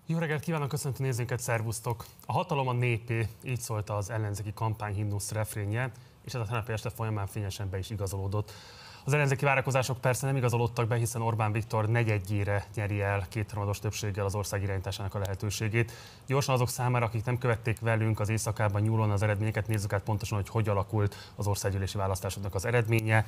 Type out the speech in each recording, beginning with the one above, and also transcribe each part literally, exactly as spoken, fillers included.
Jó reggelt kívánok, köszöntő nézőinket, szervusztok! A hatalom a népé, így szólt az ellenzéki kampányhimnusz refrénje, és ez a tegnapi este folyamán fényesen be is igazolódott. Az ellenzéki várakozások persze nem igazolódtak be, hiszen Orbán Viktor negyedjére nyeri el kétharmados többséggel az ország irányításának a lehetőségét. Gyorsan azok számára, akik nem követték velünk az éjszakában nyúlón az eredményeket, nézzük át pontosan, hogy hogy alakult az országgyűlési választásoknak az eredménye.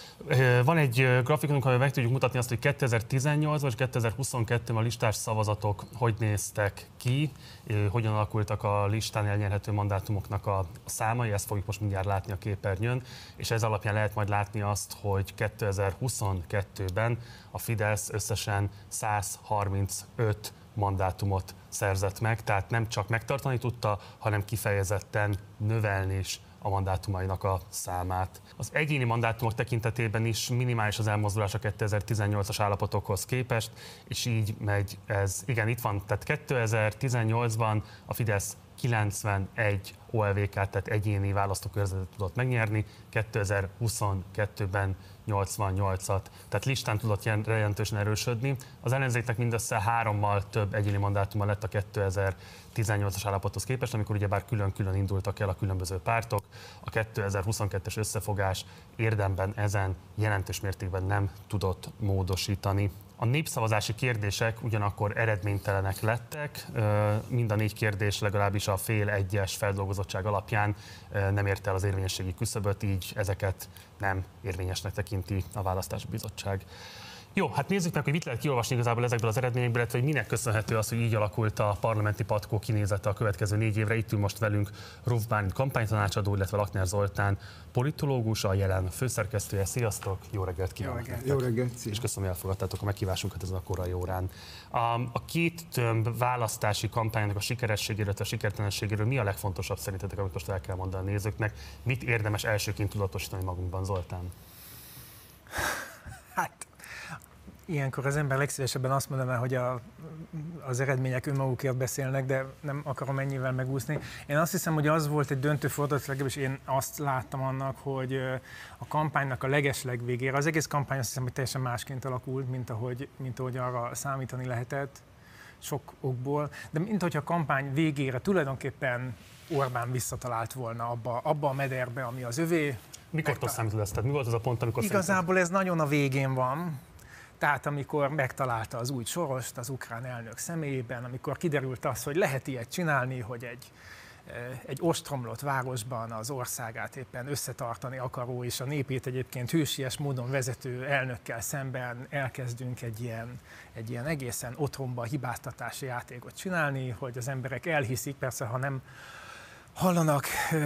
Van egy grafikonunk, amivel meg tudjuk mutatni azt, hogy kétezer-tizennyolcban és kétezer-huszonkettőben a listás szavazatok hogy néztek ki, hogyan alakultak a listán elnyerhető mandátumoknak a számai, ezt fogjuk most mindjárt látni a képernyőn, és ez alapján lehet majd látni azt, hogy kétezer-huszonkettőben a Fidesz összesen száz harmincöt mandátumot szerzett meg, tehát nem csak megtartani tudta, hanem kifejezetten növelni is a mandátumainak a számát. Az egyéni mandátumok tekintetében is minimális az elmozdulás a kétezer-tizennyolcas állapotokhoz képest, és így megy ez. Igen, itt van, tehát kétezer-tizennyolcban a Fidesz kilencvenegy o el vé ká-t, tehát egyéni választókörzetet tudott megnyerni, kétezer-huszonkettőben nyolcvannyolcat, tehát listán tudott jelentősen erősödni. Az ellenzéknek mindössze hárommal több egyéni mandátuma lett a kétezer-tizennyolcas állapothoz képest, amikor ugyebár külön-külön indultak el a különböző pártok. A kétezer-huszonkettes összefogás érdemben ezen jelentős mértékben nem tudott módosítani. A népszavazási kérdések ugyanakkor eredménytelenek lettek, mind a négy kérdés legalábbis a fél egyes feldolgozottság alapján nem érte el az érvényességi küszöböt, így ezeket nem érvényesnek tekinti a Választási Bizottság. Jó, hát nézzük meg, hogy mit lehet kiolvasni igazából ezekből az eredményekből, illetve hogy minek köszönhető az, hogy így alakult a parlamenti patkó kinézete a következő négy évre. Itt ül most velünk Ruf Bálint kampánytanácsadó, illetve Lakner Zoltán politológus, a Jelen főszerkesztője. Sziasztok, jó reggelt kívánok! Jó reggelt! Jó reggelt. És köszönöm, hogy elfogadtátok a meghívásunkat ezen a korai órán. A, a két tömb választási kampánynak a sikerességéről, a sikertelenségéről mi a legfontosabb szerintetek, amit most el kell mondani a nézőknek? Mit érdemes elsőként tudatosítani magunkban, Zoltán? Hát... Ilyenkor az ember legszívesebben azt mondaná, hogy a, az eredmények önmagukért beszélnek, de nem akarom ennyivel megúszni. Én azt hiszem, hogy az volt egy döntő fordulat, legalábbis én azt láttam annak, hogy a kampánynak a legesleg végére, az egész kampány azt hiszem, hogy teljesen másként alakult, mint ahogy, mint ahogy arra számítani lehetett sok okból, de mint hogyha a kampány végére tulajdonképpen Orbán visszatalált volna abba, abba a mederbe, ami az övé. Mikor számítod ezt? Tehát mi volt az a pont, amikor igazából szerinted... ez nagyon a végén van. Tehát amikor megtalálta az új Sorost az ukrán elnök személyében, amikor kiderült az, hogy lehet ilyet csinálni, hogy egy, egy ostromlott városban az országát éppen összetartani akaró, és a népét egyébként hősies módon vezető elnökkel szemben elkezdünk egy ilyen, egy ilyen egészen otromba hibáztatási játékot csinálni, hogy az emberek elhiszik, persze ha nem hallanak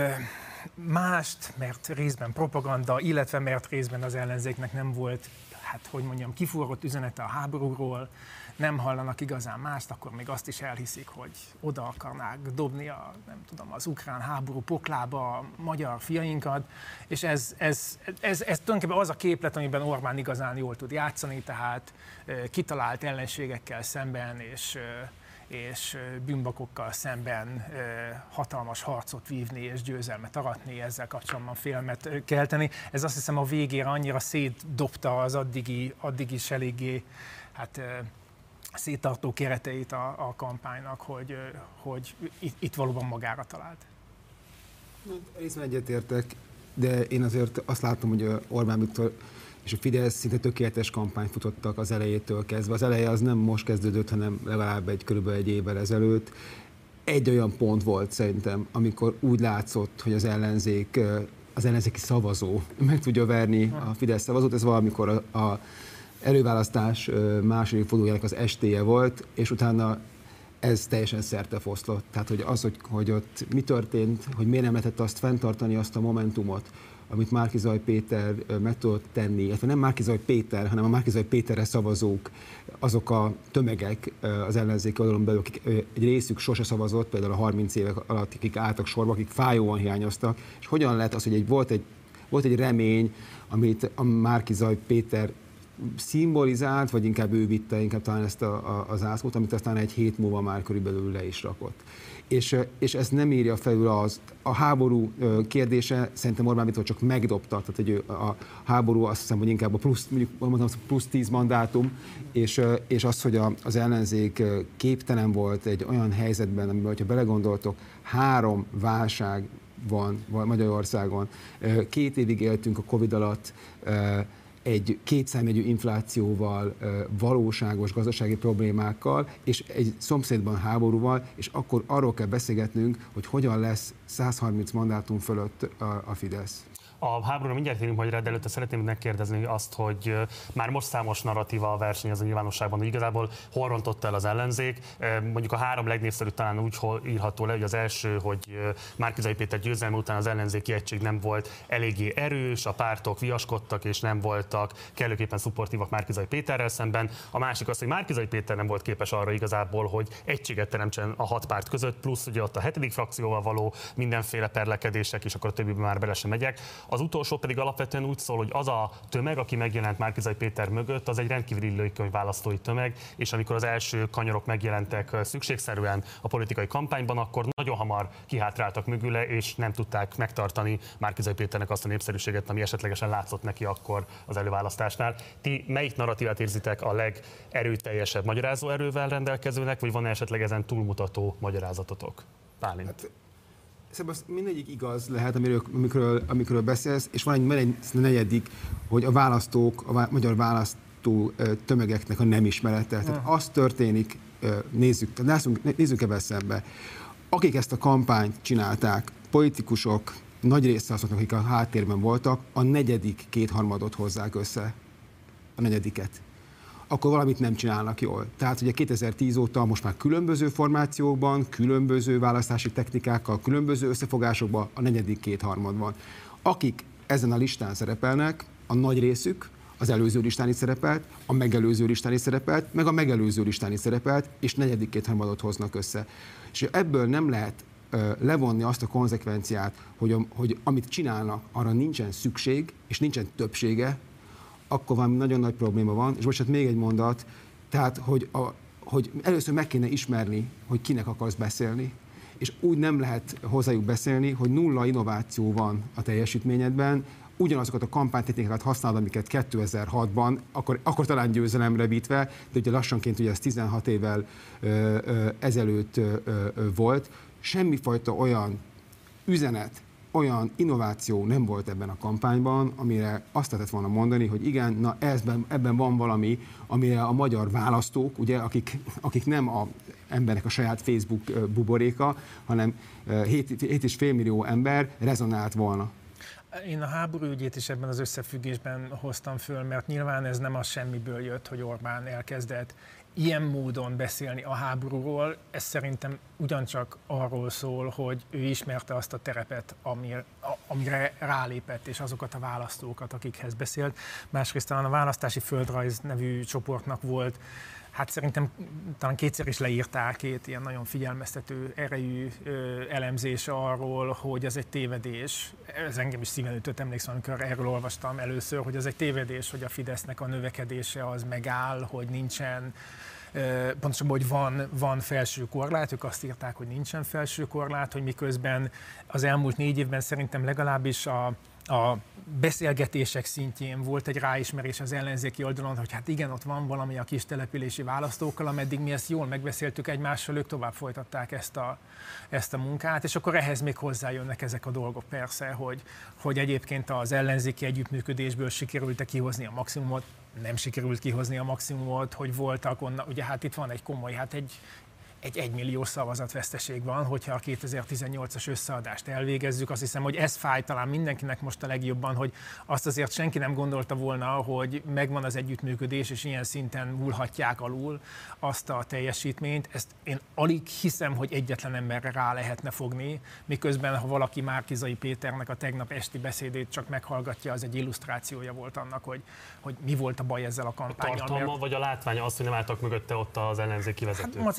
mást, mert részben propaganda, illetve mert részben az ellenzéknek nem volt, hát hogy mondjam, kiforrott üzenete a háborúról, nem hallanak igazán mást, akkor még azt is elhiszik, hogy oda akarnák dobni a, nem tudom, az ukrán háború poklába a magyar fiainkat, és ez, ez, ez, ez tulajdonképpen az a képlet, amiben Orbán igazán jól tud játszani, tehát kitalált ellenségekkel szemben, és és bűnbakokkal szemben hatalmas harcot vívni és győzelmet aratni, ezzel kapcsolatban félelmet kelteni. Ez azt hiszem a végére annyira szétdobta az addigi, addig is eléggé hát, széttartó kereteit a, a kampánynak, hogy, hogy itt, itt valóban magára talált. Részben egyetértek, de én azért azt látom, hogy Orbán Viktor és a Fidesz szinte tökéletes kampányt futottak az elejétől kezdve. Az eleje az nem most kezdődött, hanem legalább egy körülbelül egy évvel ezelőtt. Egy olyan pont volt szerintem, amikor úgy látszott, hogy az ellenzék, az ellenzéki szavazó meg tudja verni a Fidesz szavazót. Ez valamikor a, a előválasztás második fordulójának az estéje volt, és utána ez teljesen szertefoszlott. Tehát, hogy az, hogy, hogy ott mi történt, hogy miért nem lehetett azt fenntartani, azt a momentumot, amit Márki-Zay Péter meg tudott tenni, illetve nem Márki-Zay Péter, hanem a Márki-Zay Péterre szavazók, azok a tömegek az ellenzéki oldalon belül, akik egy részük sose szavazott, például a harminc évek alatt, akik álltak sorba, akik fájóan hiányoztak, és hogyan lehet az, hogy egy, volt, egy, volt egy remény, amit a Márki-Zay Péter szimbolizált, vagy inkább ő vitte inkább talán ezt a, a, az zászlót, amit aztán egy hét múlva már körülbelül le is rakott. És, és ez nem írja felül az, a háború kérdése szerintem Orbán Viktor csak megdobta, tehát hogy a háború azt hiszem, hogy inkább a plusz, mondom, plusz tíz mandátum, és, és az, hogy a, az ellenzék képtelen volt egy olyan helyzetben, amiben, hogyha belegondoltok, három válság van Magyarországon. Két évig éltünk a Covid alatt, egy kétszámjegyű inflációval, valóságos gazdasági problémákkal, és egy szomszédban háborúval, és akkor arról kell beszélgetnünk, hogy hogyan lesz száz harminc mandátum fölött a, a Fidesz. A háborúra mindjárt térünk majd rá, de előtte szeretném megkérdezni azt, hogy már most számos narratíva a verseny az a nyilvánosságban, hogy igazából hol rontotta el az ellenzék. Mondjuk a három legnépszerűbb talán úgy írható le, hogy az első, hogy Márki-Zay Péter győzelme után az ellenzéki egység nem volt eléggé erős, a pártok viaskodtak és nem voltak kellőképpen szupportívak Márki-Zay Péterrel szemben. A másik az, hogy Márki-Zay Péter nem volt képes arra igazából, hogy egységet teremtsen a hat párt között, plusz ugye ott a hetedik frakcióval való mindenféle perlekedések, és akkor a többiben már bele sem megyek. Az utolsó pedig alapvetően úgy szól, hogy az a tömeg, aki megjelent Márki-Zay Péter mögött, az egy rendkívül illőkönyv választói tömeg, és amikor az első kanyarok megjelentek szükségszerűen a politikai kampányban, akkor nagyon hamar kihátráltak mögüle, és nem tudták megtartani Márki-Zay Péternek azt a népszerűséget, ami esetlegesen látszott neki akkor az előválasztásnál. Ti melyik narratívát érzitek a legerőteljesebb magyarázó erővel rendelkezőnek, vagy van esetleg ezen túlmutató magyarázatotok? Bálint. Hát, Szerintem mindegyik igaz lehet, amiről, amikről, amikről beszélsz, és van egy, egy negyedik, hogy a választók, a magyar választó tömegeknek a nem ismerete. Tehát az történik, nézzük, nézzük, nézzük ebben szembe. Akik ezt a kampányt csinálták, politikusok, nagy része azoknak, akik a háttérben voltak, a negyedik kétharmadot hozzák össze. A negyediket. Akkor valamit nem csinálnak jól. Tehát ugye kétezer-tíz óta most már különböző formációkban, különböző választási technikákkal, különböző összefogásokban a negyedik kétharmad van. Akik ezen a listán szerepelnek, a nagy részük az előző listán is szerepelt, a megelőző listán is szerepelt, meg a megelőző listán is szerepelt, és negyedik kétharmadot hoznak össze. És ebből nem lehet uh, levonni azt a konzekvenciát, hogy, a, hogy amit csinálnak, arra nincsen szükség, és nincsen többsége, akkor valami nagyon nagy probléma van, és most hát még egy mondat, tehát, hogy, a, hogy először meg kéne ismerni, hogy kinek akarsz beszélni, és úgy nem lehet hozzájuk beszélni, hogy nulla innováció van a teljesítményedben, ugyanazokat a kampánytechnikákat használod, amiket kétezer-hatban, akkor, akkor talán győzelemre vitve, de ugye lassanként ugye ez tizenhat évvel ö, ö, ezelőtt ö, ö, volt, semmifajta olyan üzenet, olyan innováció nem volt ebben a kampányban, amire azt lehetett volna mondani, hogy igen, na ebben, ebben van valami, amire a magyar választók, ugye, akik, akik nem a emberek a saját Facebook buboréka, hanem hét és fél millió ember rezonált volna. Én a háború ügyét is ebben az összefüggésben hoztam föl, mert nyilván ez nem az semmiből jött, hogy Orbán elkezdett ilyen módon beszélni a háborúról. Ez szerintem ugyancsak arról szól, hogy ő ismerte azt a terepet, amire, amire rálépett, és azokat a választókat, akikhez beszélt. Másrészt talán a Választási Földrajz nevű csoportnak volt, hát szerintem talán kétszer is leírták két ilyen nagyon figyelmeztető erejű ö, elemzés arról, hogy ez egy tévedés. Ez engem is szíven ütött, emlékszem, amikor erről olvastam először, hogy ez egy tévedés, hogy a Fidesznek a növekedése az megáll, hogy nincsen, ö, pontosabban, hogy van, van felső korlát, ők azt írták, hogy nincsen felső korlát, hogy miközben az elmúlt négy évben szerintem legalábbis a a beszélgetések szintjén volt egy ráismerés az ellenzéki oldalon, hogy hát igen, ott van valami a kis települési választókkal, ameddig mi ezt jól megbeszéltük egymással, ők tovább folytatták ezt a, ezt a munkát, és akkor ehhez még hozzájönnek ezek a dolgok persze, hogy, hogy egyébként az ellenzéki együttműködésből sikerült-e kihozni a maximumot, nem sikerült kihozni a maximumot, hogy voltak onnan, ugye hát itt van egy komoly, hát egy egy egymillió szavazatveszteség van, hogyha a kétezer-tizennyolcas összeadást elvégezzük. Azt hiszem, hogy ez fáj talán mindenkinek most a legjobban, hogy azt azért senki nem gondolta volna, hogy megvan az együttműködés, és ilyen szinten múlhatják alul azt a teljesítményt. Ezt én alig hiszem, hogy egyetlen emberre rá lehetne fogni, miközben ha valaki Márki-Zay Péternek a tegnap esti beszédét csak meghallgatja, az egy illusztrációja volt annak, hogy, hogy mi volt a baj ezzel a kampánnyal. A tartalma mert... vagy a látványa az, hogy nem álltak mögötte ott az ellenzéki vezetők? Hát az egyetlen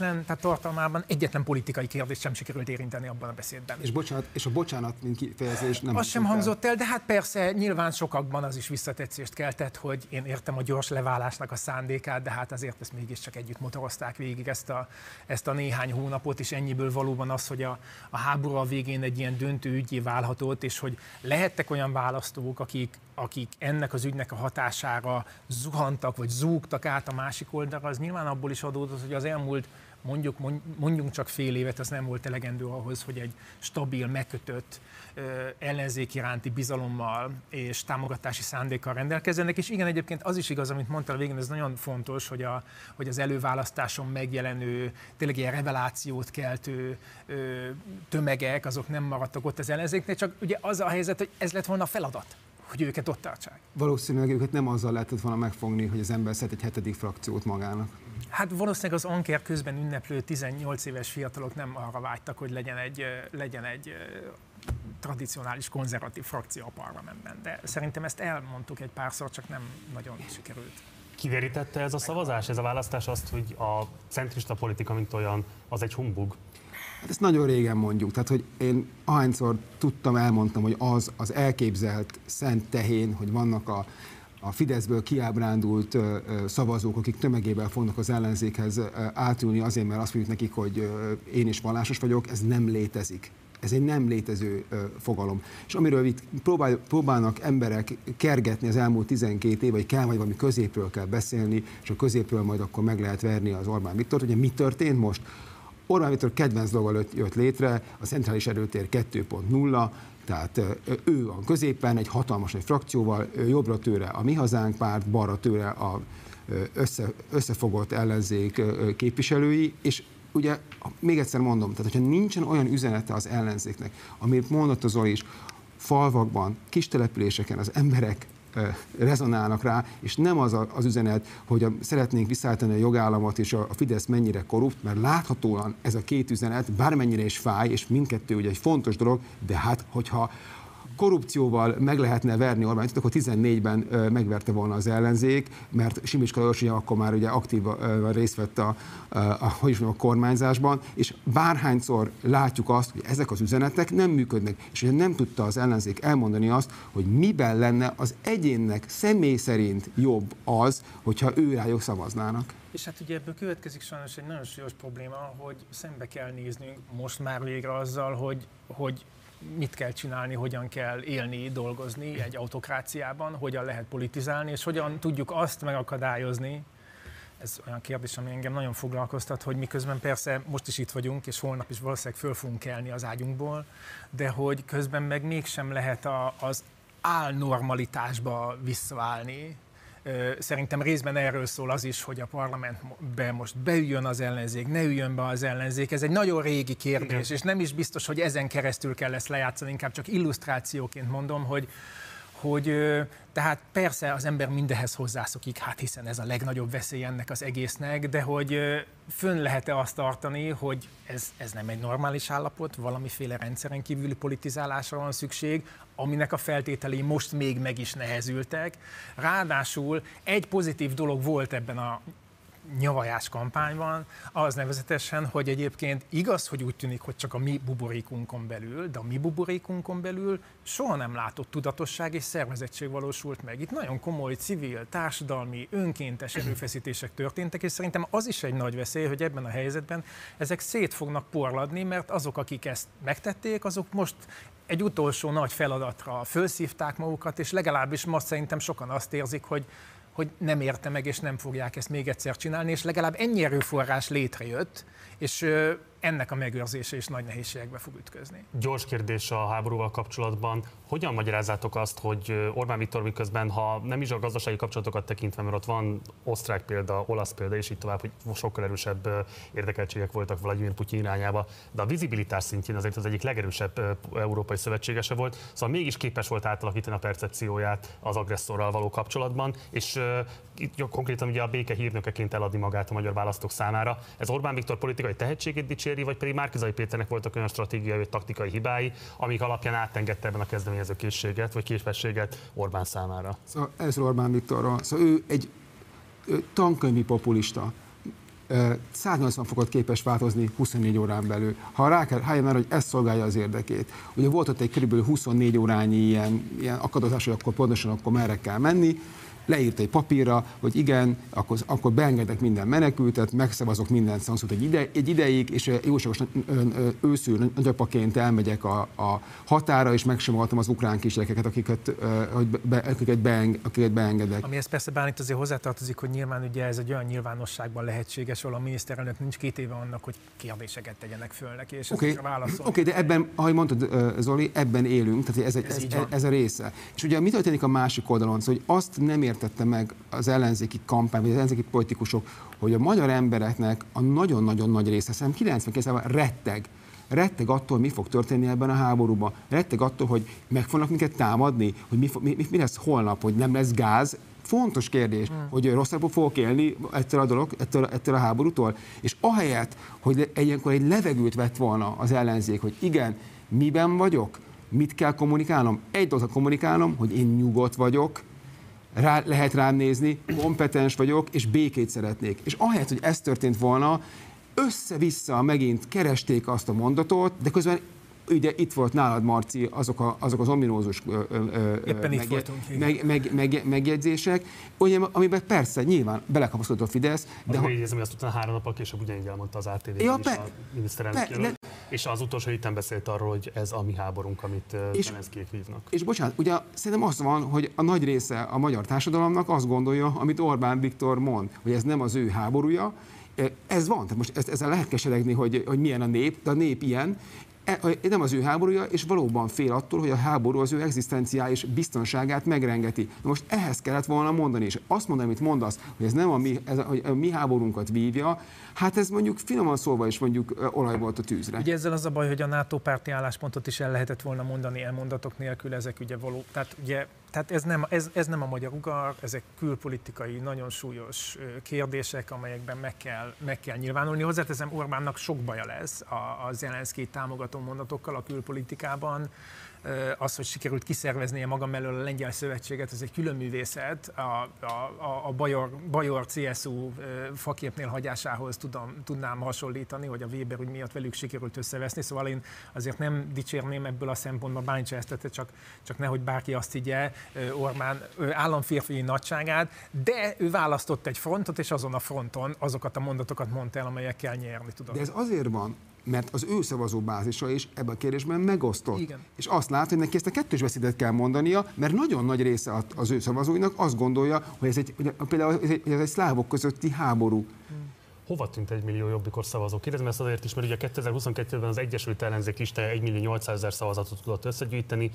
egyetlen, tehát tartalmában egyetlen politikai kérdést sem sikerült érinteni abban a beszédben. És, bocsánat, és a bocsánat, mint kifejezés nem az sem hangzott el, de hát persze nyilván sokakban az is visszatetszést keltett, hogy én értem a gyors leválásnak a szándékát, de hát azért ezt mégiscsak együtt motorozták végig ezt a, ezt a néhány hónapot, és ennyiből valóban az, hogy a, a háború a végén egy ilyen döntő ügyé válhatott, és hogy lehettek olyan választók, akik, akik ennek az ügynek a hatására zuhantak, vagy zúgtak át a másik oldalra, az nyilván abból is adódott, hogy az elmúlt mondjuk, mondjunk csak fél évet, az nem volt elegendő ahhoz, hogy egy stabil, megkötött ellenzék iránti bizalommal és támogatási szándékkal rendelkezzenek. És igen, egyébként az is igaz, amit mondtál a végén, ez nagyon fontos, hogy, a, hogy az előválasztáson megjelenő, tényleg ilyen revelációt keltő ö, tömegek, azok nem maradtak ott az ellenzéknél, csak ugye az a helyzet, hogy ez lett volna a feladat, hogy őket ott tartsák. Valószínűleg őket nem azzal lehetett volna megfogni, hogy az ember szed egy hetedik frakciót magának. Hát valószínűleg az Anker közben ünneplő tizennyolc éves fiatalok nem arra vágytak, hogy legyen egy, legyen egy tradicionális konzervatív frakció a parlamentben. De szerintem ezt elmondtuk egy párszor, csak nem nagyon sikerült. Kiderítette ez a szavazás, ez a választás azt, hogy a centrista politika, mint olyan, az egy humbug? Hát ezt nagyon régen mondjuk, tehát hogy én ahányszor tudtam, elmondtam, hogy az az elképzelt szent tehén, hogy vannak a a Fideszből kiábrándult ö, ö, szavazók, akik tömegében fognak az ellenzékhez ö, átülni azért, mert azt mondjuk nekik, hogy ö, én is vallásos vagyok, ez nem létezik. Ez egy nem létező ö, fogalom. És amiről itt próbál, próbálnak emberek kergetni az elmúlt tizenkét év, vagy kell, vagy valami középről kell beszélni, és a középről majd akkor meg lehet verni az Orbán Viktort. Ugye mi történt most? Orbán Viktor kedvenc dolga jött létre, a centrális erőtér kettő pont nulla, tehát ő a középen egy hatalmas nagy frakcióval, jobbra tőle a Mi Hazánk párt, balra tőle a össze, összefogott ellenzék képviselői, és ugye még egyszer mondom, tehát hogyha nincsen olyan üzenete az ellenzéknek, amit mondott az Zoli is, falvakban, kis településeken az emberek rezonálnak rá, és nem az a, az üzenet, hogy a, szeretnénk visszaállítani a jogállamot, és a, a Fidesz mennyire korrupt, mert láthatóan ez a két üzenet bármennyire is fáj, és mindkettő ugye egy fontos dolog, de hát, hogyha korrupcióval meg lehetne verni Orbán Viktort, akkor tizennégyben megverte volna az ellenzék, mert Simicska Lajos ugye akkor már ugye aktívan részt vett a, a, a, hogy is mondjam, a kormányzásban, és bárhányszor látjuk azt, hogy ezek az üzenetek nem működnek, és ugye nem tudta az ellenzék elmondani azt, hogy miben lenne az egyénnek személy szerint jobb az, hogyha ő rájuk szavaznának. És hát ugye ebből következik sajnos egy nagyon súlyos probléma, hogy szembe kell néznünk most már végre azzal, hogy, hogy mit kell csinálni, hogyan kell élni, dolgozni egy autokráciában, hogyan lehet politizálni, és hogyan tudjuk azt megakadályozni. Ez olyan kérdés, ami engem nagyon foglalkoztat, hogy miközben persze most is itt vagyunk, és holnap is valószínűleg föl fogunk kelni az ágyunkból, de hogy közben meg mégsem lehet a, az álnormalitásba visszaállni. Szerintem részben erről szól az is, hogy a parlamentbe most beüljön az ellenzék, ne üljön be az ellenzék. Ez egy nagyon régi kérdés, igen. És nem is biztos, hogy ezen keresztül kell ezt lejátszani, inkább csak illusztrációként mondom, hogy, hogy tehát persze az ember mindenhez hozzászokik, hát hiszen ez a legnagyobb veszély ennek az egésznek, de hogy fönn lehet-e azt tartani, hogy ez, ez nem egy normális állapot, valamiféle rendszeren kívüli politizálásra van szükség, aminek a feltételei most még meg is nehezültek. Ráadásul egy pozitív dolog volt ebben a nyavajás kampányban, az nevezetesen, hogy egyébként igaz, hogy úgy tűnik, hogy csak a mi buborékunkon belül, de a mi buborékunkon belül soha nem látott tudatosság és szervezettség valósult meg. Itt nagyon komoly civil, társadalmi, önkéntes erőfeszítések történtek, és szerintem az is egy nagy veszély, hogy ebben a helyzetben ezek szét fognak porladni, mert azok, akik ezt megtették, azok most egy utolsó nagy feladatra fölszívták magukat, és legalábbis most szerintem sokan azt érzik, hogy hogy nem érte meg, és nem fogják ezt még egyszer csinálni, és legalább ennyi erőforrás létrejött, és ennek a megőrzése is nagy nehézségekbe fog ütközni. Gyors kérdés a háborúval kapcsolatban. Hogyan magyarázzátok azt, hogy Orbán Viktor miközben, ha nem is a gazdasági kapcsolatokat tekintve, mert ott van osztrák példa, olasz példa, és így tovább, hogy sokkal erősebb érdekeltségek voltak Vladimir Putyin irányába, de a vizibilitás szintjén azért az egyik legerősebb európai szövetségese volt, szóval mégis képes volt átalakítani a percepcióját az agresszorral való kapcsolatban, és itt konkrétan ugye a béke hírnökeként eladni magát a magyar választók számára. Ez Orbán Viktor politikai tehetségét dicséri, vagy pedig Márki-Zay Péternek voltak olyan stratégiai vagy taktikai hibái, amik alapján átengedte ebben a kezdeményező készséget vagy képességet Orbán számára? Szóval ez Orbán Viktorról. Szóval ő egy tankönyvi populista. száznyolcvan fokot képes változni huszonnégy órán belül. Ha rá kell rájön arra, hogy ez szolgálja az érdekét. Ugye volt ott egy kb. huszonnégy órányi ilyen, ilyen akadozás, hogy akkor pontosan akkor merre kell menni, leírt egy papírra, hogy igen, akkor, akkor beengedek minden menekültet, megszavazok minden szanszót egy, ide, egy ideig, és jóságos őszül nagyapaként elmegyek a, a határa, és megsimogatom az ukrán kisgyerekeket, akiket, hogy be, akiket, beeng, akiket beengedek. Amihez persze Bálint azért hozzátartozik, hogy nyilván ugye ez egy olyan nyilvánosságban lehetséges, ahol a miniszterelnök nincs két éve annak, hogy kérdéseket tegyenek föl neki, és Oké, okay. válaszol. okay, de ebben, ahogy mondtad, Zoli, ebben élünk, tehát ez, ez, ez, ez a része. És ugye mi történik a másik oldalon, hogy azt nem értette meg az ellenzéki kampány, vagy az ellenzéki politikusok, hogy a magyar embereknek a nagyon-nagyon nagy része, szerintem kilencvenkilenc százalék retteg, retteg attól, mi fog történni ebben a háborúban. Retteg attól, hogy meg fognak minket támadni, hogy mi, mi, mi lesz holnap, hogy nem lesz gáz. Fontos kérdés, hmm. hogy rosszabbul fogok élni ettől a dolog, ettől, ettől a háborútól. És ahelyett, hogy ilyenkor egy levegőt vett volna az ellenzék, hogy igen, miben vagyok, mit kell kommunikálnom? Egy dolgot kommunikálnom, hogy én nyugodt vagyok, rá, lehet rám nézni, kompetens vagyok, és békét szeretnék. És ahelyett, hogy ez történt volna, össze-vissza megint keresték azt a mondatot, de közben ugye itt volt nálad, Marci, azok, a, azok az ominózus ö, ö, megje, meg, meg, meg, megjegyzések, ugye, amiben persze nyilván belekapaszkodott a Fidesz. De ha... Megjegyzem, hogy azt utána három nappal később ugyanígy elmondta az á té vé-ben ja, is a miniszterelnök jelölt, és az utolsó héten beszélt arról, hogy ez a mi háborunk, amit Zelenszkijék vívnak. És bocsánat, ugye szerintem az van, hogy a nagy része a magyar társadalomnak azt gondolja, amit Orbán Viktor mond, hogy ez nem az ő háborúja. Ez van, tehát most ezzel lehet keseregni, hogy, hogy milyen a nép, de a nép ilyen. Nem az ő háborúja, és valóban fél attól, hogy a háború az ő egzisztenciája és biztonságát megrengeti. Na most ehhez kellett volna mondani, és azt mondani, amit mondasz, hogy ez nem a mi, ez a, hogy a mi háborunkat vívja, hát ez mondjuk finoman szólva is mondjuk olaj volt a tűzre. Ugye ezzel az a baj, hogy a NATO párti álláspontot is el lehetett volna mondani elmondatok nélkül, ezek ugye való, tehát ugye Tehát ez nem, ez, ez nem a magyar ugar, ezek külpolitikai, nagyon súlyos kérdések, amelyekben meg kell, meg kell nyilvánulni. Hozzáteszem, Orbánnak sok baja lesz a, a Zelenszkijt támogató mondatokkal a külpolitikában. Az, hogy sikerült kiszerveznie maga mellől a Lengyel Szövetséget, ez egy külön művészet. A, a, a Bajor, Bajor cé es u faképnél hagyásához tudom, tudnám hasonlítani, hogy a Weber ügy miatt velük sikerült összeveszni, szóval én azért nem dicsérném ebből a szempontból, Bálint se ezt, csak, csak nehogy bárki azt higgye Orbán államférfiai nagyságát, de ő választott egy frontot, és azon a fronton azokat a mondatokat mondta el, amelyekkel nyerni tudod. De ez azért van, mert az ő szavazóbázisa is ebben a kérdésben megosztott. Igen. És azt lát, hogy neki ezt a kettős beszédet kell mondania, mert nagyon nagy része az ő szavazóinak azt gondolja, hogy ez egy, például ez egy, ez egy szlávok közötti háború. Hmm. Hova tűnt egy millió Jobbikos szavazó? Kérdezem ezt azért is, mert ugye kétezer-huszonkettőben az Egyesült Ellenzék listája egy millió nyolcszázezer szavazatot tudott összegyűjteni.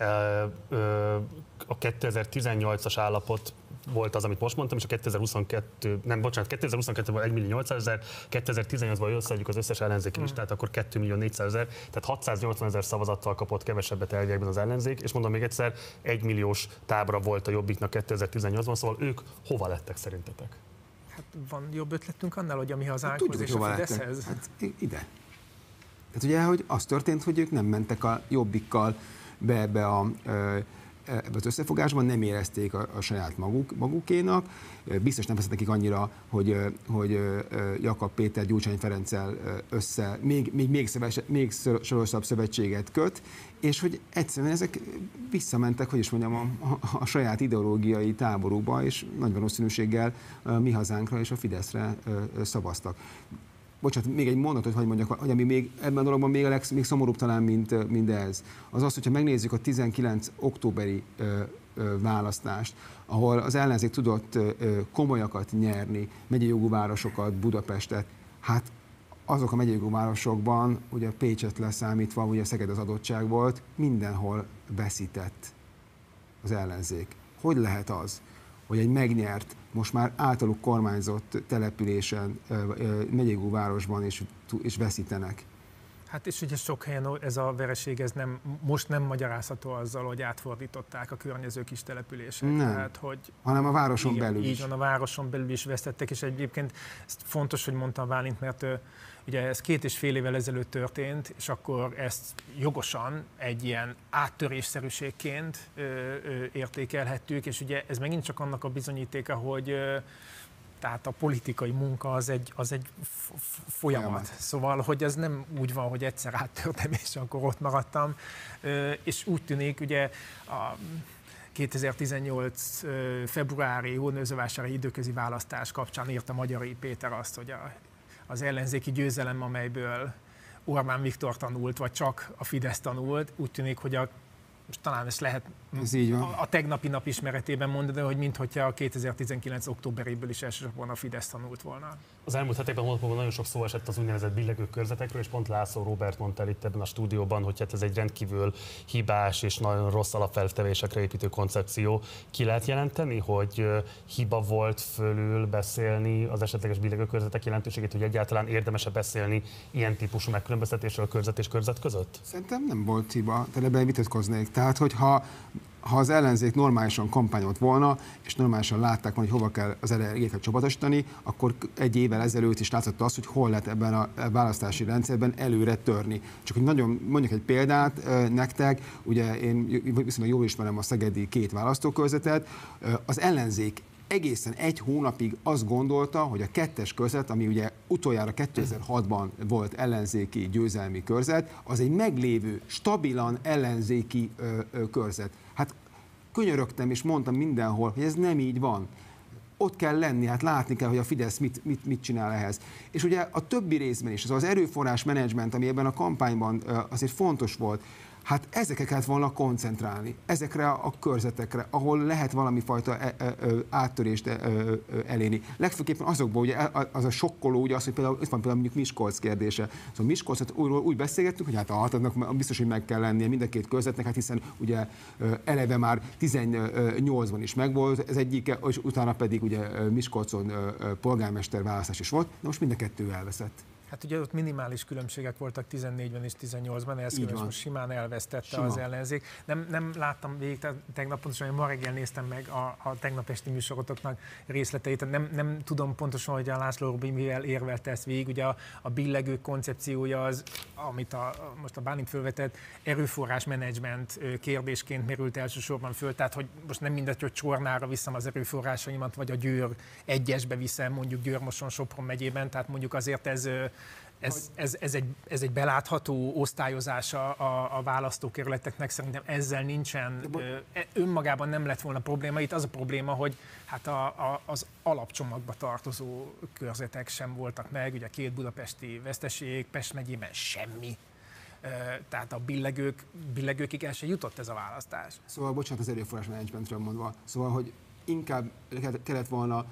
A kétezer-tizennyolcas állapot volt az, amit most mondtam, és a kétezer-huszonkettő, nem, bocsánat, kétezer-huszonkettőben egy millió nyolcszázezer, kétezer-tizennyolcban összeadjuk az összes ellenzéki listát, akkor két millió négyszázezer, tehát hatszáznyolcvanezer szavazattal kapott kevesebbet elviekben az ellenzék, és mondom még egyszer, egy milliós tábra volt a Jobbiknak kétezer-tizennyolcban, szóval ők hova lettek szerintetek? Hát van jobb ötletünk annál, hogy a mi hazánkhoz hát, és a Fideszhez? Hát ide. Tehát ugye, hogy az történt, hogy ők nem mentek a Jobbikkal be ebbe a ebbe az összefogásban, nem érezték a, a saját maguk, magukénak. Biztos nem veszett nekik annyira, hogy, hogy Jakab Péter Gyurcsány Ferenccel össze még, még, még, szöves, még szorosabb szövetséget köt, és hogy egyszerűen ezek visszamentek, hogy is mondjam, a, a, a saját ideológiai táborukba, és nagy valószínűséggel a mi hazánkra és a Fideszre szavaztak. Bocsánat, még egy mondatot, hogy mondjak, hogy ami még ebben a dologban még, a legsz, még szomorúbb talán, mint, mint ez, az az, hogyha megnézzük a tizenkilenc októberi ö, ö, választást, ahol az ellenzék tudott ö, komolyakat nyerni, megyei jogú városokat, Budapestet, hát azok a megyei jogú városokban, ugye Pécset leszámítva, ugye Szeged az adottság volt, mindenhol veszített az ellenzék. Hogy lehet az, hogy egy megnyert, most már általuk kormányzott településen, megyei városban is, is veszítenek? Hát és ugye sok helyen ez a vereség ez nem, most nem magyarázható azzal, hogy átfordították a környező kis települések. Nem, Tehát, hogy hanem a városon igen, belül így is. Így van, a városon belül is vesztettek, és egyébként ez fontos, hogy mondtam Bálint, mert ugye ez két és fél évvel ezelőtt történt, és akkor ezt jogosan egy ilyen áttörésszerűségként ö, ö, értékelhettük, és ugye ez megint csak annak a bizonyítéka, hogy ö, Tehát a politikai munka az egy, az egy folyamat. folyamat. Szóval, hogy ez nem úgy van, hogy egyszer áttörtem, és akkor ott maradtam. És úgy tűnik, ugye a kétezer-tizennyolc februári hódmezővásári időközi választás kapcsán írta Magyari Péter azt, hogy a, az ellenzéki győzelem, amelyből Orbán Viktor tanult, vagy csak a Fidesz tanult, úgy tűnik, hogy a most talán ezt lehet Ez így van. A, a tegnapi nap ismeretében mondani, hogy minthogyha a kétezer-tizenkilenc októberéből is elsősorban a Fidesz tanult volna. Az elmúlt hetekben, hónapokban nagyon sok szó esett az úgynevezett billegő körzetekről, és pont László Róbert mondta el itt ebben a stúdióban, hogy hát ez egy rendkívül hibás és nagyon rossz alapfeltevésekre építő koncepció. Ki lehet jelenteni, hogy hiba volt fölül beszélni az esetleges billegő körzetek jelentőségét, hogy egyáltalán érdemes-e beszélni ilyen típusú megkülönböztetésről körzet és körzet között? Szerintem nem volt hiba, de ebben vitatkoznék. Tehát, hogyha ha az ellenzék normálisan kampányolt volna, és normálisan látták, hogy hova kell az energiákat csoportosítani, akkor egy évvel ezelőtt is látszott azt, hogy hol lehet ebben a választási rendszerben előre törni. Csak hogy nagyon mondjuk egy példát nektek, ugye én viszonylag jól ismerem a szegedi két választókörzetet, az ellenzék egészen egy hónapig azt gondolta, hogy a kettes körzet, ami ugye utoljára kétezer-hatban volt ellenzéki győzelmi körzet, az egy meglévő, stabilan ellenzéki ö, ö, körzet. Hát könyörögtem és mondtam mindenhol, hogy ez nem így van. Ott kell lenni, hát látni kell, hogy a Fidesz mit, mit, mit csinál ehhez. És ugye a többi részben is, az az erőforrás menedzsment, ami ebben a kampányban azért fontos volt, hát ezekre kellett volna koncentrálni, ezekre a körzetekre, ahol lehet valami fajta áttörést elérni. Legfőképpen azokból, ugye az a sokkoló, ugye az, hogy például, itt van például mondjuk Miskolc kérdése. Szóval Miskolcot úgy beszélgettünk, hogy hát a hatodnak biztos, hogy meg kell lennie mind a két körzetnek, hát hiszen ugye eleve már tizennyolcban is megvolt ez egyik, és utána pedig ugye Miskolcon polgármester választás is volt, de most mind a kettő elveszett. Hát ugye ott minimális különbségek voltak tizennégyben és tizennyolcban, ezt most simán elvesztette Sima. az ellenzék. Nem, nem láttam végig, tegnap pontosan, hogy ma reggel néztem meg a, a tegnap esti műsorotoknak részleteit, nem, nem tudom pontosan, hogy a László Robi mivel érvelte ezt végig. Ugye a, a billegő koncepciója az, amit a, most a Bálint fölvetett, erőforrás menedzsment kérdésként merült elsősorban föl, tehát hogy most nem mindegy, hogy Csornára viszem az erőforrásaimat, vagy a Győr egyesbe viszem, mondjuk Győr-Moson-Sopron megyében, tehát mondjuk azért ez Ez, ez, ez, egy, ez egy belátható osztályozása a, a választókerületeknek, szerintem ezzel nincsen, önmagában nem lett volna probléma. Itt az a probléma, hogy hát a, a, az alapcsomagba tartozó körzetek sem voltak meg, ugye két budapesti veszteség, Pest megyében semmi. Tehát a billegők, billegőkig el se jutott ez a választás. Szóval, bocsánat, az erőforrás menedzsmentről mondva, szóval, hogy inkább kellett volna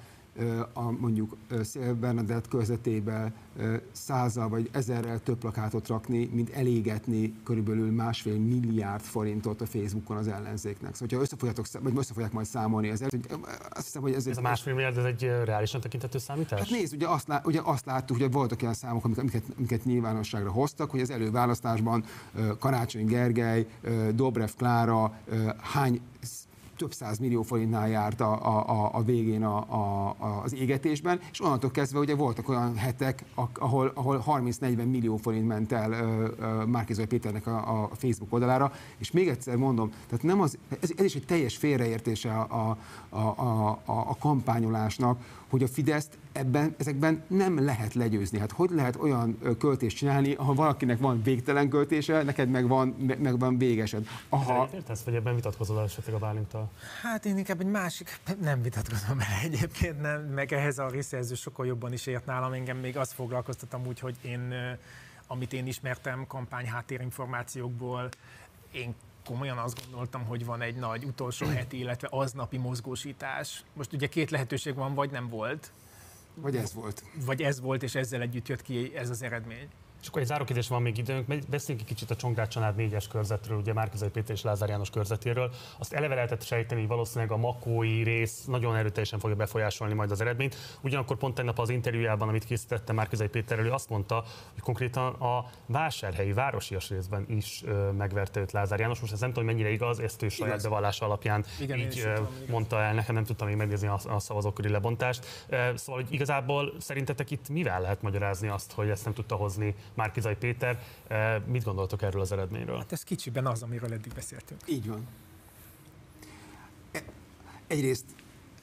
a mondjuk Széll Bernadett körzetében százzal vagy ezerrel több plakátot rakni, mint elégetni körülbelül másfél milliárd forintot a Facebookon az ellenzéknek. Szóval, ha összefogjátok, vagy össze fogják majd számolni ezzel, hogy azt hiszem, hogy ez... Ez a másfél milliárd, ez egy reálisan tekintető számítás? Hát nézd, ugye azt, lá, ugye azt láttuk, hogy voltak olyan számok, amiket, amiket nyilvánosságra hoztak, hogy az előválasztásban Karácsony Gergely, Dobrev Klára hány több száz millió forintnál járt a, a, a végén a, a, az égetésben, és onnantól kezdve ugye voltak olyan hetek, ahol, ahol harminc-negyven millió forint ment el Márki-Zay Péternek a, a Facebook oldalára, és még egyszer mondom, tehát nem az, ez, ez is egy teljes félreértése a, a, a, a, a kampányolásnak, hogy a Fideszt ebben, ezekben nem lehet legyőzni. Hát hogy lehet olyan költést csinálni, ahol valakinek van végtelen költése, neked meg van, meg van végesed. Aha. Értesz, vagy ebben vitatkozol esetleg a Bálinttal? Hát én inkább egy másik, nem vitatkozom vele egyébként, nem, meg ehhez a részjelző sokkal jobban is ért nálam. Engem még azt foglalkoztatom úgy, hogy én, amit én ismertem kampány háttérinformációkból, én komolyan azt gondoltam, hogy van egy nagy utolsó heti, illetve aznapi mozgósítás. Most ugye két lehetőség van, vagy nem volt. Vagy ez volt. Vagy ez volt, és ezzel együtt jött ki ez az eredmény. És akkor egy zárókérdés van még időnk, beszéljünk egy kicsit a Csongrád család négyes körzetről, ugye Márki-Zay Péter és Lázár János körzetéről. Azt eleve lehetett sejteni, hogy valószínűleg a makói rész nagyon erőteljesen fogja befolyásolni majd az eredményt. Ugyanakkor pont tegnap az interjújában, amit készítette Márki-Zay Péterről, ő azt mondta, hogy konkrétan a vásárhelyi városias részben is ö, megverte őt Lázár János. Most ez nem tudom, mennyire igaz, ezt ő saját igaz. bevallása alapján igen, így ö, tudom, mondta el, nekem nem tudtam még megnézni a, a szavazóköri lebontást. Szóval, hogy igazából szerintetek itt mivel lehet magyarázni azt, hogy ezt nem tudta hozni Márki-Zay Péter, mit gondoltok erről az eredményről? Hát ez kicsiben az, amiről eddig beszéltünk. Így van. Egyrészt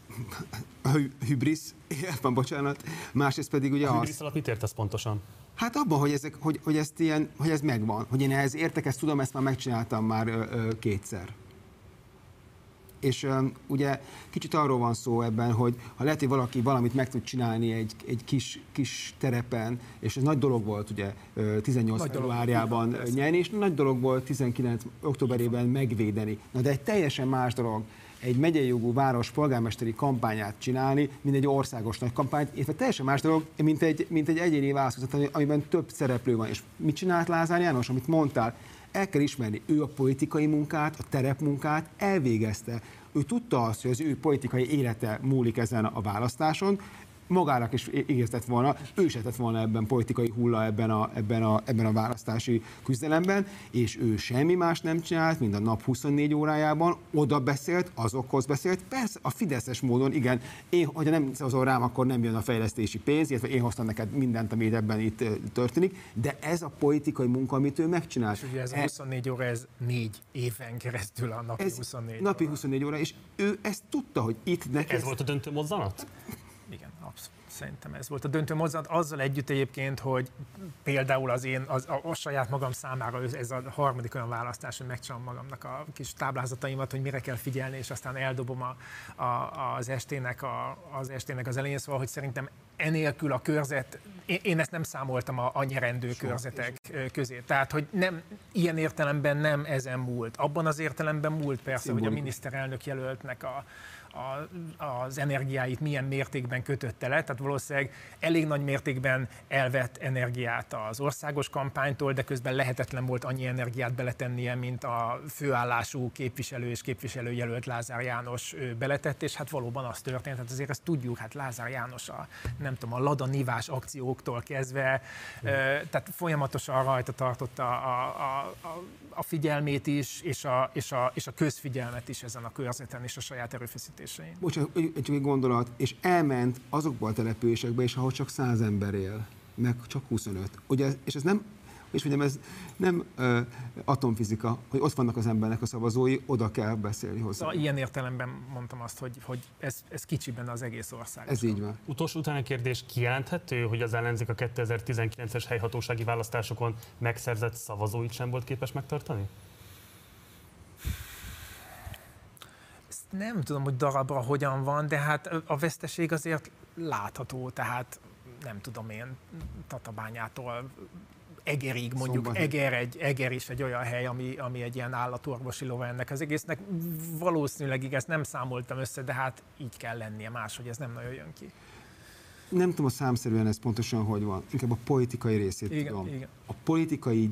a hübrisz, van, bocsánat, másrészt pedig ugye a az... A hübrisz alatt mit értesz pontosan? Hát abban, hogy, ezek, hogy, hogy, ezt ilyen, hogy ez megvan, hogy én ehhez értek, ezt tudom, ezt már megcsináltam már ö, ö, kétszer. És ö, ugye kicsit arról van szó ebben, hogy ha lehet, hogy valaki valamit meg tud csinálni egy, egy kis, kis terepen, és ez nagy dolog volt ugye tizennyolc februárjában nyerni, és nagy dolog volt tizenkilenc októberében megvédeni. Na de egy teljesen más dolog egy megyei jogú város polgármesteri kampányát csinálni, mint egy országos nagy kampányt, illetve teljesen más dolog, mint egy, mint egy egyéni választás, amiben több szereplő van. És mit csinált Lázár János, amit mondtál? El kell ismerni, ő a politikai munkát, a terepmunkát elvégezte. Ő tudta azt, hogy az ő politikai élete múlik ezen a választáson, magának is ígértett volna, ő is tett volna ebben politikai hulla ebben a, ebben, a, ebben a választási küzdelemben, és ő semmi más nem csinált, mint a nap huszonnégy órájában, oda beszélt, azokhoz beszélt, persze a fideszes módon, igen, én, hogyha nem szavazol rám, akkor nem jön a fejlesztési pénz, illetve én hoztam neked mindent, amit ebben itt történik, de ez a politikai munka, amit ő megcsinált. És ugye ez a huszonnégy óra, ez négy éven keresztül a napi huszonnégy óra. Napi huszonnégy óra, és ő ezt tudta, hogy itt neki... Ez volt a döntő mozzanat? Igen, abszolút. Szerintem ez volt a döntő mozzanat, azzal együtt egyébként, hogy például az én, az, a, a saját magam számára ez a harmadik olyan választás, hogy megcsinálom magamnak a kis táblázataimat, hogy mire kell figyelni, és aztán eldobom a, a, az, estének a, az estének az elején, szóval, hogy szerintem enélkül a körzet, én, én ezt nem számoltam a, a nyerendő Soha, körzetek és... közé. Tehát, hogy nem, ilyen értelemben nem ezen múlt. Abban az értelemben múlt persze, Szimbolik. Hogy a miniszterelnök jelöltnek a A, az energiáit milyen mértékben kötötte le, tehát valószínűleg elég nagy mértékben elvett energiát az országos kampánytól, de közben lehetetlen volt annyi energiát beletennie, mint a főállású képviselő és képviselőjelölt Lázár János beletett, és hát valóban az történt, hát azért ezt tudjuk, hát Lázár János a, nem tudom, a Lada nívás akcióktól kezdve, mm. tehát folyamatosan rajta tartotta a, a, a, a figyelmét is, és a, és, a, és a közfigyelmet is ezen a körzeten, és a saját erőfeszítésén. Bocsánat, csak egy gondolat, és elment azokba a településekbe is, ahol csak száz ember él, meg csak huszonöt. Ugye, és ez nem, és mondjam, ez nem uh, atomfizika, hogy ott vannak az embernek a szavazói, oda kell beszélni hozzá. Szóval ilyen értelemben mondtam azt, hogy, hogy ez, ez kicsiben az egész ország. Ez így van. Utolsó utána kérdés, kijelenthető, hogy az ellenzék a kétezer-tizenkilences helyhatósági választásokon megszerzett szavazóit sem volt képes megtartani? Nem tudom, hogy darabra hogyan van, de hát a veszteség azért látható, tehát nem tudom én, Tatabányától Egerig, mondjuk Szombat. Eger, egy, Eger is egy olyan hely, ami, ami egy ilyen állatorvosi lova ennek az egésznek. Valószínűleg ezt nem számoltam össze, de hát így kell lennie, máshogy ez nem nagyon jön ki. Nem tudom, a számszerűen ez pontosan hogy van, inkább a politikai részét igen, tudom. Igen. A politikai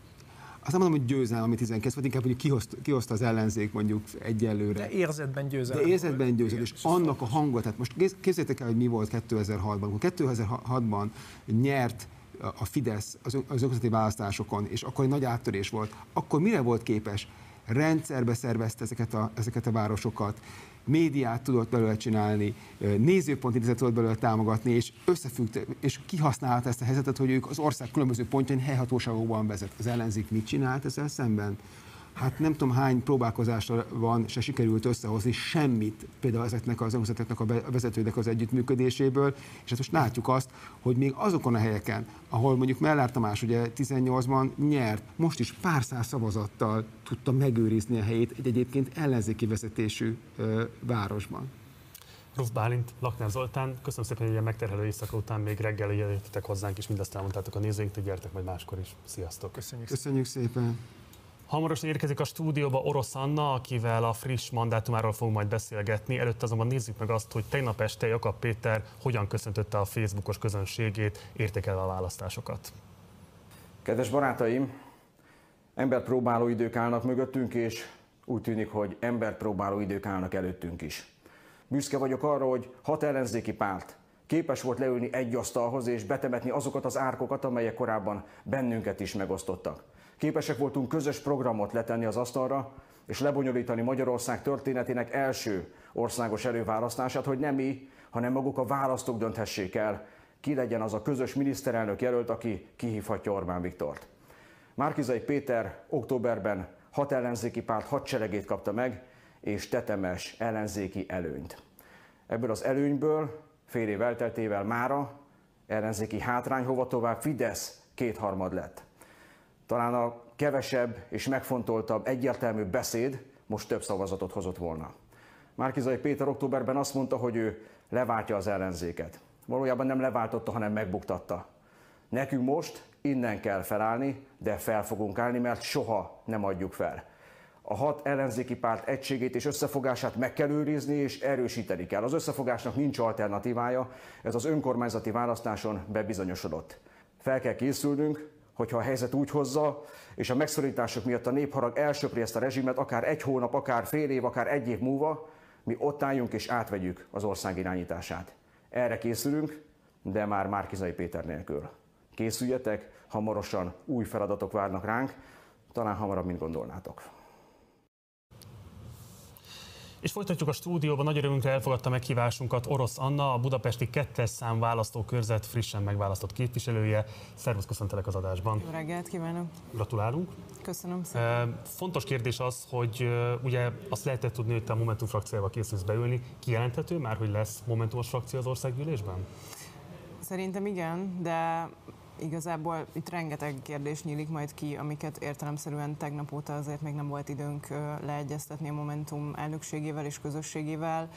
azt nem mondom, hogy győzelem, ami tizenkettő, vagy inkább, hogy kihozta, kihozta az ellenzék mondjuk egyelőre. De érzetben győzelem. De érzetben győzelem, és annak a hangot, tehát most képzeljétek el, hogy mi volt kétezer-hatban. Akkor kétezer-hatban nyert a Fidesz az önkormányzati választásokon, és akkor egy nagy áttörés volt. Akkor mire volt képes? Rendszerbe szervezte ezeket a, ezeket a városokat, médiát tudott belőle csinálni, nézőpontintézetet tudott belőle támogatni, és összefüggte, és kihasználta ezt a helyzetet, hogy ők az ország különböző pontjain helyhatóságokban vezet. Az ellenzék mit csinált ezzel szemben? Hát nem tudom hány próbálkozásra van, se sikerült összehozni semmit, például ezeknek az önkormányzatoknak a vezetőnek az együttműködéséből, és hát most látjuk azt, hogy még azokon a helyeken, ahol mondjuk Mellár Tamás ugye tizennyolcban nyert, most is pár száz szavazattal tudta megőrizni a helyét egy egyébként ellenzéki vezetésű ö, városban. Ruf Bálint, Lakner Zoltán, köszönöm szépen, hogy ilyen megterhelő éjszaka után még reggel jöttetek hozzánk, és mindezt elmondtátok a nézőinknek, gyertek majd máskor is. Sziasztok! Köszönjük, Köszönjük szépen! Hamarosan érkezik a stúdióba Orosz Anna, akivel a friss mandátumáról fogunk majd beszélgetni. Előtte azonban nézzük meg azt, hogy tegnap este Jakab Péter hogyan köszöntötte a Facebookos közönségét, értékelve a választásokat. Kedves barátaim, emberpróbáló idők állnak mögöttünk, és úgy tűnik, hogy emberpróbáló idők állnak előttünk is. Büszke vagyok arra, hogy hat ellenzéki párt képes volt leülni egy asztalhoz és betemetni azokat az árkokat, amelyek korábban bennünket is megosztottak. Képesek voltunk közös programot letenni az asztalra, és lebonyolítani Magyarország történetének első országos előválasztását, hogy nem mi, hanem maguk a választók dönthessék el, ki legyen az a közös miniszterelnök jelölt, aki kihívhatja Orbán Viktort. Márki-Zay Péter októberben hat ellenzéki párt hadseregét kapta meg, és tetemes ellenzéki előnyt. Ebből az előnyből fél év elteltével mára ellenzéki hátrány, hova tovább Fidesz kétharmad lett. Talán a kevesebb és megfontoltabb, egyértelmű beszéd most több szavazatot hozott volna. Márki-Zay Péter októberben azt mondta, hogy ő leváltja az ellenzéket. Valójában nem leváltotta, hanem megbuktatta. Nekünk most innen kell felállni, de fel fogunk állni, mert soha nem adjuk fel. A hat ellenzéki párt egységét és összefogását meg kell őrizni és erősíteni kell. Az összefogásnak nincs alternatívája, ez az önkormányzati választáson bebizonyosodott. Fel kell készülnünk, hogyha a helyzet úgy hozza, és a megszorítások miatt a népharag elsöpri ezt a rezsimet, akár egy hónap, akár fél év, akár egy év múlva, mi ott álljunk és átvegyük az ország irányítását. Erre készülünk, de már Márki-Zay Péter nélkül. Készüljetek, hamarosan új feladatok várnak ránk, talán hamarabb, mint gondolnátok. És folytatjuk a stúdióban, nagy örömünkre elfogadta meghívásunkat Orosz Anna, a budapesti kettes szám választókörzet frissen megválasztott képviselője. Szervusz, köszöntelek az adásban. Jó reggelt kívánok! Gratulálunk! Köszönöm szépen! Fontos kérdés az, hogy ugye azt lehetett tudni, hogy te a Momentum frakcióba készülsz beülni. Kijelenthető már, hogy lesz Momentumos frakció az országgyűlésben? Szerintem igen, de igazából itt rengeteg kérdés nyílik majd ki, amiket értelemszerűen tegnap óta azért még nem volt időnk leegyeztetni a Momentum elnökségével és közösségével,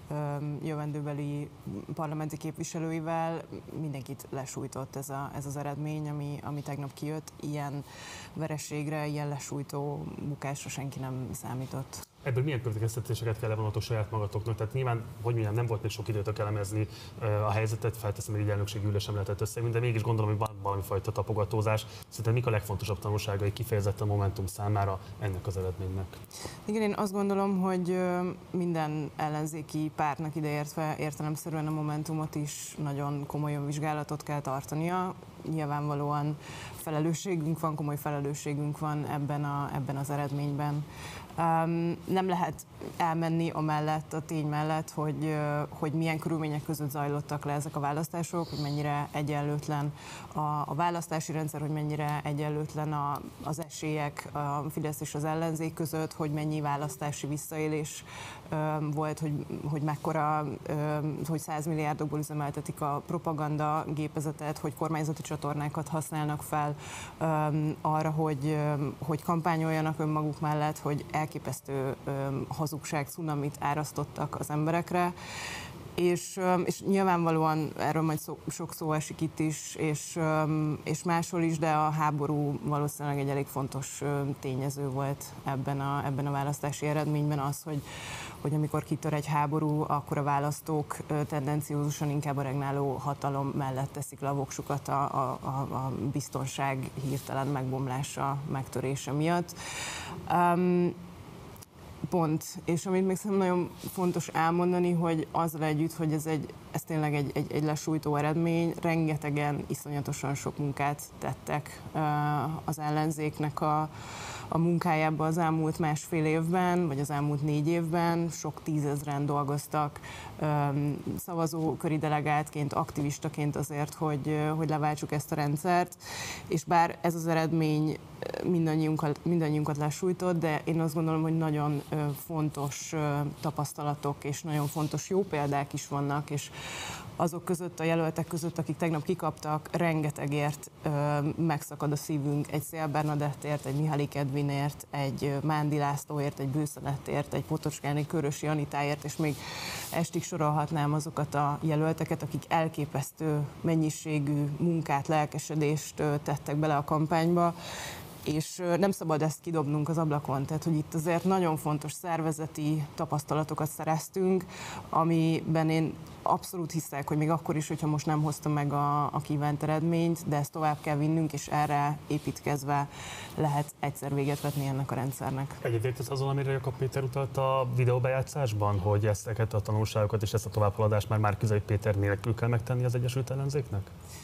jövendőbeli parlamenti képviselőivel. Mindenkit lesújtott ez, a, ez az eredmény, ami, ami tegnap kijött. Ilyen vereségre, ilyen lesújtó bukásra senki nem számított. Ebből milyen következtetéseket kell levonatok saját magatoknak? Tehát nyilván, hogy mondjam, nem volt még sok időtök elemezni a helyzetet, felteszem, hogy egy elnökségi ülés sem lehetett össze, de mégis gondolom, hogy van valami fajta tapogatózás. Szerintem mik a legfontosabb tanulságai kifejezetten a Momentum számára ennek az eredménynek? Igen, én azt gondolom, hogy minden ellenzéki pártnak ideértve értelemszerűen a Momentumot is nagyon komolyan vizsgálatot kell tartania. Nyilvánvalóan felelősségünk van, komoly felelősségünk van ebben, a, ebben az eredményben. Um, nem lehet elmenni amellett, a tény mellett, hogy, uh, hogy milyen körülmények között zajlottak le ezek a választások, hogy mennyire egyenlőtlen a, a választási rendszer, hogy mennyire egyenlőtlen a, az esélyek a Fidesz és az ellenzék között, hogy mennyi választási visszaélés um, volt, hogy, hogy mekkora, um, hogy száz milliárdokból üzemeltetik a propaganda gépezetet, hogy kormányzati csatornákat használnak fel um, arra, hogy, um, hogy kampányoljanak önmaguk mellett, hogy elképesztő um, hazugság cunamit árasztottak az emberekre, és, um, és nyilvánvalóan erről majd szó, sok szó esik itt is, és, um, és máshol is, de a háború valószínűleg egy elég fontos um, tényező volt ebben a, ebben a választási eredményben az, hogy, hogy amikor kitör egy háború, akkor a választók uh, tendenciózusan inkább a regnáló hatalom mellett teszik le a voksukat a, a, a biztonság hirtelen megbomlása, megtörése miatt. Um, Pont. És amit még szerintem nagyon fontos elmondani, hogy azzal együtt, hogy ez, egy, ez tényleg egy, egy, egy lesújtó eredmény, rengetegen iszonyatosan sok munkát tettek az ellenzéknek a, a munkájába az elmúlt másfél évben, vagy az elmúlt négy évben. Sok tízezren dolgoztak szavazóköri delegáltként, aktivistaként azért, hogy, hogy leváltsuk ezt a rendszert. És bár ez az eredmény mindannyiunkat, mindannyiunkat lesújtott, de én azt gondolom, hogy nagyon fontos tapasztalatok és nagyon fontos jó példák is vannak, és azok között, a jelöltek között, akik tegnap kikaptak, rengetegért ö, megszakad a szívünk, egy Széll Bernadettért, egy Mihály Edvinért, egy Mándi Lászlóért, egy Bőszenettért, egy Potocskáni Körösi Anitáért, és még estig sorolhatnám azokat a jelölteket, akik elképesztő mennyiségű munkát, lelkesedést tettek bele a kampányba, és nem szabad ezt kidobnunk az ablakon, tehát hogy itt azért nagyon fontos szervezeti tapasztalatokat szereztünk, amiben én abszolút hiszek, hogy még akkor is, hogyha most nem hozta meg a, a kívánt eredményt, de ezt tovább kell vinnünk, és erre építkezve lehet egyszer véget vetni ennek a rendszernek. Egyébként azon, amire Jakab Péter utalt a videóbejátszásban, hogy ezeket a tanulságokat és ezt a továbbhaladást már Márki-Zay Péter nélkül kell megtenni az Egyesült Ellenzéknek?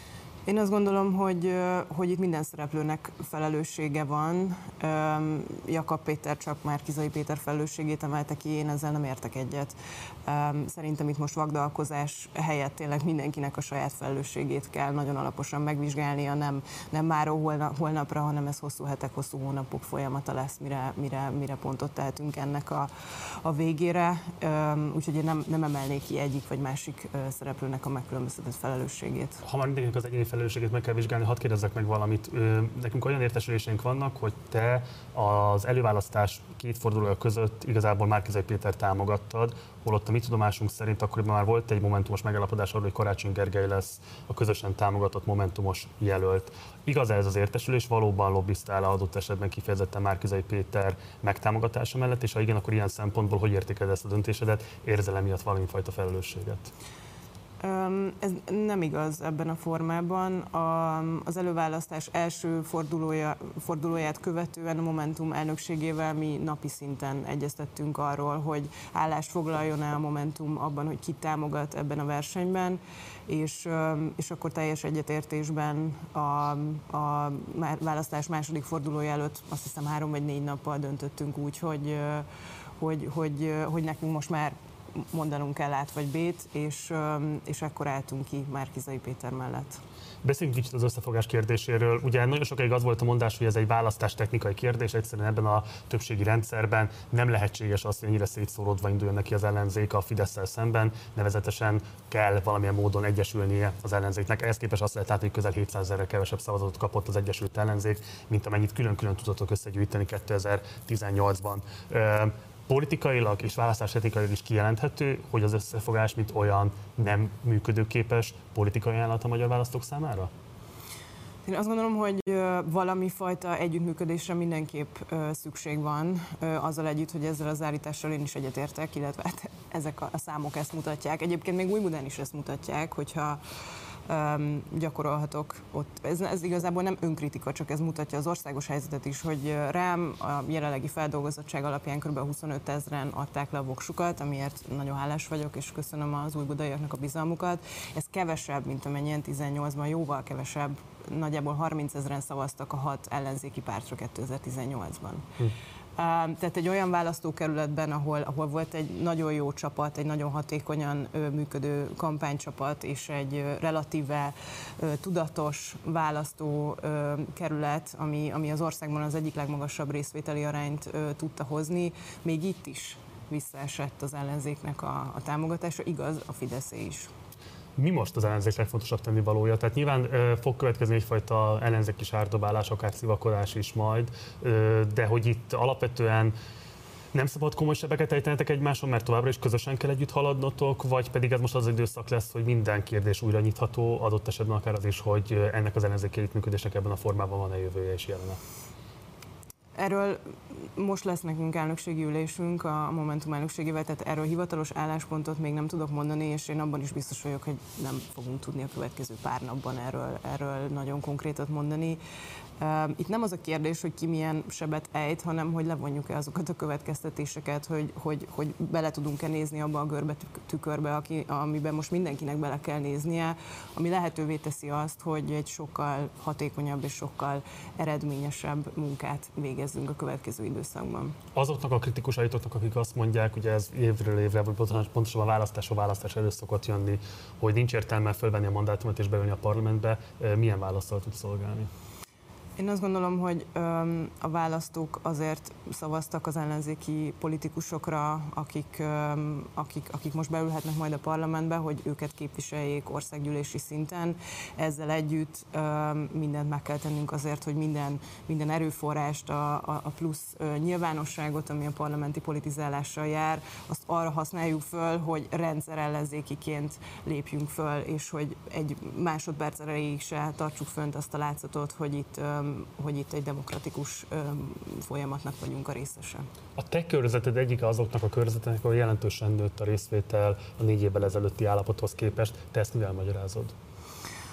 Én azt gondolom, hogy, hogy itt minden szereplőnek felelőssége van. Jakab Péter csak Márki-Zay Péter felelősségét emelte ki, én ezzel nem értek egyet. Szerintem itt most vagdalkozás helyett tényleg mindenkinek a saját felelősségét kell nagyon alaposan megvizsgálnia, nem, nem máról holnap, holnapra, hanem ez hosszú hetek, hosszú hónapok folyamata lesz, mire, mire, mire pontot tehetünk ennek a, a végére. Úgyhogy én nem, nem emelnék ki egyik vagy másik szereplőnek a megkülönböztetett felelősségét. Ha már mindenkinek az egyéni felelősséget meg kell vizsgálni, hadd kérdezzek meg valamit. Nekünk olyan értesüléseink vannak, hogy te az előválasztás két fordulója között igazából Márki-Zay Pétert támogattad, holott a mi tudomásunk szerint akkoriban már volt egy momentumos megállapodás arról, hogy Karácsony Gergely lesz a közösen támogatott momentumos jelölt. Igaz ez az értesülés, valóban lobbiztál adott esetben kifejezetten Márki-Zay Péter megtámogatása mellett, és ha igen, akkor ilyen szempontból hogy értékeled ezt a döntésedet, érzel miatt valami fajta felelősséget? Ez nem igaz ebben a formában. Az előválasztás első fordulója, fordulóját követően a Momentum elnökségével mi napi szinten egyeztettünk arról, hogy állást foglaljon-e a Momentum abban, hogy ki támogat ebben a versenyben, és, és akkor teljes egyetértésben a, a választás második fordulója előtt azt hiszem három vagy négy nappal döntöttünk úgy, hogy, hogy, hogy, hogy nekünk most már mondanunk kell át vagy B-t, és, és akkor álltunk ki Márki-Zay Péter mellett. Beszéljünk kicsit az összefogás kérdéséről. Ugye nagyon sokáig az volt a mondás, hogy ez egy választástechnikai kérdés, egyszerűen ebben a többségi rendszerben nem lehetséges az, hogy ennyire szétszóródva induljon neki az ellenzék a Fidesszel szemben, nevezetesen kell valamilyen módon egyesülnie az ellenzéknek. Ehhez képest azt lehet látni, hogy közel hétszázezerrel kevesebb szavazatot kapott az Egyesült Ellenzék, mint amennyit külön-külön tudottak összegyűjteni kétezer-tizennyolcban. Politikailag és választástechnikailag is kijelenthető, hogy az összefogás, mint olyan, nem működőképes politikai ajánlat a magyar választók számára? Én azt gondolom, hogy valami fajta együttműködésre mindenképp szükség van, azzal együtt, hogy ezzel az állítással én is egyetértek, illetve hát ezek a számok ezt mutatják. Egyébként még Újbudán is ezt mutatják, hogyha Um, gyakorolhatok ott. Ez, ez igazából nem önkritika, csak ez mutatja az országos helyzetet is, hogy rám a jelenlegi feldolgozottság alapján kb. huszonöt ezren adták le a voksukat, amiért nagyon hálás vagyok, és köszönöm az újbudaiaknak a bizalmukat. Ez kevesebb, mint amennyien tizennyolcban, jóval kevesebb. Nagyjából harmincezren szavaztak a hat ellenzéki pártra kétezer-tizennyolcban. Hm. Tehát egy olyan választókerületben, ahol, ahol volt egy nagyon jó csapat, egy nagyon hatékonyan működő kampánycsapat, és egy relatíve tudatos választókerület, ami, ami az országban az egyik legmagasabb részvételi arányt tudta hozni, még itt is visszaesett az ellenzéknek a, a támogatása, igaz, a Fideszé is. Mi most az ellenzék legfontosabb tennivalója? Tehát nyilván ö, fog következni egyfajta ellenzéki sárdobálás, akár szivakodás is majd, ö, de hogy itt alapvetően nem szabad komoly sebeket ejtenetek egymáson, mert továbbra is közösen kell együtt haladnotok, vagy pedig ez most az időszak lesz, hogy minden kérdés újra nyitható, adott esetben akár az is, hogy ennek az ellenzéki együttműködésnek ebben a formában van-e jövője és jelene? Erről most lesz nekünk elnökségi ülésünk a Momentum elnökségével, tehát erről hivatalos álláspontot még nem tudok mondani, és én abban is biztos vagyok, hogy nem fogunk tudni a következő pár napban erről, erről nagyon konkrétat mondani. Itt nem az a kérdés, hogy ki milyen sebet ejt, hanem hogy levonjuk-e azokat a következtetéseket, hogy, hogy, hogy bele tudunk-e nézni abba a görbe tükörbe, aki, amiben most mindenkinek bele kell néznie, ami lehetővé teszi azt, hogy egy sokkal hatékonyabb és sokkal eredményesebb munkát végezzünk a következő időszakban. Azoknak a kritikusaitoknak, akik azt mondják, hogy ez évről évre, vagy pontosabban választásról választás elő szokott jönni, hogy nincs értelme fölvenni a mandátumot és beülni a parlamentbe, milyen választal tud szolgálni? Én azt gondolom, hogy öm, a választók azért szavaztak az ellenzéki politikusokra, akik, öm, akik, akik most beülhetnek majd a parlamentbe, hogy őket képviseljék országgyűlési szinten. Ezzel együtt öm, mindent meg kell tennünk azért, hogy minden, minden erőforrást, a, a plusz ö, nyilvánosságot, ami a parlamenti politizálással jár, azt arra használjuk föl, hogy rendszer ellenzékiként lépjünk föl, és hogy egy másodperc erejéig se tartsuk fönt azt a látszatot, hogy itt öm, hogy itt egy demokratikus folyamatnak vagyunk a részese. A te körzeted egyike azoknak a körzeteknek, ahol jelentősen nőtt a részvétel a négy évvel ezelőtti állapothoz képest. Te ezt mivel magyarázod?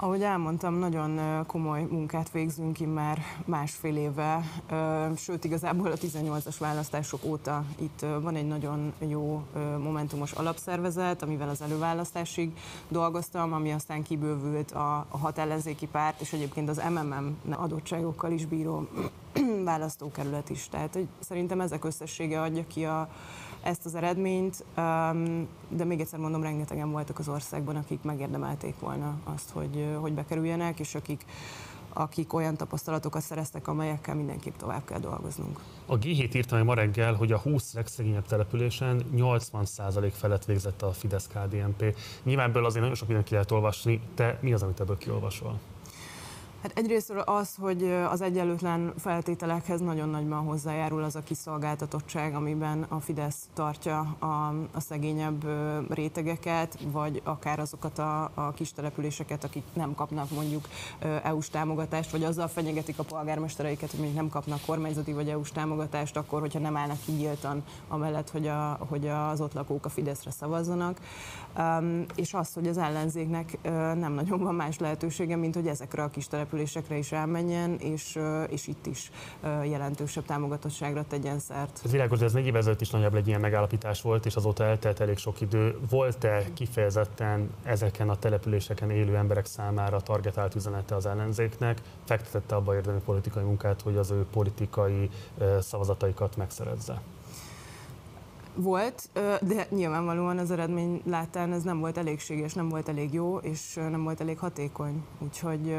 Ahogy elmondtam, nagyon komoly munkát végzünk immár másfél éve, sőt igazából a tizennyolcas választások óta itt van egy nagyon jó momentumos alapszervezet, amivel az előválasztásig dolgoztam, ami aztán kibővült a hat ellenzéki párt, és egyébként az em em em adottságokkal is bíró választókerület is. Tehát hogy szerintem ezek összessége adja ki a ezt az eredményt, de még egyszer mondom, rengetegen voltak az országban, akik megérdemelték volna azt, hogy, hogy bekerüljenek, és akik, akik olyan tapasztalatokat szereztek, amelyekkel mindenképp tovább kell dolgoznunk. A gé hét írta meg ma reggel, hogy a húsz legszegényebb településen nyolcvan százalék felett végzett a Fidesz-ká dé en pé. Nyilván ebből azért nagyon sok mindent ki lehet olvasni, te mi az, amit ebből kiolvasol? Hát egyrészt az, hogy az egyenlőtlen feltételekhez nagyon nagyban hozzájárul az a kiszolgáltatottság, amiben a Fidesz tartja a, a szegényebb rétegeket, vagy akár azokat a, a kis településeket, akik nem kapnak mondjuk é u-s támogatást, vagy azzal fenyegetik a polgármestereiket, hogy mondjuk nem kapnak kormányzati vagy é u-s támogatást, akkor, hogyha nem állnak ki nyíltan amellett, hogy, a, hogy az ott lakók a Fideszre szavazzanak. Um, és az, hogy az ellenzéknek uh, nem nagyon van más lehetősége, mint hogy ezekre a kis településekre is elmenjen, és, uh, és itt is uh, jelentősebb támogatottságra tegyen szert. Ez világos, de ez négy évvel ezelőtt is nagyjából egy ilyen megállapítás volt, és azóta eltelt elég sok idő. Volt-e kifejezetten ezeken a településeken élő emberek számára targetált üzenete az ellenzéknek? Fektetette abba érdemi politikai munkát, hogy az ő politikai uh, szavazataikat megszerezze? Volt, de nyilvánvalóan az eredmény láttán ez nem volt elégséges, nem volt elég jó, és nem volt elég hatékony. Úgyhogy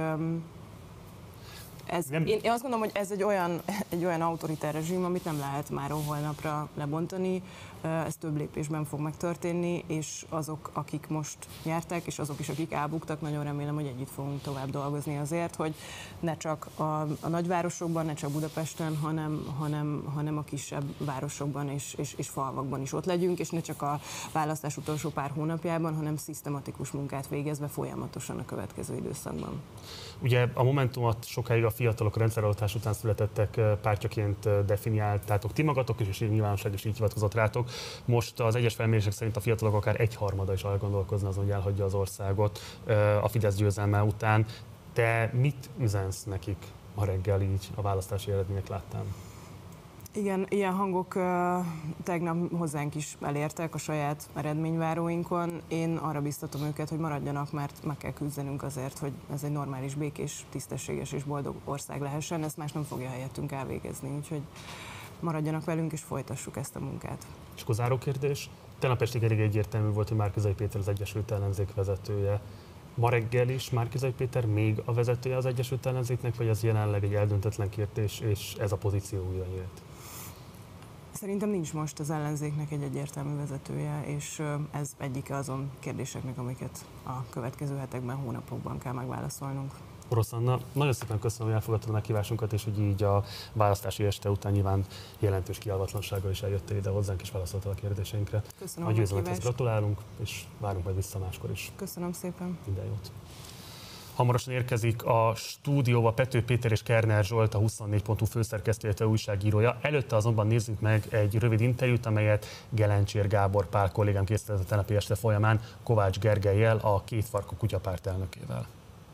ez, én, én azt gondolom, hogy ez egy olyan, egy olyan autoritár rezsim, amit nem lehet már holnapra lebontani. Ez több lépésben fog megtörténni, és azok, akik most nyertek, és azok is, akik elbuktak, nagyon remélem, hogy együtt fogunk tovább dolgozni azért, hogy ne csak a, a nagyvárosokban, ne csak Budapesten, hanem, hanem, hanem a kisebb városokban és, és, és falvakban is ott legyünk, és ne csak a választás utolsó pár hónapjában, hanem szisztematikus munkát végezve folyamatosan a következő időszakban. Ugye a Momentumot sokáig a fiatalok rendszerváltás után születettek pártjaként definiáltátok ti magatok is, és így nyilvánosság is így hivatkozott rátok. Most az egyes felmérések szerint a fiatalok akár egyharmada is elgondolkozna azon, hogy elhagyja az országot a Fidesz győzelme után. Te mit üzensz nekik ma reggel így a választási eredmények láttán? Igen, ilyen hangok uh, tegnap hozzánk is elértek a saját eredményváróinkon. Én arra biztatom őket, hogy maradjanak, mert meg kell küzdenünk azért, hogy ez egy normális, békés, tisztességes és boldog ország lehessen. Ezt más nem fogja helyettünk elvégezni, úgyhogy maradjanak velünk és folytassuk ezt a munkát. És akkor záró kérdés. Tegnap estig elég egyértelmű volt, hogy Márki-Zay Péter az Egyesült Ellenzék vezetője. Ma reggel is Márki-Zay Péter még a vezetője az Egyesült Ellenzéknek, vagy az jelenleg egy eldöntetlen kérdés, és ez a pozíció újra nyílt? Szerintem nincs most az ellenzéknek egy egyértelmű vezetője, és ez egyike azon kérdéseknek, amiket a következő hetekben, hónapokban kell megválaszolnunk. Orosz Anna, nagyon szépen köszönöm, hogy elfogadtad a meghívásunkat, és hogy így a választási este után nyilván jelentős kialvatlansággal is eljöttél ide hozzánk, és válaszoltál a kérdéseinkre. Köszönöm a győzelemhez gratulálunk, és várunk majd vissza máskor is. Köszönöm szépen. Minden jót. Hamarosan érkezik a stúdióba Pető Péter és Kerner Zsolt, a huszonnégy pont hu főszerkesztője, újságírója. Előtte azonban nézzük meg egy rövid interjút, amelyet Gelencsér Gábor Pál kollégám készített a tegnapi este folyamán Kovács Gergellyel, a Két Farkú Kutyapárt elnökével.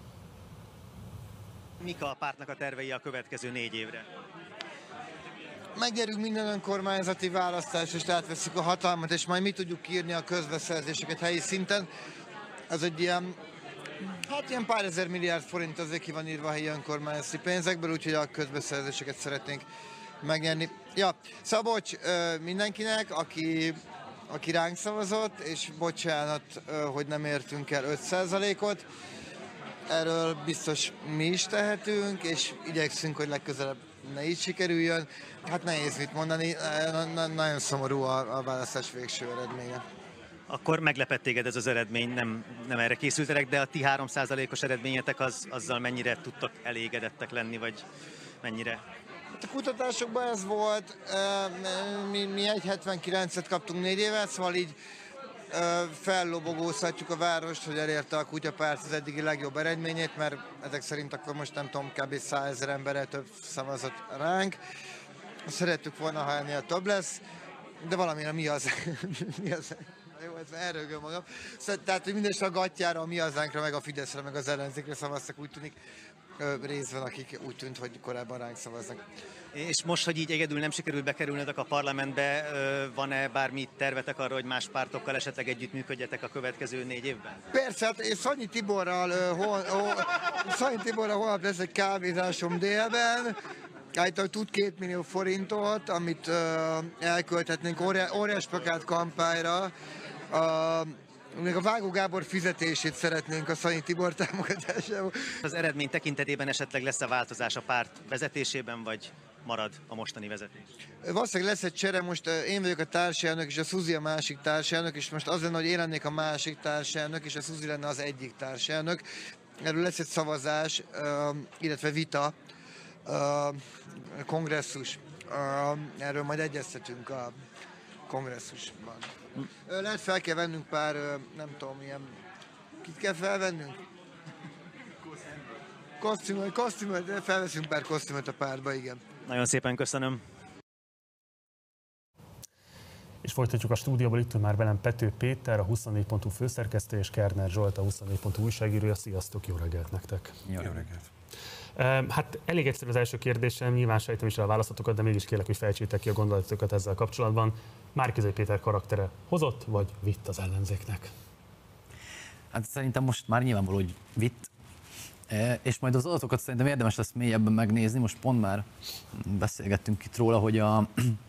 Mik a pártnak a tervei a következő négy évre? Megnyerünk minden önkormányzati választást, és átveszünk a hatalmat, és majd mi tudjuk kiírni a közbeszerzéseket helyi szinten. Ez egy ilyen, hát ilyen pár ezer milliárd forint azért ki van írva a helyi önkormányzati pénzekből, úgyhogy a közbeszerzéseket szeretnénk megnyerni. Ja, Szabocs mindenkinek, aki, aki ránk szavazott, és bocsánat, hogy nem értünk el öt százalékot. Erről biztos mi is tehetünk, és igyekszünk, hogy legközelebb ne így sikerüljön. Hát nehéz mit mondani, nagyon szomorú a, a választás végső eredménye. Akkor meglepett téged ez az eredmény, nem, nem erre készültetek, de a ti három százalékos eredményetek az, azzal mennyire tudtak elégedettek lenni, vagy mennyire? Hát a kutatásokban ez volt, mi, mi egy hetvenkilencet kaptunk négy évet, szóval így fellobogózhatjuk a várost, hogy elérte a Kutyapárt az eddigi legjobb eredményét, mert ezek szerint akkor most nem tudom, kb. százezer emberrel több szavazott ránk. Szerettük volna, ha ennél több lesz, de valamire mi az? mi az? Jó, ez elrögöm magam. Szóval, tehát, hogy minden a gatjára, a Mi Hazánkra, meg a Fideszre, meg az ellenzékre szavaztak, úgy tűnik részben, akik úgy tűnt, hogy korábban ránk szavaznak. És most, hogy így egyedül nem sikerült bekerülnödök a parlamentbe, van-e bármi tervetek arra, hogy más pártokkal esetleg együttműködjetek a következő négy évben? Persze, hát én Szanyi Tiborral, hol, hol, Szanyi Tiborral holnap lesz egy kávézásom délben, állítólag tud két millió forintot, amit uh, elkölthetnénk óriás plakát kampányra. Uh, még a Vágó Gábor fizetését szeretnénk a Szanyi Tibor támogatásával. Az eredmény tekintetében esetleg lesz a változás a párt vezetésében, vagy marad a mostani vezetés? Valószínűleg lesz egy csere, most én vagyok a társelnök, és a Szuzi a másik társelnök, és most az lenne, hogy én lennék a másik társelnök, és a Szuzi lenne az egyik társelnök. Erről lesz egy szavazás, illetve vita, kongresszus. Erről majd egyeztetünk a kongresszusban. Lehet fel kell vennünk pár, nem tudom, ilyen... Kit kell felvennünk? Kosztümöt, kosztümöt, felveszünk pár kosztümöt a párba, igen. Nagyon szépen köszönöm. És folytatjuk a stúdióból, itt már velem Pető Péter, a huszonnégy pont hu főszerkesztő, és Kerner Zsolt, a huszonnégy pont hu újságírója. Sziasztok, jó reggelt nektek! Jó reggelt! Hát elég egyszerű az első kérdésem, nyilván sejtem is el a választotokat, de mégis kérlek, hogy fejtsétek ki a gondolatokat ezzel kapcsolatban. Márki-Zay Péter karaktere hozott, vagy vitt az ellenzéknek? Hát szerintem most már nyilvánvaló, hogy vitt, és majd az adatokat szerintem érdemes lesz mélyebben megnézni, most pont már beszélgettünk itt róla, hogy a,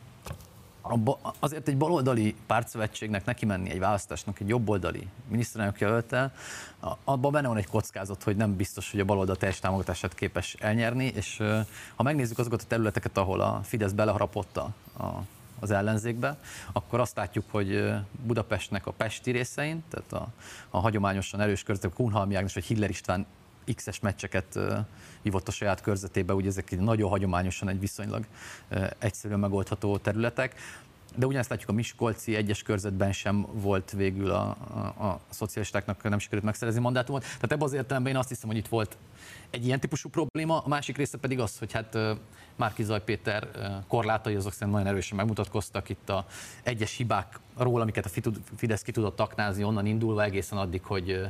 a, azért egy baloldali pártszövetségnek neki menni egy választásnak, egy jobboldali miniszterelnök jelölttel, abban benne van egy kockázat, hogy nem biztos, hogy a baloldal teljes támogatását képes elnyerni, és ha megnézzük azokat a területeket, ahol a Fidesz beleharapott a, a az ellenzékbe, akkor azt látjuk, hogy Budapestnek a pesti részein, tehát a, a hagyományosan erős körzetek, a Kunhalmi Ágnes vagy Hiller István X-es meccseket uh, hívott a saját körzetébe, ugye ezek nagyon hagyományosan egy viszonylag uh, egyszerűen megoldható területek. De ugyanezt látjuk, a miskolci egyes körzetben sem volt végül a, a, a szocialistáknak nem sikerült megszerezni mandátumot. Tehát ebben az értelemben én azt hiszem, hogy itt volt egy ilyen típusú probléma, a másik része pedig az, hogy hát Márki-Zay Péter korlátai azok szerintem nagyon erősen megmutatkoztak itt a egyes hibákról, amiket a Fidesz ki tudott aknázni onnan indulva egészen addig, hogy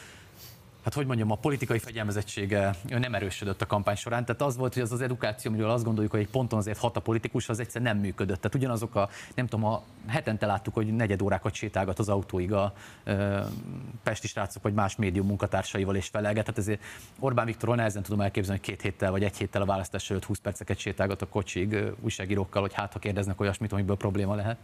hát hogy mondjam, a politikai fegyelmezettsége nem erősödött a kampány során. Tehát az volt, hogy az az edukáció, amiről azt gondoljuk, hogy egy ponton azért hat a politikus, az egyszerűen nem működött. Tehát ugyanazok a, nem tudom, a hetente láttuk, hogy negyed órákat sétálgat az autóig a e, pesti srácok vagy más médium munkatársaival és felelget. Tehát ezért Orbán Viktorról nehezen tudom elképzelni, hogy két héttel vagy egy héttel a választás előtt húsz perceket sétálgat a kocsig újságírókkal, hogy hát ha kérdeznek olyasmit, amiből probléma lehet.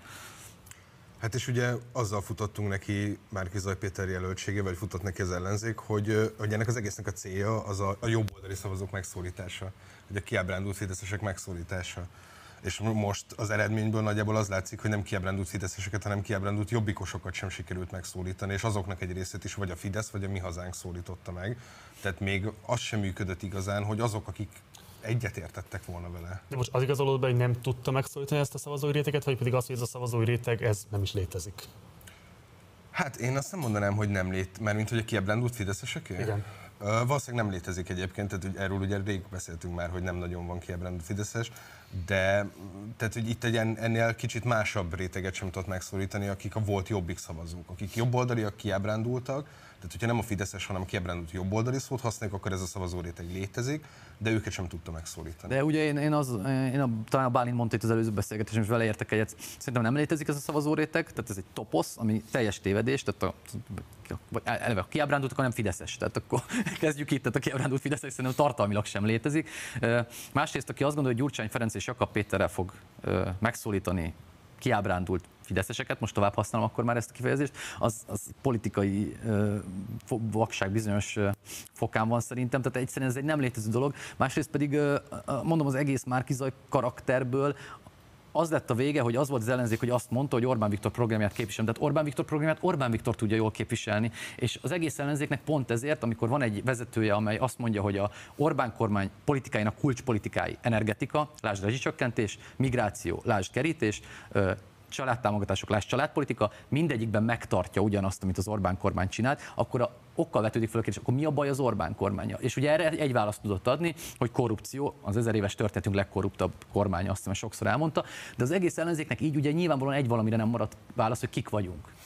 Hát és ugye azzal futottunk neki Márki-Zay Péter jelöltsége, vagy futott neki az ellenzék, hogy, hogy ennek az egésznek a célja az a, a jobboldali szavazók megszólítása, vagy a kiábrándult fideszesek megszólítása. És most az eredményből nagyjából az látszik, hogy nem kiábrándult fideszeseket, hanem kiábrándult jobbikosokat sem sikerült megszólítani, és azoknak egy részét is vagy a Fidesz, vagy a Mi Hazánk szólította meg. Tehát még az sem működött igazán, hogy azok, akik egyetértettek volna vele. De most az igazolódott be, hogy nem tudta megszólítani ezt a szavazói réteget, vagy pedig az, hogy ez a szavazói réteg, ez nem is létezik? Hát én azt nem mondanám, hogy nem lét, mert mint hogy a kiábrándult fideszeseké? Igen. Uh, valószínűleg nem létezik egyébként, tehát hogy erről ugye rég beszéltünk már, hogy nem nagyon van kiábrándult fideszes, de tehát, hogy itt egy ennél kicsit másabb réteget sem tudott megszólítani, akik a volt jobbik szavazók, akik jobboldaliak, kiábrándultak. Tehát, hogyha nem a fideszes, hanem kiábrándult jobboldali szót használjuk, akkor ez a szavazó réteg létezik, de őket sem tudta megszólítani. De ugye én, én, az, én a, talán a Bálint mondta itt az előző beszélgetésben, és vele értek egyet, szerintem nem létezik ez a szavazó réteg, tehát ez egy toposz, ami teljes tévedés, tehát a, vagy eleve a kiábrándultak, hanem fideszes, tehát akkor kezdjük itt, tehát a kiábrándult fideszes szerintem tartalmilag sem létezik. Másrészt, aki azt gondolja, hogy Gyurcsány Ferenc és Jakab Péterrel fog megszólítani kiábrándult fideszeseket, most tovább használom akkor már ezt a kifejezést, az, az politikai uh, vakság bizonyos uh, fokán van szerintem, tehát egyszerűen ez egy nem létező dolog. Másrészt pedig uh, mondom, az egész Márki-Zay karakterből az lett a vége, hogy az volt az ellenzék, hogy azt mondta, hogy Orbán Viktor programját képviselem. Tehát Orbán Viktor programját Orbán Viktor tudja jól képviselni, és az egész ellenzéknek pont ezért, amikor van egy vezetője, amely azt mondja, hogy a Orbán kormány politikáinak kulcspolitikái energetika, lásd rezsicsökkentés, migráció, lásd kerítés, családtámogatások, lásd családpolitika, mindegyikben megtartja ugyanazt, amit az Orbán kormány csinált, akkor a okkal vetődik fel a kérdés, akkor mi a baj az Orbán kormánya? És ugye erre egy választ tudott adni, hogy korrupció, az ezer éves történetünk legkorruptabb kormánya, azt hiszem, sokszor elmondta, de az egész ellenzéknek így ugye nyilvánvalóan egy valamire nem maradt válasz, hogy kik vagyunk.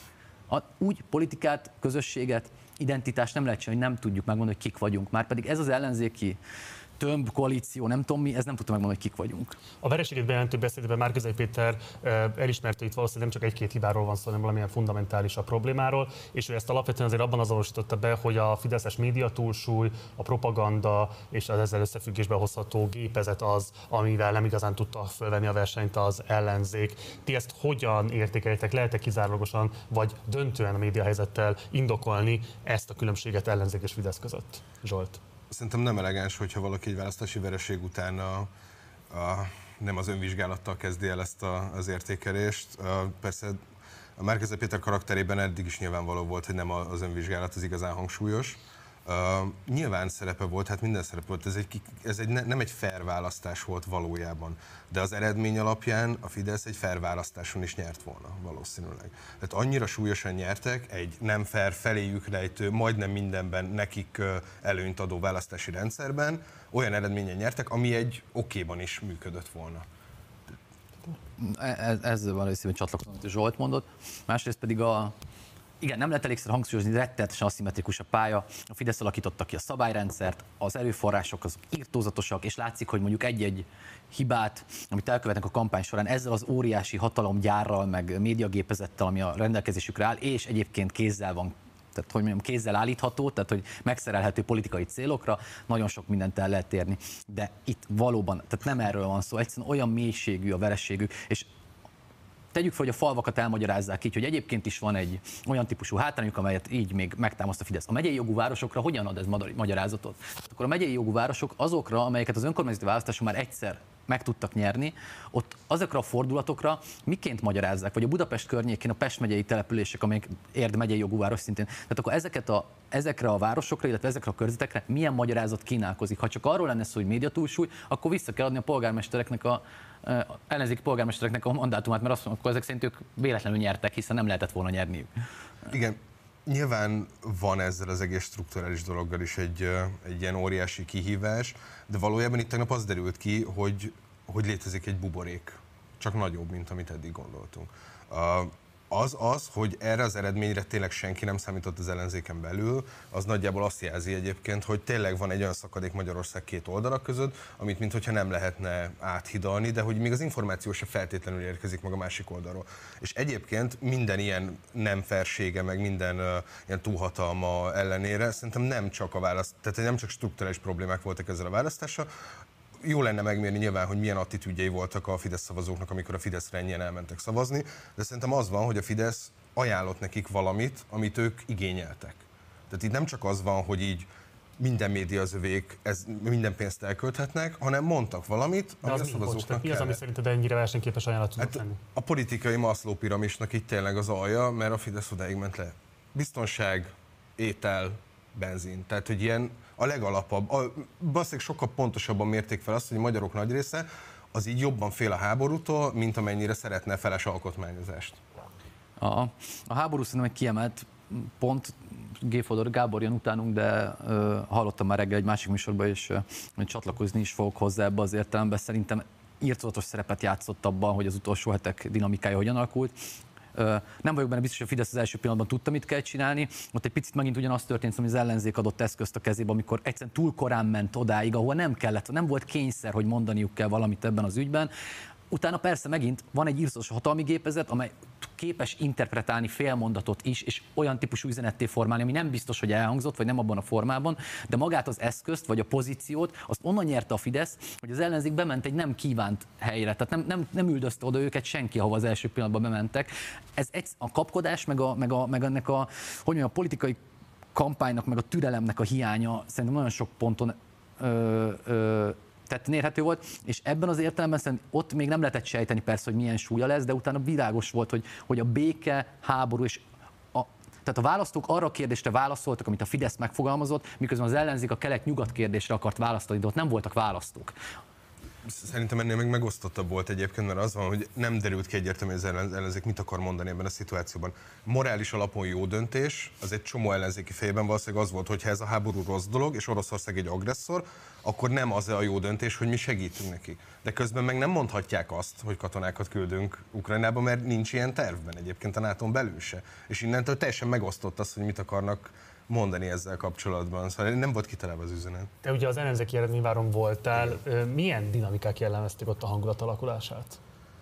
A, úgy politikát, közösséget, identitást nem lehet csinálni, hogy nem tudjuk megmondani, hogy kik vagyunk. Márpedig ez az ellenzéki tömb, koalíció, nem tudom mi, ez nem tudta megmondani, hogy kik vagyunk. A vereséget bejelentő beszédében Márki-Zay Péter elismerte, hogy itt valószínűleg nem csak egy-két hibáról van szó, hanem valamilyen fundamentálisabb problémáról, és ő ezt alapvetően azért abban azonosította be, hogy a fideszes média túlsúly, a propaganda és az ezzel összefüggésbe hozható gépezet az, amivel nem igazán tudta fölvenni a versenyt az ellenzék. Ti ezt hogyan értékelitek? Lehet-e kizárólagosan vagy döntően a médiahelyzettel indokolni ezt a különbséget ellenzék és Fidesz között? Zsolt. Szerintem nem elegáns, hogyha valaki egy választási vereség után a, a, nem az önvizsgálattal kezdi el ezt a, az értékelést. A, persze a Márki-Zay Péter karakterében eddig is nyilvánvaló volt, hogy nem az önvizsgálat az igazán hangsúlyos. Uh, nyilván szerepe volt, hát minden szerepe volt, ez, egy, ez egy, nem egy fair választás volt valójában, de az eredmény alapján a Fidesz egy fair választáson is nyert volna valószínűleg. Tehát annyira súlyosan nyertek egy nem fair, feléjük rejtő, majdnem mindenben nekik előnyt adó választási rendszerben, olyan eredményen nyertek, ami egy okéban is működött volna. Ezzel van részében csatlakozom, amit Zsolt mondott. Másrészt pedig a Igen, nem lehet elégszer hangsúlyozni, rettenetesen aszimmetrikus a pálya. A Fidesz alakította ki a szabályrendszert, az erőforrások az irtózatosak, és látszik, hogy mondjuk egy-egy hibát, amit elkövetnek a kampány során, ezzel az óriási hatalomgyárral, meg médiagépezettel, ami a rendelkezésükre áll, és egyébként kézzel van, tehát hogy mondjam, kézzel állítható, tehát hogy megszerelhető politikai célokra, nagyon sok mindent el lehet érni. De itt valóban, tehát nem erről van szó, egyszerűen olyan mélységű a vereségük, és tegyük fel, hogy a falvakat elmagyarázzák így, hogy egyébként is van egy olyan típusú hátrányuk, amelyet így még megtámaszt a Fidesz. A megyei jogú városokra hogyan ad ez magyarázatot? Akkor a megyei jogú városok azokra, amelyeket az önkormányzati választáson már egyszer meg tudtak nyerni, ott azokra a fordulatokra miként magyarázzák, vagy a Budapest környékén a Pest megyei települések, amelyek Érd megyei jogú város szintén. Tehát akkor ezeket a, ezekre a városokra, illetve ezekre a körzetekre milyen magyarázat kínálkozik? Ha csak arról lenne szó, hogy médiatúlsúly, akkor vissza kell adni a polgármestereknek a ellenzéki polgármestereknek a mandátumát, mert azt mondom, akkor ezek szerint ők véletlenül nyertek, hiszen nem lehetett volna nyerniük. Igen, nyilván van ezzel az egész strukturális dologgal is egy, egy ilyen óriási kihívás, de valójában itt tegnap az derült ki, hogy, hogy létezik egy buborék, csak nagyobb, mint amit eddig gondoltunk. Az az, hogy erre az eredményre tényleg senki nem számított az ellenzéken belül, az nagyjából azt jelzi egyébként, hogy tényleg van egy olyan szakadék Magyarország két oldala között, amit minthogyha nem lehetne áthidalni, de hogy még az információ se feltétlenül érkezik meg a másik oldalról. És egyébként minden ilyen nem fairsége, meg minden uh, ilyen túlhatalma ellenére szerintem nem csak a választ, tehát nem csak strukturális problémák voltak ezzel a választással. Jó lenne megmérni nyilván, hogy milyen attitűdjei voltak a Fidesz szavazóknak, amikor a Fideszre ennyien elmentek szavazni, de szerintem az van, hogy a Fidesz ajánlott nekik valamit, amit ők igényeltek. Tehát itt nem csak az van, hogy így minden média az övék, ez, minden pénzt elkölthetnek, hanem mondtak valamit, amit a szavazóknak mi az, ami szerinted ennyire versenyképes ajánlat tudott hát lenni? A politikai Maslow piramisnak itt tényleg az alja, mert a Fidesz odáig ment le. Biztonság, étel, benzin. Tehát, hogy ilyen a legalapabb, a, basszik sokkal pontosabban mérték fel azt, hogy a magyarok nagy része az így jobban fél a háborútól, mint amennyire szeretne feles alkotmányozást. A, a háború szerintem egy kiemelt pont, G. Fodor Gábor jön utánunk, de ö, hallottam már reggel egy másik műsorban, és ö, csatlakozni is fogok hozzá ebbe az értelemben. Szerintem írtózatos szerepet játszott abban, hogy az utolsó hetek dinamikája hogyan alakult. Nem vagyok benne biztos, hogy a Fidesz az első pillanatban tudta, mit kell csinálni. Ott egy picit megint ugyanaz történt, hogy az ellenzék adott eszközt a kezébe, amikor egyszerűen túl korán ment odáig, ahol nem kellett, nem volt kényszer, hogy mondaniuk kell valamit ebben az ügyben. Utána persze megint van egy írtózatos hatalmi gépezet, amely képes interpretálni félmondatot is, és olyan típusú üzenetté formálni, ami nem biztos, hogy elhangzott, vagy nem abban a formában, de magát az eszközt, vagy a pozíciót, azt onnan nyerte a Fidesz, hogy az ellenzék bement egy nem kívánt helyre, tehát nem, nem, nem üldözte oda őket senki, ahova az első pillanatban bementek. Ez egy, a kapkodás, meg, a, meg, a, meg ennek a, hogy mondjam, a politikai kampánynak, meg a türelemnek a hiánya szerintem nagyon sok ponton ö, ö, tetten érhető volt, és ebben az értelemben szerintem ott még nem lehetett sejteni persze, hogy milyen súlya lesz, de utána világos volt, hogy, hogy a béke, háború és a, tehát a választók arra a kérdésre válaszoltak, amit a Fidesz megfogalmazott, miközben az ellenzék a kelet-nyugat kérdésre akart választani, de ott nem voltak választók. Szerintem ennél meg megosztottabb volt egyébként, mert az van, hogy nem derült ki egyértelműen, hogy az ellenzék mit akar mondani ebben a szituációban. Morális alapon jó döntés, az egy csomó ellenzéki fejében valószínűleg az volt, hogy ha ez a háború rossz dolog, és Oroszország egy agresszor, akkor nem az a jó döntés, hogy mi segítünk neki. De közben meg nem mondhatják azt, hogy katonákat küldünk Ukrajnába, mert nincs ilyen tervben egyébként a nátón belül se. És innentől teljesen megosztott az, hogy mit akarnak mondani ezzel kapcsolatban. Szóval nem volt kitalálva az üzenet. Te ugye az ellenzéki eredményváron voltál, igen. Milyen dinamikák jellemezték ott a hangulat alakulását?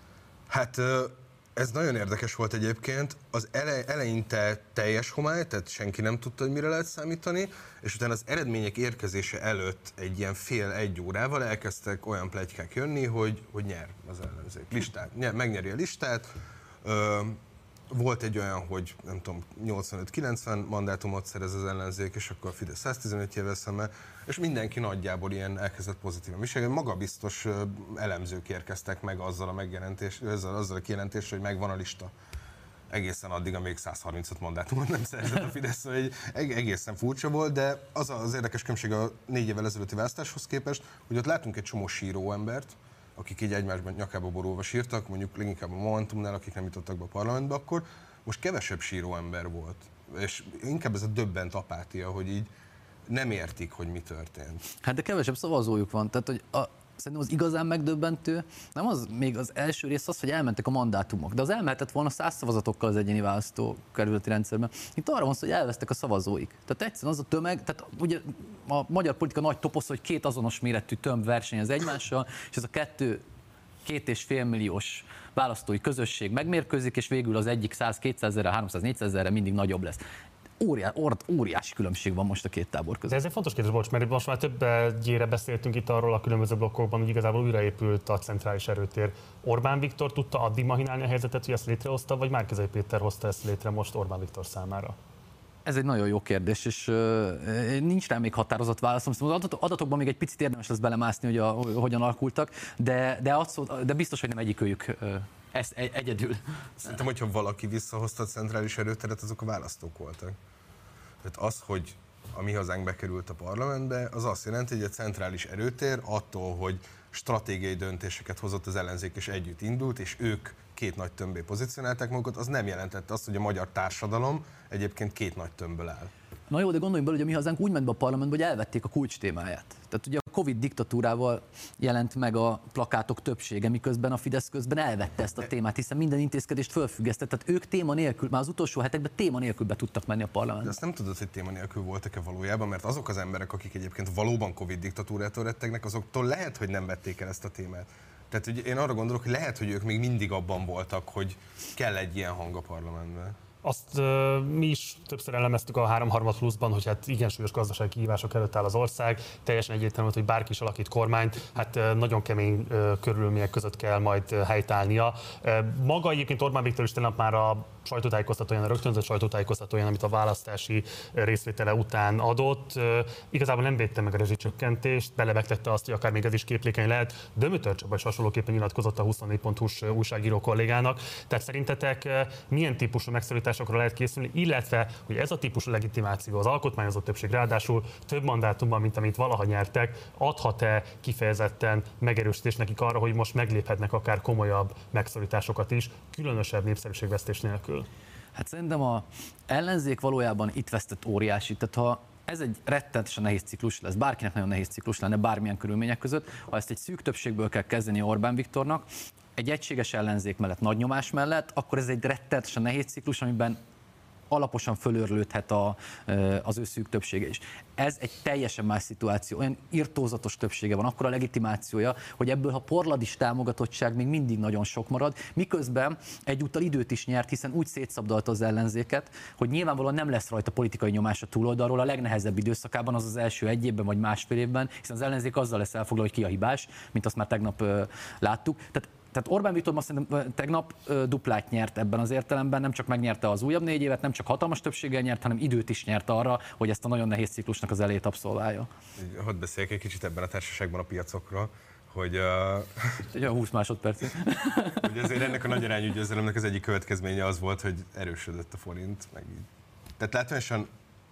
Hát ez nagyon érdekes volt egyébként. Az ele, eleinte teljes homály, tehát senki nem tudta, hogy mire lehet számítani, és utána az eredmények érkezése előtt egy ilyen fél-egy órával elkezdtek olyan pletykák jönni, hogy, hogy nyer az ellenzék. Listát, nyer, megnyeri a listát. Ö, Volt egy olyan, hogy nem tudom, nyolcvanöt-kilencven mandátumot szerez az ellenzék, és akkor a Fidesz száztizenötjével szemben, és mindenki nagyjából ilyen elkezdett pozitívan viselni. Magabiztos elemzők érkeztek meg azzal a megjelentés, azzal, azzal a kijelentéssel, hogy megvan a lista. Egészen addig, amíg százharmincöt mandátumot nem szerzett a Fidesz, szóval egy egészen furcsa volt, de az az érdekes különbség a négy évvel ezelőtti választáshoz képest, hogy ott látunk egy csomó síró embert, akik így egymásban nyakába borulva sírtak, mondjuk leginkább a Momentumnál, akik nem jutottak be a parlamentbe, akkor most kevesebb síró ember volt. És inkább ez a döbbent apátia, hogy így nem értik, hogy mi történt. Hát de kevesebb szavazójuk van, tehát hogy a, szerintem az igazán megdöbbentő, nem az még az első rész az, hogy elmentek a mandátumok, de az elmehetett volna száz szavazatokkal az egyéni választókerületi rendszerben. Itt arra van szó, hogy elvesztek a szavazóik. Tehát egyszerűen az a tömeg, tehát ugye a magyar politika nagy toposz, hogy két azonos méretű tömb versenyez egymással, és ez a kettő, két és fél milliós választói közösség megmérkőzik, és végül az egyik száz-kétszázezerre, háromszáz-négyszázezerre mindig nagyobb lesz. Óriá, óriási különbség van most a két tábor között. De ez egy fontos kérdés, bocs, mert most már többnyire beszéltünk itt arról a különböző blokkokban, hogy igazából újraépült a centrális erőtér. Orbán Viktor tudta addig mahinálni a helyzetet, hogy ezt létrehozta, vagy Márki-Zay Péter hozta ezt létre most Orbán Viktor számára? Ez egy nagyon jó kérdés, és uh, nincs rá még határozott válaszom. Szóval az adatokban még egy picit érdemes lesz belemászni, hogy a, hogyan alakultak, de, de, az, de biztos, hogy nem egyikőjük uh, ezt egyedül. Szerintem, hogyha valaki visszahozta a centrális erőteret, azok a választók voltak. Tehát az, hogy a Mi Hazánk bekerült a parlamentbe, az azt jelenti, hogy a centrális erőtér attól, hogy stratégiai döntéseket hozott az ellenzék és együtt indult, és ők két nagy tömbbé pozícionálták magukat, az nem jelentette azt, hogy a magyar társadalom egyébként két nagy tömbből áll. Na jó, de gondoljunk bele, hogy a Mi Hazánk úgy ment be a parlamentbe, hogy elvették a kulcs témáját. Tehát ugye a Covid diktatúrával jelent meg a plakátok többsége, miközben a Fidesz közben elvette ezt a témát, hiszen minden intézkedést fölfüggesztett. Tehát ők téma nélkül, már az utolsó hetekben téma nélkül be tudtak menni a parlamentbe. De azt nem tudod, hogy téma nélkül voltak-e valójában, mert azok az emberek, akik egyébként valóban Covid diktatúrától rettegnek, azoktól lehet, hogy nem vették el ezt a témát. Tehát ugye én arra gondolok, hogy lehet, hogy ők még mindig abban voltak, hogy kell egy ilyen hang a parlamentben. Azt uh, mi is többször elemeztük a háromharmad pluszban, hogy hát igen súlyos gazdasági kihívások előtt áll az ország, teljesen egyértelmű, hogy bárki is alakít kormányt, hát uh, nagyon kemény uh, körülmények között kell majd uh, helytállnia. Uh, maga egyébként Orbán Viktor is tegnap már a sajtótájékoztatóján, a rögtönzött sajtótájékoztatóján, amit a választási részvétele után adott. Uh, igazából nem védte meg a rezsicsökkentést, belebegtette azt, hogy akár még ez is képlékeny lehet. Dömötör Csaba is hasonlóképpen nyilatkozott a huszonnégy pont hu-s újságíró kollégának. Tehát szerintetek uh, milyen típusú megszorításokra lehet készülni, illetve hogy ez a típusú legitimáció, az alkotmányozott többség ráadásul több mandátumban, mint amit valaha nyertek, adhat-e kifejezetten megerősítést nekik arra, hogy most megléphetnek akár komolyabb megszorításokat is, különösebb népszerűségvesztés nélkül? Hát szerintem az ellenzék valójában itt vesztett óriási. Tehát ha ez egy rettenetesen nehéz ciklus lesz, bárkinek nagyon nehéz ciklus lenne bármilyen körülmények között, ha ezt egy szűk többségből kell kezdeni Orbán Viktornak, egy egységes ellenzék mellett, nagy nyomás mellett, akkor ez egy rettenetesen nehéz ciklus, amiben alaposan fölőrlődhet a, az ő szűk többsége is. Ez egy teljesen más szituáció, olyan irtózatos többsége van, akkor a legitimációja, hogy ebből a porladis támogatottság még mindig nagyon sok marad, miközben egyúttal időt is nyert, hiszen úgy szétszabdalta az ellenzéket, hogy nyilvánvalóan nem lesz rajta politikai nyomás a túloldalról a legnehezebb időszakában, az az első egy évben vagy másfél évben, hiszen az ellenzék azzal lesz elfoglalva, hogy ki a hibás, mint azt már tegnap uh, láttuk. Tehát Tehát Orbán Viktor azt szerintem tegnap ö, duplát nyert ebben az értelemben, nem csak megnyerte az újabb négy évet, nem csak hatalmas többséggel nyert, hanem időt is nyert arra, hogy ezt a nagyon nehéz ciklusnak az elejét abszolválja. Hadd beszéljek egy kicsit ebben a társaságban a piacokról, hogy... Uh, Egy húsz másodperc. Hogy azért ennek a nagy arányú győzelemnek az egyik következménye az volt, hogy erősödött a forint, meg így. Tehát látványosan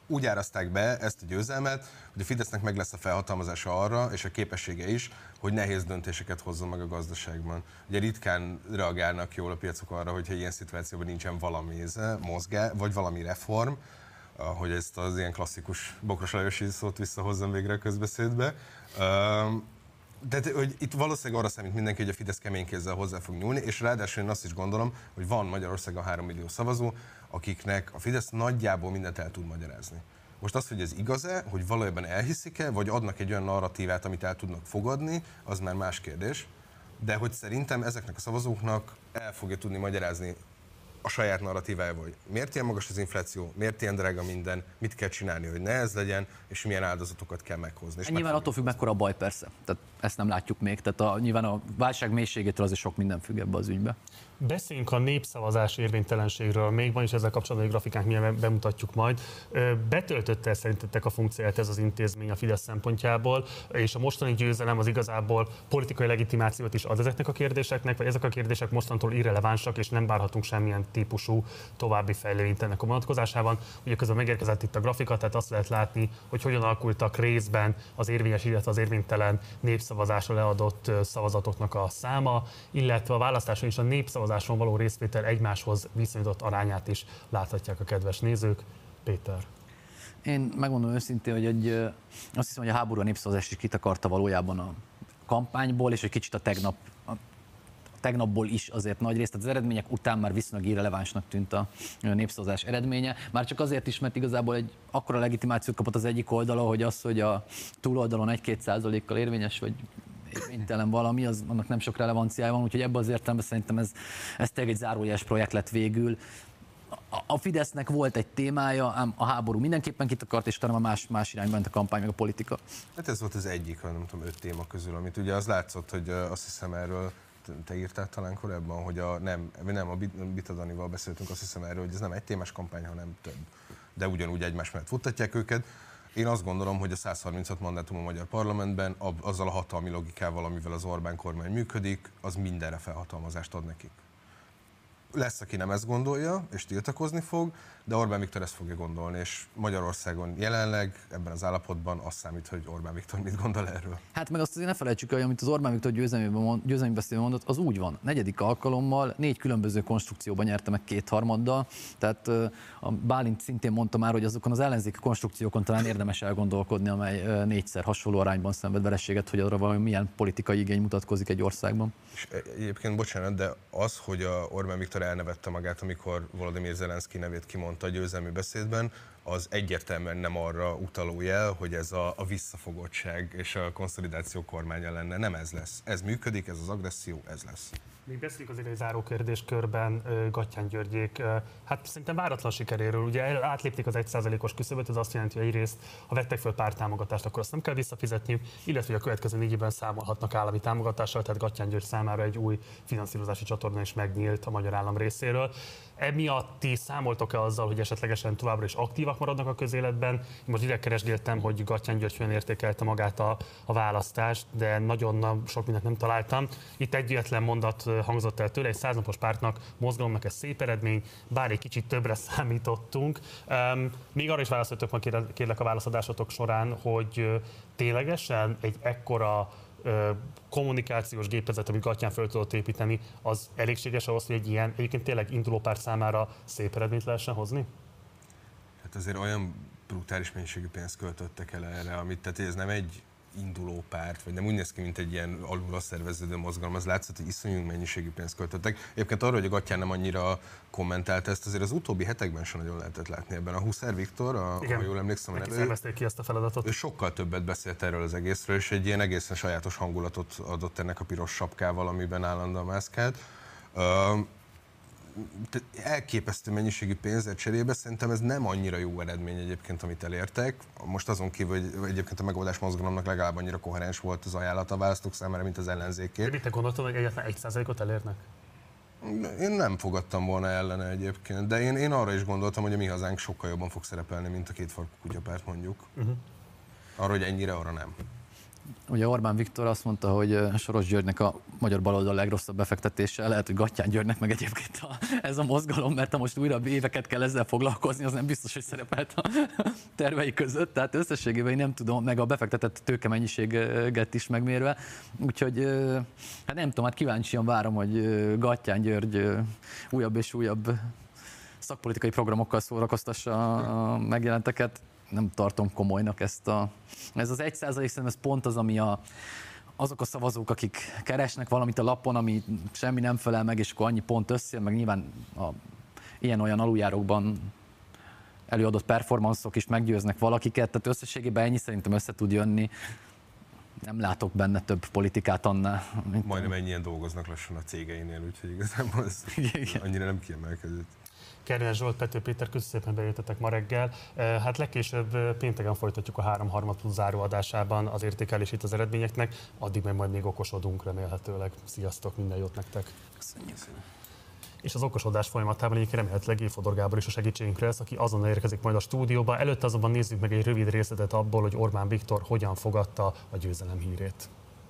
úgy árazták be ezt a győzelmet, hogy a Fidesznek meg lesz a felhatalmazása arra, és a képessége is, hogy nehéz döntéseket hozzon meg a gazdaságban. Ugye ritkán reagálnak jól a piacok arra, hogyha ilyen szituációban nincsen valami mozgás, vagy valami reform, hogy ezt az ilyen klasszikus Bokros Lajosi szót visszahozzam végre a közbeszédbe. De hogy itt valószínűleg arra számít mindenki, hogy a Fidesz kemény kézzel hozzá fog nyúlni, és ráadásul én azt is gondolom, hogy van Magyarországon három millió szavazó, akiknek a Fidesz nagyjából mindent el tud magyarázni. Most az, hogy ez igaz-e, hogy valójában elhiszik-e, vagy adnak egy olyan narratívát, amit el tudnak fogadni, az már más kérdés. De hogy szerintem ezeknek a szavazóknak el fogja tudni magyarázni a saját narratívájával, hogy miért ilyen magas az infláció, miért ilyen drága minden, mit kell csinálni, hogy ne ez legyen, és milyen áldozatokat kell meghozni. És nyilván attól függ, mekkora a baj persze. Tehát ezt nem látjuk még. Tehát a, nyilván a válság mélységétől azért sok minden függ ebbe az ügybe. Beszéljünk a népszavazás érvénytelenségről. Még van is ezzel kapcsolatban egy grafikánk, milyen bemutatjuk majd. Betöltötte szerintetek a funkcióját ez az intézmény a Fidesz szempontjából, és a mostani győzelem az igazából politikai legitimációt is ad ezeknek a kérdéseknek, vagy ezek a kérdések mostantól irrelevánsak, és nem várhatunk semmilyen típusú további fejlődést ennek a vonatkozásában. Ugye közben megérkezett itt a grafika, tehát azt lehet látni, hogy hogyan alakultak részben az érvényes, illetve az érvénytelen népszavazásra leadott szavazatoknak a száma, illetve a választáson és a népszavazáson való részvétel egymáshoz viszonyított arányát is láthatják a kedves nézők. Péter. Én megmondom őszintén, hogy egy, azt hiszem, hogy a háború a népszavazás is kitakarta valójában a kampányból, és egy kicsit a tegnap tegnapból is azért nagy részt, tehát az eredmények után már viszonylag irrelevánsnak tűnt a népszavazás eredménye. Már csak azért is, mert igazából egy akkora legitimációt kapott az egyik oldala, hogy az, hogy a túloldalon egy-két százalékkal érvényes, vagy érvénytelen valami, az, annak nem sok relevanciája van, úgyhogy ebben az értelemben szerintem ez, ez tényleg egy zárójeles projekt lett végül. A Fidesznek volt egy témája, ám a háború mindenképpen kitakart, és utána más, más irányba ment a kampány, meg a politika. Hát ez volt az egyik, nem tudom, öt téma közül, amit ugye az látszott, hogy azt hiszem erről te írtál talán korábban, hogy a, nem, nem a Bita Danival beszéltünk, azt hiszem erről, hogy ez nem egy témás kampány, hanem több. De ugyanúgy egymás mellett futtatják őket. Én azt gondolom, hogy a száz harminchat mandátum a magyar parlamentben, azzal a hatalmi logikával, amivel az Orbán kormány működik, az mindenre felhatalmazást ad nekik. Lesz, aki nem ezt gondolja, és tiltakozni fog, de Orbán Viktor ezt fogja gondolni, és Magyarországon jelenleg ebben az állapotban azt számít, hogy Orbán Viktor mit gondol erről. Hát meg azt azért ne felejtsük el, hogy amit az Orbán Viktor győzelmi beszélben mondott, az úgy van. Negyedik alkalommal négy különböző konstrukcióban nyerte meg kétharmaddal, tehát a Bálint szintén mondta már, hogy azokon az ellenzéki konstrukciókon talán érdemes elgondolkodni, amely négyszer hasonló arányban szenved vereséget, hogy arra valami milyen politikai igény mutatkozik egy országban. És egyébként bocsánat, de az, hogy a Orbán Viktor elnevette magát, amikor Volodymyr Zelenszky nevét kimondta a győzelmi beszédben, az egyértelműen nem arra utaló jel, hogy ez a, a visszafogottság és a konszolidáció kormánya lenne. Nem ez lesz. Ez működik, ez az agresszió, ez lesz. Még beszéljük azért egy záró kérdéskörben Gattyán Györgyék. Hát szerintem váratlan sikeréről. Ugye átlépték az egy százalékos küszöböt, ez azt jelenti, hogy egyrészt, ha vettek föl párttámogatást, akkor azt nem kell visszafizetniük, illetve hogy a következő négy évben számolhatnak állami támogatással, tehát Gattyán György számára egy új finanszírozási csatorna is megnyílt a magyar állam részéről. Emiatt ti számoltok-e azzal, hogy esetlegesen továbbra is aktívak maradnak a közéletben? Én most direkt keresgéltem, hogy Gattyán György hogyan értékelte magát a, a választást, de nagyon sok mindent nem találtam. Itt egyetlen mondat hangzott el tőle, egy száznapos pártnak, mozgalomnak ez szép eredmény, bár egy kicsit többre számítottunk. Um, még arra is válaszoltok majd kérlek a válaszadásotok során, hogy uh, ténylegesen egy ekkora uh, kommunikációs gépezet, amit Gattyán föl tudott építeni, az elégséges ahhoz, hogy egy ilyen egyébként tényleg induló párt számára szép eredményt lehessen hozni? Hát azért olyan brutális mennyiségű pénzt költöttek el erre, amit, tehát ez nem egy induló párt, vagy nem úgy néz ki, mint egy ilyen alulra szerveződő mozgalom, az látszott, hogy iszonyú mennyiségű pénzt költöttek. Egyébként arról, hogy a Gattyán nem annyira kommentált ezt, azért az utóbbi hetekben sem nagyon lehetett látni ebben. A Huszár Viktor, a, ha jól emlékszem, neki szervezték ki ezt a feladatot. Ő sokkal többet beszélt erről az egészről, és egy ilyen egészen sajátos hangulatot adott ennek a piros sapkával, amiben állandóan mászkált. Uh, elképesztő mennyiségű pénzért cserébe, szerintem ez nem annyira jó eredmény egyébként, amit elértek. Most azon kívül, hogy egyébként a megoldás mozgalomnak legalább annyira koherens volt az ajánlata a választók számára, mint az ellenzéké. De mit te gondoltad, hogy egyetlen egy százalékot elérnek? Én nem fogadtam volna ellene egyébként, de én, én arra is gondoltam, hogy a Mi Hazánk sokkal jobban fog szerepelni, mint a Kétfarkú kutyapárt mondjuk. Uh-huh. Arra, hogy ennyire, arra nem. Ugye Orbán Viktor azt mondta, hogy Soros Györgynek a magyar baloldal legrosszabb befektetése, lehet, hogy Gattyán Györgynek meg egyébként a, ez a mozgalom, mert ha most újra éveket kell ezzel foglalkozni, az nem biztos, hogy szerepelt a tervei között, tehát összességében én nem tudom, meg a befektetett tőkemennyiséget is megmérve, úgyhogy hát nem tudom, hát kíváncsian várom, hogy Gattyán György újabb és újabb szakpolitikai programokkal szórakoztassa a megjelenteket. Nem tartom komolynak ezt a... Ez az egy százalék, szerintem ez pont az, ami a, azok a szavazók, akik keresnek valamit a lapon, ami semmi nem felel meg, és akkor annyi pont összejön, meg nyilván a ilyen-olyan aluljárókban előadott performanszok is meggyőznek valakiket, tehát összességében ennyi szerintem össze tud jönni. Nem látok benne több politikát annál. Majdnem ennyien dolgoznak lassan a cégeinél, úgyhogy igazából ez annyira nem kiemelkedett. Kernes Zsolt, Pető Péter, köszönöm szépen, bejöttetek ma reggel. Hát legkésőbb pénteken folytatjuk a három harmad plusz záróadásában az értékelését az eredményeknek, addig meg majd még okosodunk remélhetőleg. Sziasztok, minden jót nektek! Köszönjük. És az okosodás folyamatában egyébként remélhetőleg Éfodor Gábor is a segítségünkre lesz, aki azonnal érkezik majd a stúdióba. Előtte azonban nézzük meg egy rövid részletet abból, hogy Orbán Viktor hogyan fogadta a győzelem hírét.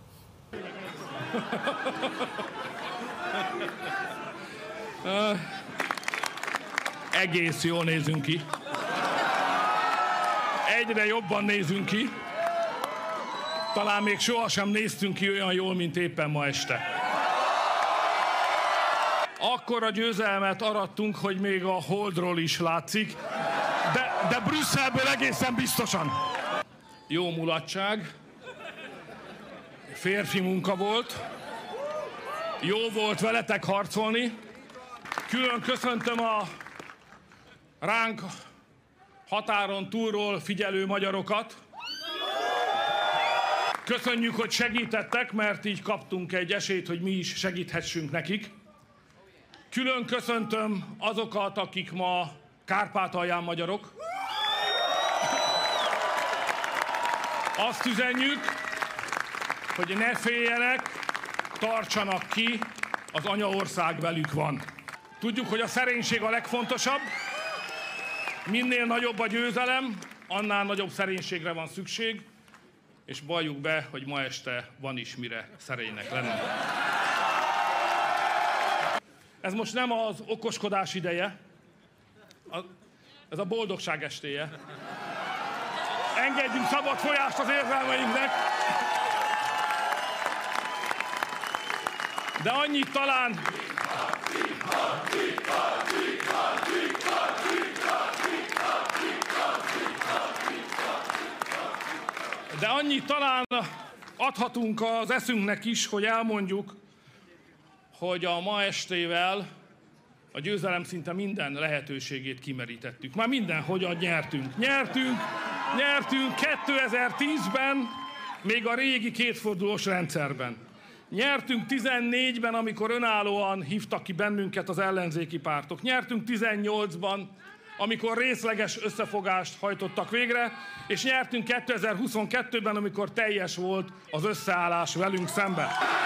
Uh, egész jól nézünk ki. Egyre jobban nézünk ki. Talán még sohasem néztünk ki olyan jól, mint éppen ma este. Akkora győzelmet arattunk, hogy még a Holdról is látszik, de, de Brüsszelből egészen biztosan. Jó mulatság, férfi munka volt, jó volt veletek harcolni. Külön köszöntöm a ránk határon túlról figyelő magyarokat. Köszönjük, hogy segítettek, mert így kaptunk egy esélyt, hogy mi is segíthessünk nekik. Külön köszöntöm azokat, akik ma Kárpátalján magyarok. Azt üzenjük, hogy ne féljenek, tartsanak ki, az anyaország velük van. Tudjuk, hogy a szerénység a legfontosabb. Minél nagyobb a győzelem, annál nagyobb szerénységre van szükség, és valljuk be, hogy ma este van is mire szerénynek lenni. Ez most nem az okoskodás ideje, ez a boldogság estéje. Engedjünk szabad folyást az érzelmeinknek. De annyit talán... De annyit talán adhatunk az eszünknek is, hogy elmondjuk, hogy a ma estével a győzelem szinte minden lehetőségét kimerítettük. Már mindenhogyan nyertünk. Nyertünk, nyertünk kétezer-tízben, még a régi kétfordulós rendszerben. Nyertünk tizennégyben, amikor önállóan hívtak ki bennünket az ellenzéki pártok. Nyertünk tizennyolcban, amikor részleges összefogást hajtottak végre, és nyertünk kétezer-huszonkettőben, amikor teljes volt az összeállás velünk szemben.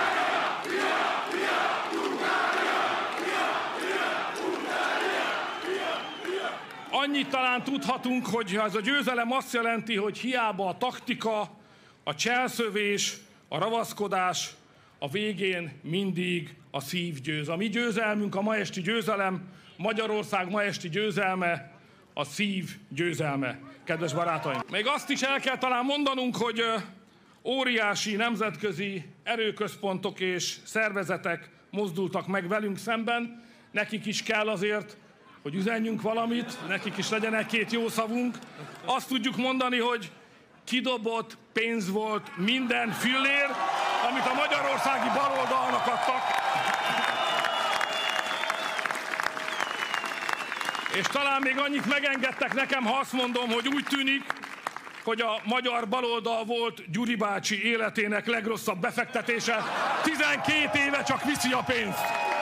Annyit talán tudhatunk, hogy ez a győzelem azt jelenti, hogy hiába a taktika, a cselszövés, a ravaszkodás, a végén mindig a szív győz. A mi győzelmünk, a ma esti győzelem, Magyarország ma esti győzelme, a szív győzelme, kedves barátaim. Még azt is el kell talán mondanunk, hogy óriási nemzetközi erőközpontok és szervezetek mozdultak meg velünk szemben. Nekik is kell azért, hogy üzenjünk valamit, nekik is legyen egy-két jó szavunk. Azt tudjuk mondani, hogy kidobott pénz volt minden fillér, amit a magyarországi baloldalnak adtak. És talán még annyit megengedtek nekem, ha azt mondom, hogy úgy tűnik, hogy a magyar baloldal volt Gyuri bácsi életének legrosszabb befektetése. tizenkét éve csak viszi a pénzt.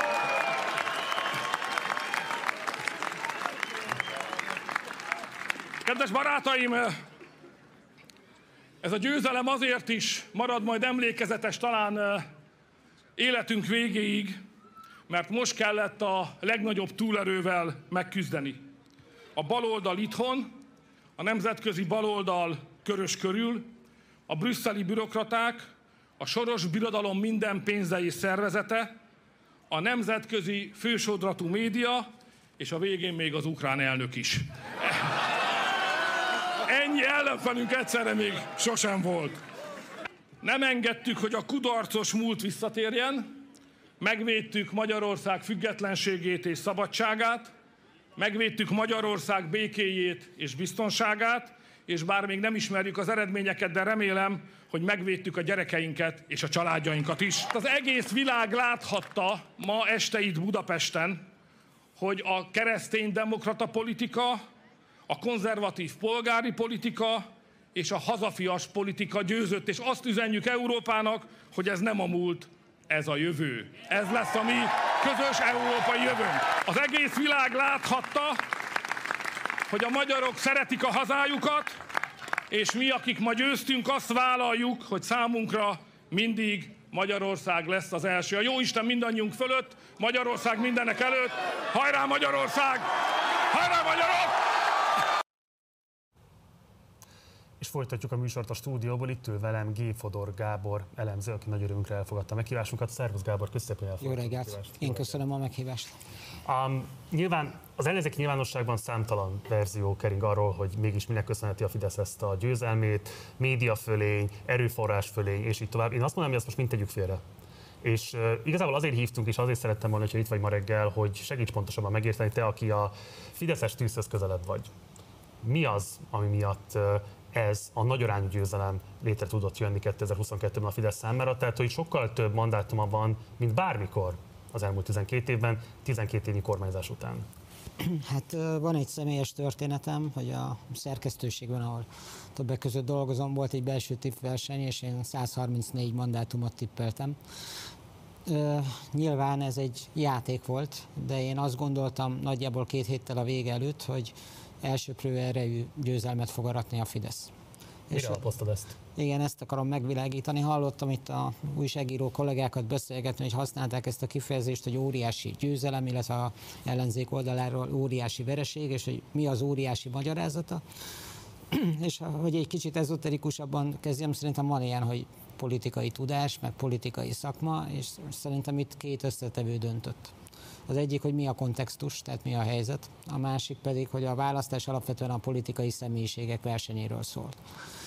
Kedves barátaim, ez a győzelem azért is marad majd emlékezetes talán életünk végéig, mert most kellett a legnagyobb túlerővel megküzdeni. A baloldal itthon, a nemzetközi baloldal körös körül, a brüsszeli bürokraták, a Soros Birodalom minden pénze és szervezete, a nemzetközi fősodratú média, és a végén még az ukrán elnök is. Ennyi ellenfelünk egyszerre még sosem volt. Nem engedtük, hogy a kudarcos múlt visszatérjen, megvédtük Magyarország függetlenségét és szabadságát, megvédtük Magyarország békéjét és biztonságát, és bár még nem ismerjük az eredményeket, de remélem, hogy megvédtük a gyerekeinket és a családjainkat is. Az egész világ láthatta ma este itt Budapesten, hogy a kereszténydemokrata politika, a konzervatív polgári politika és a hazafias politika győzött, és azt üzenjük Európának, hogy ez nem a múlt, ez a jövő. Ez lesz a mi közös európai jövőnk. Az egész világ láthatta, hogy a magyarok szeretik a hazájukat, és mi, akik ma győztünk, azt vállaljuk, hogy számunkra mindig Magyarország lesz az első. A Jóisten mindannyiunk fölött, Magyarország mindenek előtt. Hajrá Magyarország! Hajrá magyarok! És folytatjuk a műsort a stúdióból, itt ül velem G. Fodor Gábor elemző, aki nagy örömünkre elfogadta a meghívásunkat. Szervusz Gábor, köszönöm, hogy elfogadtad. Jó reggelt, én köszönöm a meghívást. Um, nyilván az ellenzéki nyilvánosságban számtalan verzió kering arról, hogy mégis minek köszönheti a Fidesz ezt a győzelmét, médiafölény, erőforrásfölény, és így tovább. Én azt mondom, hogy ezt most mind tegyük félre. És uh, igazából azért hívtunk, és azért szerettem volna, hogy itt vagy ma reggel, hogy segíts pontosabban megérteni, te, aki a fideszes tűzhöz közelebb vagy. Mi az, ami miatt uh, ez a nagyarányú győzelem létre tudott jönni kétezer-huszonkettőben a Fidesz számára, tehát hogy sokkal több mandátuma van, mint bármikor az elmúlt tizenkét évben, tizenkét évi kormányzás után. Hát van egy személyes történetem, hogy a szerkesztőségben, ahol többek között dolgozom, volt egy belső tippverseny, és én száz harmincnégy mandátumot tippeltem. Nyilván ez egy játék volt, de én azt gondoltam nagyjából két héttel a vége előtt, hogy elsöprő erejű győzelmet fog aratni a Fidesz. Mire alapoztad ezt? Igen, ezt akarom megvilágítani. Hallottam itt a újságíró kollégákat beszélgetni, hogy használták ezt a kifejezést, hogy óriási győzelem, illetve az ellenzék oldaláról óriási vereség, és hogy mi az óriási magyarázata. És hogy egy kicsit ezoterikusabban kezdjem, szerintem van ilyen, hogy politikai tudás, meg politikai szakma, és szerintem itt két összetevő döntött. Az egyik, hogy mi a kontextus, tehát mi a helyzet, a másik pedig, hogy a választás alapvetően a politikai személyiségek versenyéről szólt.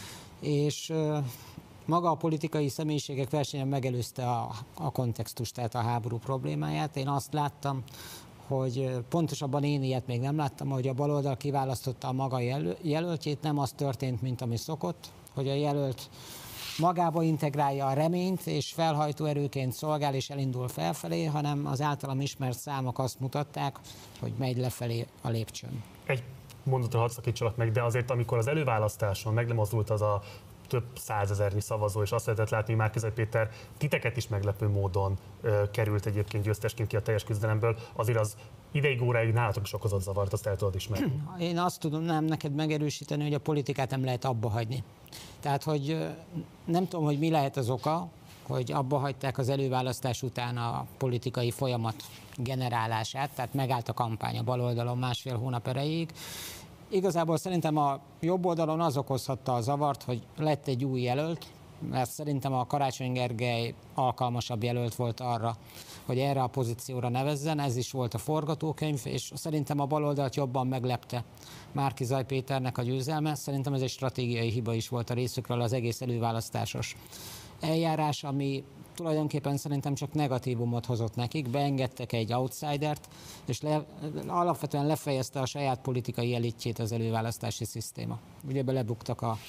És maga a politikai személyiségek versenye megelőzte a, a kontextust, tehát a háború problémáját. Én azt láttam, hogy pontosabban én ilyet még nem láttam, hogy a baloldal kiválasztotta a maga jelöl, jelöltjét, nem az történt, mint ami szokott, hogy a jelölt magába integrálja a reményt, és felhajtó erőként szolgál, és elindul felfelé, hanem az általam ismert számok azt mutatták, hogy megy lefelé a lépcsőn. Egy mondatra hadd szakítsalak meg, de azért, amikor az előválasztáson meglemozdult az a több százezernyi szavazó, és azt lehetett látni, hogy Márki-Zay Péter titeket is meglepő módon ö, került egyébként győztesként ki a teljes küzdelemből, azért az ideig óráig nálatok is okozott zavart, azt el tudod ismerni. Én azt tudom nem neked megerősíteni, hogy a politikát nem lehet abba hagyni. Tehát, hogy nem tudom, hogy mi lehet az oka, hogy abba hagyták az előválasztás után a politikai folyamat generálását, tehát megállt a kampány a baloldalon másfél hónap erejéig. Igazából szerintem a jobb oldalon az okozhatta a zavart, hogy lett egy új jelölt, mert szerintem a Karácsony Gergely alkalmasabb jelölt volt arra, hogy erre a pozícióra nevezzen, ez is volt a forgatókönyv, és szerintem a baloldalt jobban meglepte Márki-Zay Péternek a győzelme. Szerintem ez egy stratégiai hiba is volt a részükről az egész előválasztásos eljárás, ami tulajdonképpen szerintem csak negatívumot hozott nekik, beengedtek egy outsidert, és le, alapvetően lefejezte a saját politikai elitjét az előválasztási szisztéma. Ugye belebuktak a,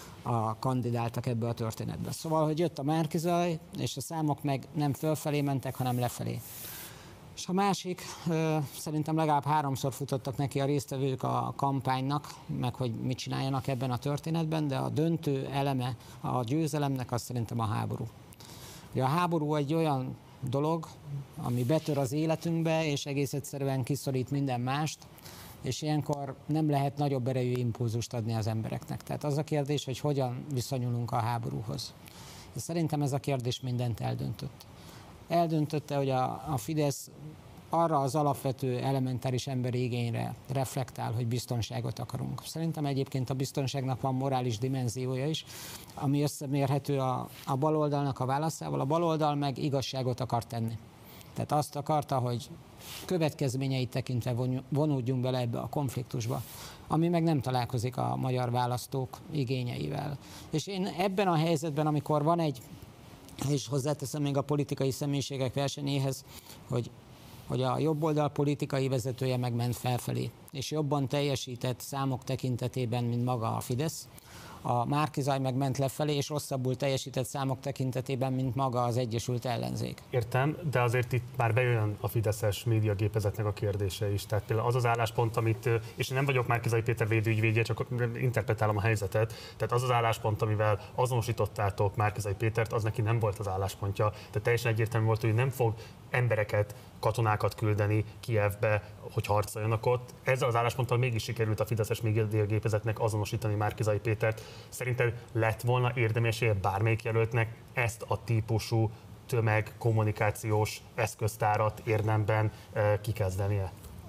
a kandidáltak ebbe a történetbe. Szóval, hogy jött a Márki-Zay, és a számok meg nem fölfelé mentek, hanem lefelé. És a másik, szerintem legalább háromszor futottak neki a résztvevők a kampánynak, meg hogy mit csináljanak ebben a történetben, de a döntő eleme a győzelemnek az szerintem a háború. Ugye a háború egy olyan dolog, ami betör az életünkbe, és egész egyszerűen kiszorít minden mást, és ilyenkor nem lehet nagyobb erejű impulzust adni az embereknek. Tehát az a kérdés, hogy hogyan viszonyulunk a háborúhoz. És szerintem ez a kérdés mindent eldöntött. Eldöntötte, hogy a, a Fidesz arra az alapvető elementáris emberi igényre reflektál, hogy biztonságot akarunk. Szerintem egyébként a biztonságnak van morális dimenziója is, ami összemérhető a, a baloldalnak a válaszával. A baloldal meg igazságot akar tenni. Tehát azt akarta, hogy következményeit tekintve vonódjunk bele ebbe a konfliktusba, ami meg nem találkozik a magyar választók igényeivel. És én ebben a helyzetben, amikor van egy, és hozzáteszem még a politikai személyiségek versenyéhez, hogy hogy a jobboldal politikai vezetője megment felfelé, és jobban teljesített számok tekintetében, mint maga a Fidesz. A Márki-Zay megment lefelé, és rosszabbul teljesített számok tekintetében, mint maga az Egyesült Ellenzék. Értem, de azért itt már bejön a fideszes médiagépezetnek a kérdése is. Tehát például az az álláspont, amit, és nem vagyok Márki-Zay Péter védőügyvédje, csak interpretálom a helyzetet, tehát az az álláspont, amivel azonosítottátok Márki-Zay Pétert, az neki nem volt az álláspontja. Tehát teljesen egyértelmű volt, hogy nem fog embereket, katonákat küldeni Kijevbe, hogy harcoljanak ott. Ezzel az állásponttal mégis sikerült a fideszes médiagépezetnek azonosítani Márki-Zay Pétert. Szerinted lett volna érdemes bármelyik jelöltnek ezt a típusú tömegkommunikációs eszköztárat érdemben kikezdenie?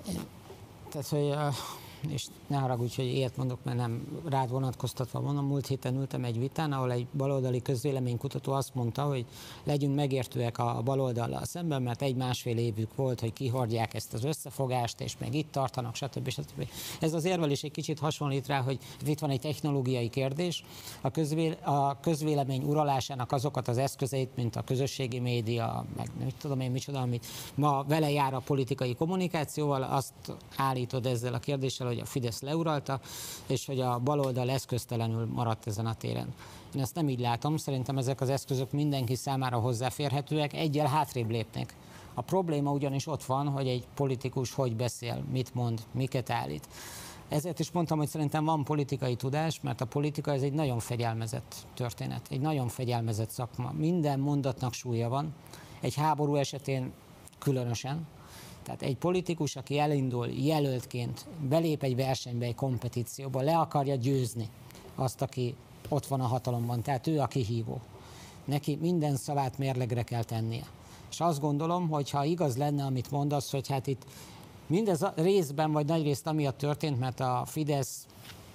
Tehát, hogy, és ne haragudj, hogy ilyet mondok, mert nem rád vonatkoztatva mondom, múlt héten ültem egy vitán, ahol egy baloldali közvéleménykutató azt mondta, hogy legyünk megértőek a baloldallal szemben, mert egy-másfél évük volt, hogy kihordják ezt az összefogást, és meg itt tartanak, stb. stb. Ez az érvelés egy kicsit hasonlít rá, hogy itt van egy technológiai kérdés, a, közvéle, a közvélemény uralásának azokat az eszközeit, mint a közösségi média, meg nem tudom én micsoda, amit ma vele jár a politikai kommunikációval, azt állítod ezzel a kérdéssel, hogy a Fidesz leuralta, és hogy a baloldal eszköztelenül maradt ezen a téren. Én ezt nem így látom, szerintem ezek az eszközök mindenki számára hozzáférhetőek, egyel hátrébb lépnek. A probléma ugyanis ott van, hogy egy politikus hogy beszél, mit mond, miket állít. Ezért is mondtam, hogy szerintem van politikai tudás, mert a politika ez egy nagyon fegyelmezett történet, egy nagyon fegyelmezett szakma. Minden mondatnak súlya van, egy háború esetén különösen. Tehát egy politikus, aki elindul jelöltként, belép egy versenybe, egy kompetícióba, le akarja győzni azt, aki ott van a hatalomban, tehát ő a kihívó. Neki minden szavát mérlegre kell tennie. És azt gondolom, hogy ha igaz lenne, amit mondasz, hogy hát itt mindez a részben vagy nagyrészt amiatt történt, mert a Fidesz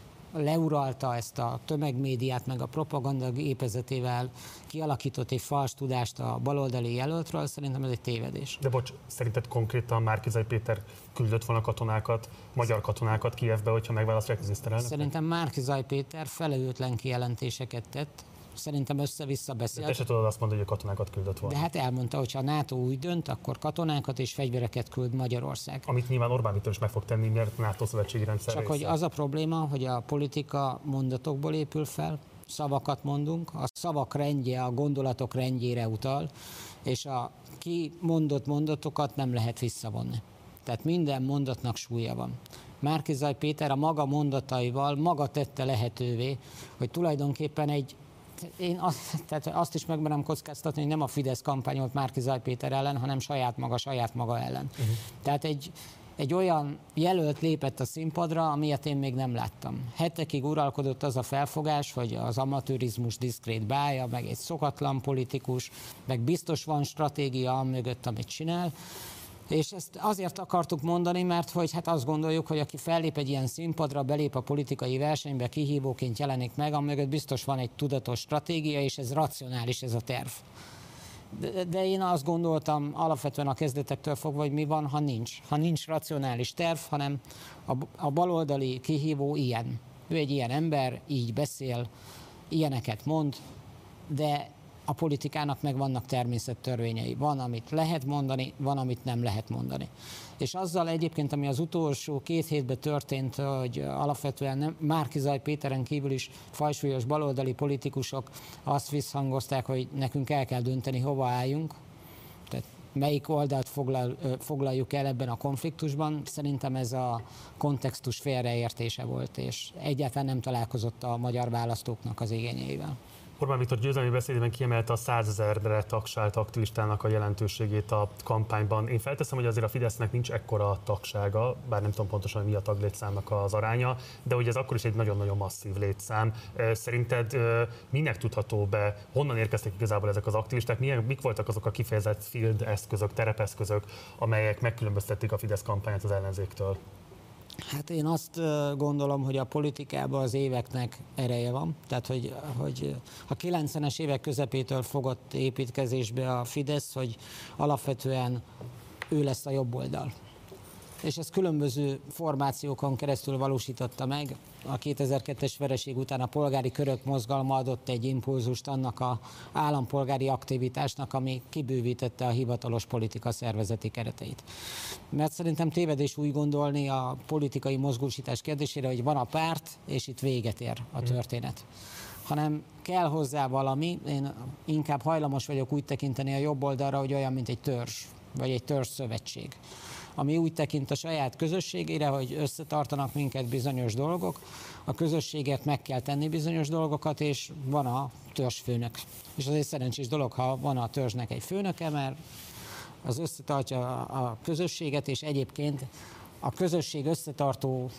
leuralta ezt a tömegmédiát, meg a propaganda gépezetével kialakított egy fals tudást a baloldali jelöltről, szerintem ez egy tévedés. De bocs, szerinted konkrétan Márki-Zay Péter küldött volna katonákat, magyar katonákat Kijevbe, hogyha megválasztják az miniszterelnököt? Szerintem Márki-Zay Péter felelőtlen kijelentéseket tett. Szerintem össze-vissza beszélt. De te se tudod azt mondani, hogy a katonákat küldött volna. De hát elmondta, hogy ha a NATO úgy dönt, akkor katonákat és fegyvereket küld Magyarország. Amit nyilván Orbán Viktor is meg fog tenni, mert a NATO szövetségi rendszer Csak része. hogy az a probléma, hogy a politika mondatokból épül fel, szavakat mondunk, a szavak rendje a gondolatok rendjére utal, és a kimondott mondatokat nem lehet visszavonni. Tehát minden mondatnak súlya van. Márki-Zay Péter a maga mondataival maga tette lehetővé, hogy tulajdonképpen egy Én azt, tehát azt is megmerem kockáztatni, hogy nem a Fidesz kampányolt Márki-Zay Péter ellen, hanem saját maga, saját maga ellen. Uh-huh. Tehát egy, egy olyan jelölt lépett a színpadra, amilyet én még nem láttam. Hetekig uralkodott az a felfogás, hogy az amatőrizmus diszkrét bája, meg egy szokatlan politikus, meg biztos van stratégia mögött, amit csinál. És ezt azért akartuk mondani, mert hogy hát azt gondoljuk, hogy aki fellép egy ilyen színpadra, belép a politikai versenybe, kihívóként jelenik meg, amögött biztos van egy tudatos stratégia, és ez racionális, ez a terv. De, de én azt gondoltam alapvetően a kezdetektől fogva, hogy mi van, ha nincs. Ha nincs racionális terv, hanem a, a baloldali kihívó ilyen. Ő egy ilyen ember, így beszél, ilyeneket mond, de a politikának meg vannak természettörvényei. Van, amit lehet mondani, van, amit nem lehet mondani. És azzal egyébként, ami az utolsó két hétben történt, hogy alapvetően nem, Márki-Zay Péteren kívül is fajsúlyos baloldali politikusok azt visszhangozták, hogy nekünk el kell dönteni, hova álljunk. Tehát melyik oldalt foglal, foglaljuk el ebben a konfliktusban. Szerintem ez a kontextus félreértése volt, és egyáltalán nem találkozott a magyar választóknak az igényeivel. Orbán Viktor győzelmi beszédében kiemelte a százezerre tagsált aktivistának a jelentőségét a kampányban. Én felteszem, hogy azért a Fidesznek nincs ekkora tagsága, bár nem tudom pontosan, hogy mi a taglétszámnak az aránya, de ugye ez akkor is egy nagyon-nagyon masszív létszám. Szerinted minek tudható be, honnan érkeztek igazából ezek az aktivisták, milyen, mik voltak azok a kifejezett field eszközök, terepeszközök, amelyek megkülönböztették a Fidesz kampányát az ellenzéktől? Hát én azt gondolom, hogy a politikában az éveknek ereje van. Tehát, hogy, hogy a kilencvenes évek közepétől fogott építkezésbe a Fidesz, hogy alapvetően ő lesz a jobb oldal. És ezt különböző formációkon keresztül valósította meg. A kétezer-kettes vereség után a polgári körök mozgalma adott egy impulzust annak az állampolgári aktivitásnak, ami kibővítette a hivatalos politika szervezeti kereteit. Mert szerintem tévedés úgy gondolni a politikai mozgósítás kérdésére, hogy van a párt, és itt véget ér a történet. Hanem kell hozzá valami, én inkább hajlamos vagyok úgy tekinteni a jobb oldalra, hogy olyan, mint egy törzs, vagy egy törzsszövetség, ami úgy tekint a saját közösségére, hogy összetartanak minket bizonyos dolgok, a közösséget meg kell tenni bizonyos dolgokat, és van a törzsfőnök. És az egy szerencsés dolog, ha van a törzsnek egy főnöke, mert az összetartja a közösséget, és egyébként a közösség összetartó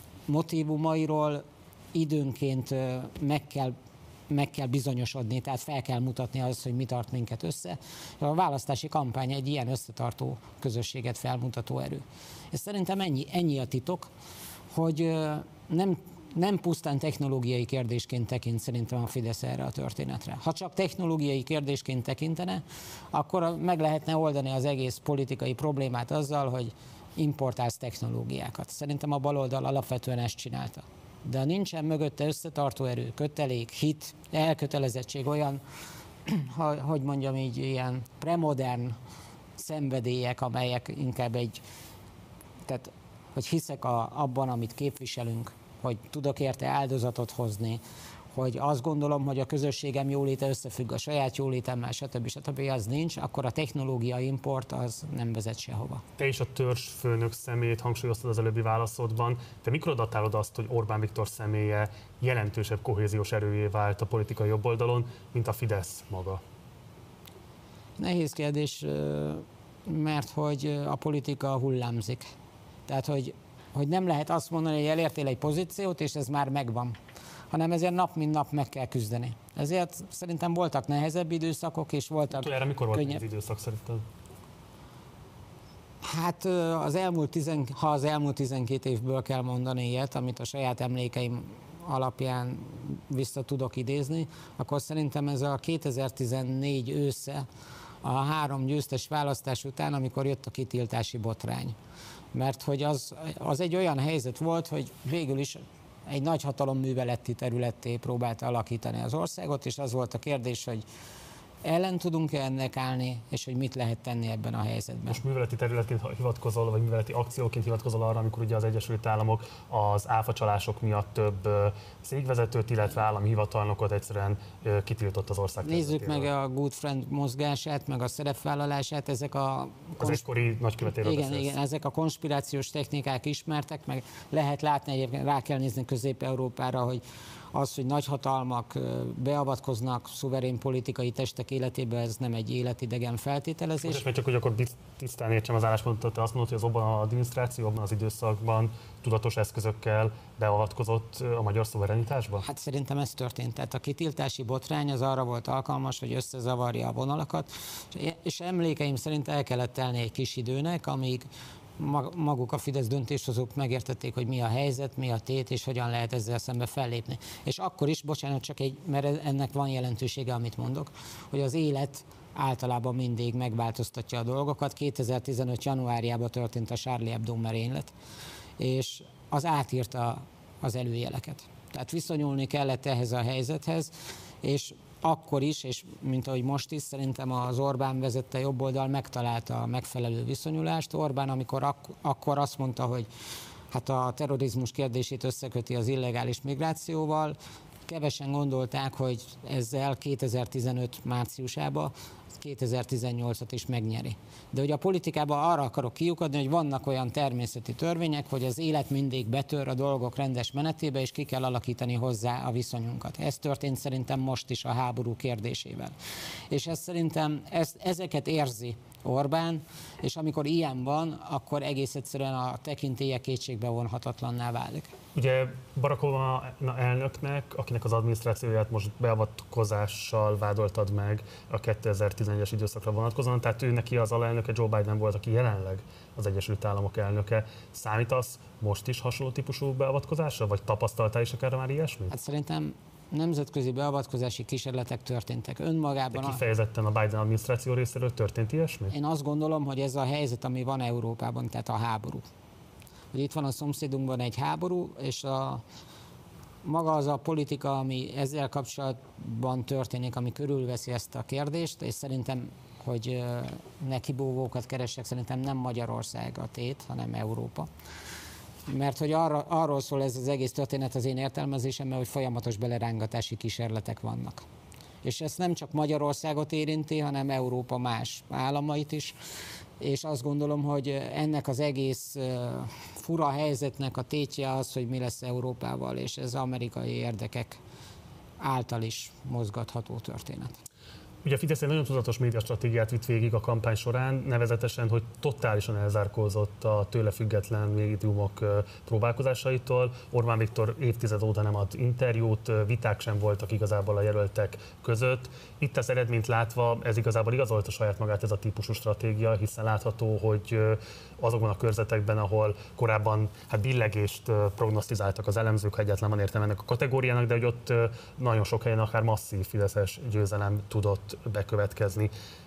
motívumairól időnként meg kell meg kell bizonyosodni, tehát fel kell mutatni azt, hogy mi tart minket össze. A választási kampány egy ilyen összetartó közösséget felmutató erő. És szerintem ennyi, ennyi a titok, hogy nem, nem pusztán technológiai kérdésként tekint szerintem a Fidesz erre a történetre. Ha csak technológiai kérdésként tekintene, akkor meg lehetne oldani az egész politikai problémát azzal, hogy importálsz technológiákat. Szerintem a baloldal alapvetően ezt csinálta. De nincsen mögötte összetartó erő, kötelék, hit, elkötelezettség, olyan, hogy mondjam így, ilyen premodern szenvedélyek, amelyek inkább egy, tehát, hogy hiszek a, abban, amit képviselünk, hogy tudok érte áldozatot hozni, hogy azt gondolom, hogy a közösségem jóléte összefügg a saját jólétemmel, stb. stb. Az nincs, akkor a technológiai import az nem vezet sehova. Te is a törzsfőnök személyét hangsúlyoztad az előbbi válaszodban. Te mikor datálod azt, hogy Orbán Viktor személye jelentősebb kohéziós erőjé vált a politikai jobboldalon, mint a Fidesz maga? Nehéz kérdés, mert hogy a politika hullámzik. Tehát, hogy, hogy nem lehet azt mondani, hogy elértél egy pozíciót, és ez már megvan, hanem ezért nap mint nap meg kell küzdeni. Ezért szerintem voltak nehezebb időszakok, és voltak erre mikor volt könnyebb... az időszak szerinted? Hát az elmúlt tizen... ha az elmúlt tizenkét évből kell mondani ilyet, amit a saját emlékeim alapján vissza tudok idézni, akkor szerintem ez a kétezer-tizennégy ősze, a három győztes választás után, amikor jött a kitiltási botrány. Mert hogy az, az egy olyan helyzet volt, hogy végül is egy nagyhatalom műveleti területté próbálta alakítani az országot, és az volt a kérdés, hogy ellen tudunk-e ennek állni, és hogy mit lehet tenni ebben a helyzetben. Most műveleti területként hivatkozol, vagy műveleti akcióként hivatkozol arra, amikor ugye az Egyesült Államok az áfacsalások miatt több cégvezetőt, illetve állami hivatalnokot egyszerűen kitiltott az ország területéről. Nézzük meg a Good Friend mozgását, meg a szerepvállalását, ezek a... Az egykori nagykövetéről igen, igen, ezek a konspirációs technikák ismertek, meg lehet látni egyébként, rá kell nézni Közép-Európára, hogy az, hogy nagyhatalmak beavatkoznak szuverén politikai testek életébe, ez nem egy életidegen feltételezés. Most csak, hogy akkor tisztán értsem az álláspontot, te azt mondod, hogy az Obama adminisztráció abban az időszakban tudatos eszközökkel beavatkozott a magyar szuverenitásba? Hát szerintem ez történt. Tehát a kitiltási botrány az arra volt alkalmas, hogy összezavarja a vonalakat, és emlékeim szerint el kellett telni egy kis időnek, amíg maguk a Fidesz döntéshozók megértették, hogy mi a helyzet, mi a tét, és hogyan lehet ezzel szembe fellépni. És akkor is, bocsánat, csak egy, mert ennek van jelentősége, amit mondok, hogy az élet általában mindig megváltoztatja a dolgokat. kétezer-tizenöt januárjában történt a Charlie Hebdo merénylet, és az átírta az előjeleket. Tehát viszonyulni kellett ehhez a helyzethez, és akkor is, és mint ahogy most is, szerintem az Orbán vezette jobboldal megtalálta a megfelelő viszonyulást. Orbán, amikor ak- akkor azt mondta, hogy hát a terrorizmus kérdését összeköti az illegális migrációval, kevesen gondolták, hogy ezzel kétezer-tizenöt márciusában kétezer-tizennyolcat is megnyeri. De hogy a politikában arra akarok kiukadni, hogy vannak olyan természeti törvények, hogy az élet mindig betör a dolgok rendes menetébe, és ki kell alakítani hozzá a viszonyunkat. Ez történt szerintem most is a háború kérdésével. És ez szerintem ez, ezeket érzi Orbán, és amikor ilyen van, akkor egész egyszerűen a tekintélye kétségbe vonhatatlanná válik. Ugye Barack Obama elnöknek, akinek az adminisztrációját most beavatkozással vádoltad meg a kétezer-tizenegyes időszakra vonatkozóan, tehát ő neki az alelnöke Joe Biden volt, aki jelenleg az Egyesült Államok elnöke. Számítasz most is hasonló típusú beavatkozásra, vagy tapasztaltál is akár már ilyesmit? Hát szerintem nemzetközi beavatkozási kísérletek történtek önmagában. De kifejezetten a Biden adminisztráció részéről történt ilyesmi? Én azt gondolom, hogy ez a helyzet, ami van Európában, tehát a háború. Hogy itt van a szomszédunkban egy háború, és a, maga az a politika, ami ezzel kapcsolatban történik, ami körülveszi ezt a kérdést, és szerintem, hogy nekibúvókat keresek, szerintem nem Magyarország a tét, hanem Európa. Mert hogy arra, arról szól ez az egész történet az én értelmezésemmel, hogy folyamatos belerángatási kísérletek vannak. És ez nem csak Magyarországot érinti, hanem Európa más államait is, és azt gondolom, hogy ennek az egész fura helyzetnek a tétje az, hogy mi lesz Európával, és ez amerikai érdekek által is mozgatható történet. Ugye a Fidesz egy nagyon tudatos médiastratégiát vitt végig a kampány során, nevezetesen, hogy totálisan elzárkózott a tőle független médiumok próbálkozásaitól. Orbán Viktor évtized óta nem ad interjút, viták sem voltak igazából a jelöltek között. Itt az eredményt látva ez igazából igazolta saját magát ez a típusú stratégia, hiszen látható, hogy azokban a körzetekben, ahol korábban hát billegést prognosztizáltak az elemzők, ha egyáltalán van értelme ennek a kategóriának, de hogy ott nagyon sok helyen akár masszív fideszes győzelem tudott bekövetkezni.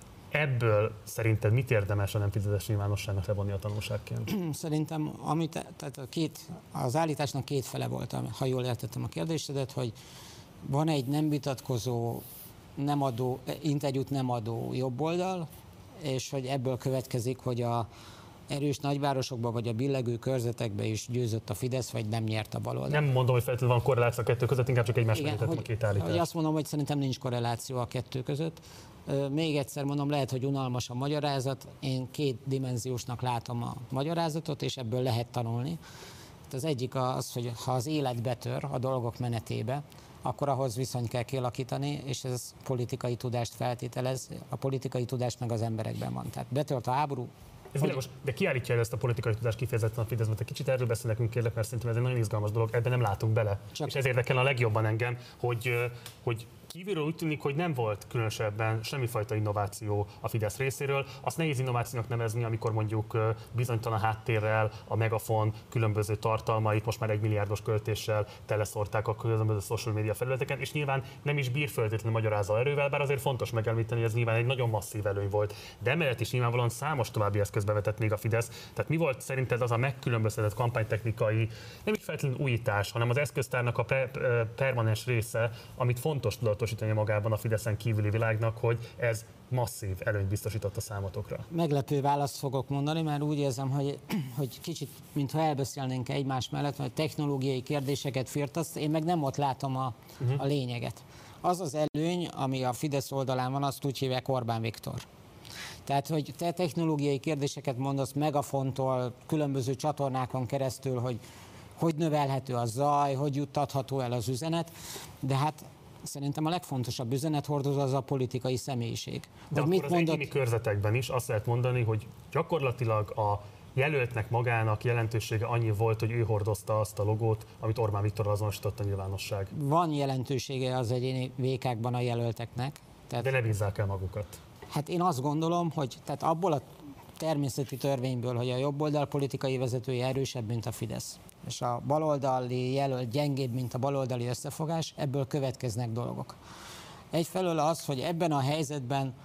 Ebből szerinted mit érdemes a nem fizetes nyilvánosságnak levonni a tanulságként? Szerintem amit, tehát a két, az állításnak két fele volt, ha jól értettem a kérdésedet, hogy van egy nem vitatkozó, nem adó, interjút nem adó jobb oldal, és hogy ebből következik, hogy a erős nagyvárosokban vagy a billegő körzetekben is győzött a Fidesz, vagy nem nyert a baloldal. Nem mondom, hogy feltétlenül van korreláció a kettő között, inkább csak egymás mellé tettem a két állítást. Hogy azt mondom, hogy szerintem nincs korreláció a kettő között. Még egyszer mondom, lehet, hogy unalmas a magyarázat. Én két dimenziósnak látom a magyarázatot, és ebből lehet tanulni. Az egyik az, hogy ha az élet betör a dolgok menetébe, akkor ahhoz viszonyt kell kialakítani, és ez politikai tudást feltételez. A politikai tudás meg az emberekben van. Tehát betört a háború. Ez világos, de ki állítja el ezt a politikai tudást kifejezetten a Fidesz, mert egy kicsit erről beszél nekünk, kérlek, mert szerintem ez egy nagyon izgalmas dolog, ebben nem látunk bele. Csak. És ez érdekel a legjobban engem, hogy, hogy kívülről úgy tűnik, hogy nem volt különösebben semmifajta innováció a Fidesz részéről. Azt nehéz innovációnak nevezni, amikor mondjuk bizonytalan háttérrel a Megafon különböző tartalmait most már egy milliárdos költéssel teleszórták a különböző social media felületeken, és nyilván nem is bír feltétlenül magyarázó erővel, bár azért fontos megemlíteni, hogy ez nyilván egy nagyon masszív előny volt. De emellett is nyilvánvalóan számos további eszközbe vetett még a Fidesz. Tehát mi volt szerinted az a megkülönböztetett kampánytechnikai, nem is feltétlenül újítás, hanem az eszköztárnak a pre- permanens része, amit fontos tudatosítani magában a Fideszen kívüli világnak, hogy ez masszív előnyt biztosított a számotokra? Meglepő választ fogok mondani, mert úgy érzem, hogy, hogy kicsit, mintha elbeszélnénk egymás mellett, hogy technológiai kérdéseket firtasz, én meg nem ott látom a, uh-huh. a lényeget. Az az előny, ami a Fidesz oldalán van, azt úgy hívják Orbán Viktor. Tehát, hogy te technológiai kérdéseket mondasz Megafontól, különböző csatornákon keresztül, hogy hogy növelhető a zaj, hogy juttatható el az üzenet, de hát szerintem a legfontosabb üzenethordozó az a politikai személyiség. De akkor mit az mondott... egyéni körzetekben is azt lehet mondani, hogy gyakorlatilag a jelöltnek magának jelentősége annyi volt, hogy ő hordozta azt a logót, amit Orbán Viktor azonosított a nyilvánosság. Van jelentősége az egyéni vékákban a jelölteknek. Tehát... De ne bízzák el magukat. Hát én azt gondolom, hogy tehát abból a természeti törvényből, hogy a jobboldal politikai vezetője erősebb, mint a Fidesz, és a baloldali jelölt gyengébb, mint a baloldali összefogás, ebből következnek dolgok. Egyfelől az, hogy ebben a helyzetben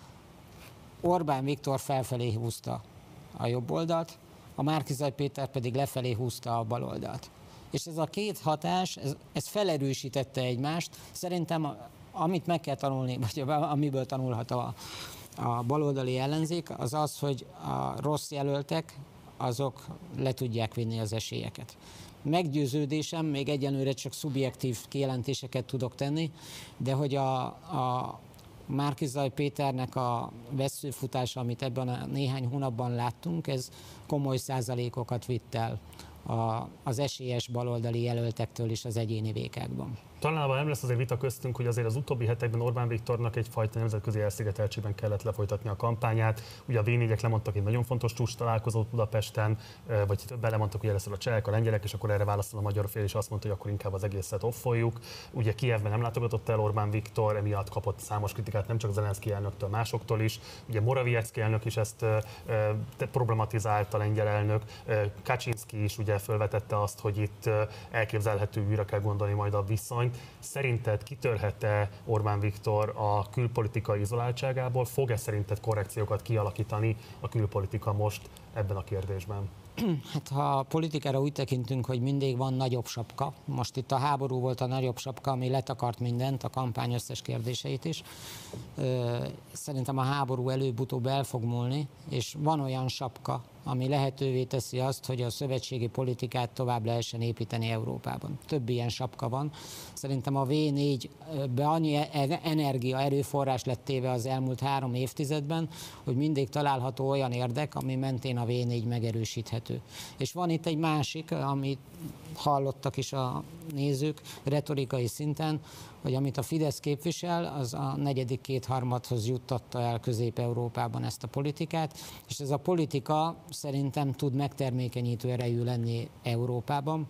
Orbán Viktor felfelé húzta a jobboldalt, a Márki-Zay Péter pedig lefelé húzta a baloldalt. És ez a két hatás, ez, ez felerősítette egymást. Szerintem amit meg kell tanulni, vagy amiből tanulhat a a baloldali ellenzék, az az, hogy a rossz jelöltek, azok le tudják vinni az esélyeket. Meggyőződésem, még egyenlőre csak szubjektív kijelentéseket tudok tenni, de hogy a, a Márki-Zay Péternek a vesszőfutása, amit ebben a néhány hónapban láttunk, ez komoly százalékokat vitt el a, az esélyes baloldali jelöltektől is az egyéni vékákban. Talán nem lesz azért vita köztünk, hogy azért az utóbbi hetekben Orbán Viktornak egyfajta nemzetközi elszigeteltségben kellett lefolytatni a kampányát. Ugye a vé négyek lemondtak egy nagyon fontos csúcs találkozót Budapesten, vagy többen lemondtak, hogy először a csehek, a lengyelek, és akkor erre válaszol a magyar fél, és azt mondta, hogy akkor inkább az egészet offoljuk. Ugye Kijevben nem látogatott el Orbán Viktor, emiatt kapott számos kritikát nem csak Zelenszkij elnöktől, másoktól is. Ugye Morawiecki elnök is ezt e, e, problematizálta, a lengyel elnök. E, Kaczynszki is ugye felvetette azt, hogy itt elképzelhető, újra kell gondolni majd a viszony. Szerinted kitörhet-e Orbán Viktor a külpolitikai izoláltságából? Fog-e szerinted korrekciókat kialakítani a külpolitika most ebben a kérdésben? Hát ha a politikára úgy tekintünk, hogy mindig van nagyobb sapka, most itt a háború volt a nagyobb sapka, ami letakart mindent, a kampány összes kérdéseit is. Szerintem a háború előbb-utóbb el fog múlni, és van olyan sapka, ami lehetővé teszi azt, hogy a szövetségi politikát tovább lehessen építeni Európában. Több ilyen sapka van. Szerintem a vé négybe annyi energia, erőforrás lett téve az elmúlt három évtizedben, hogy mindig található olyan érdek, ami mentén a vé négy megerősíthető. És van itt egy másik, amit hallottak is a nézők retorikai szinten, hogy amit a Fidesz képvisel, az a negyedik kétharmadhoz juttatta el Közép-Európában ezt a politikát, és ez a politika szerintem tud megtermékenyítő erejű lenni Európában.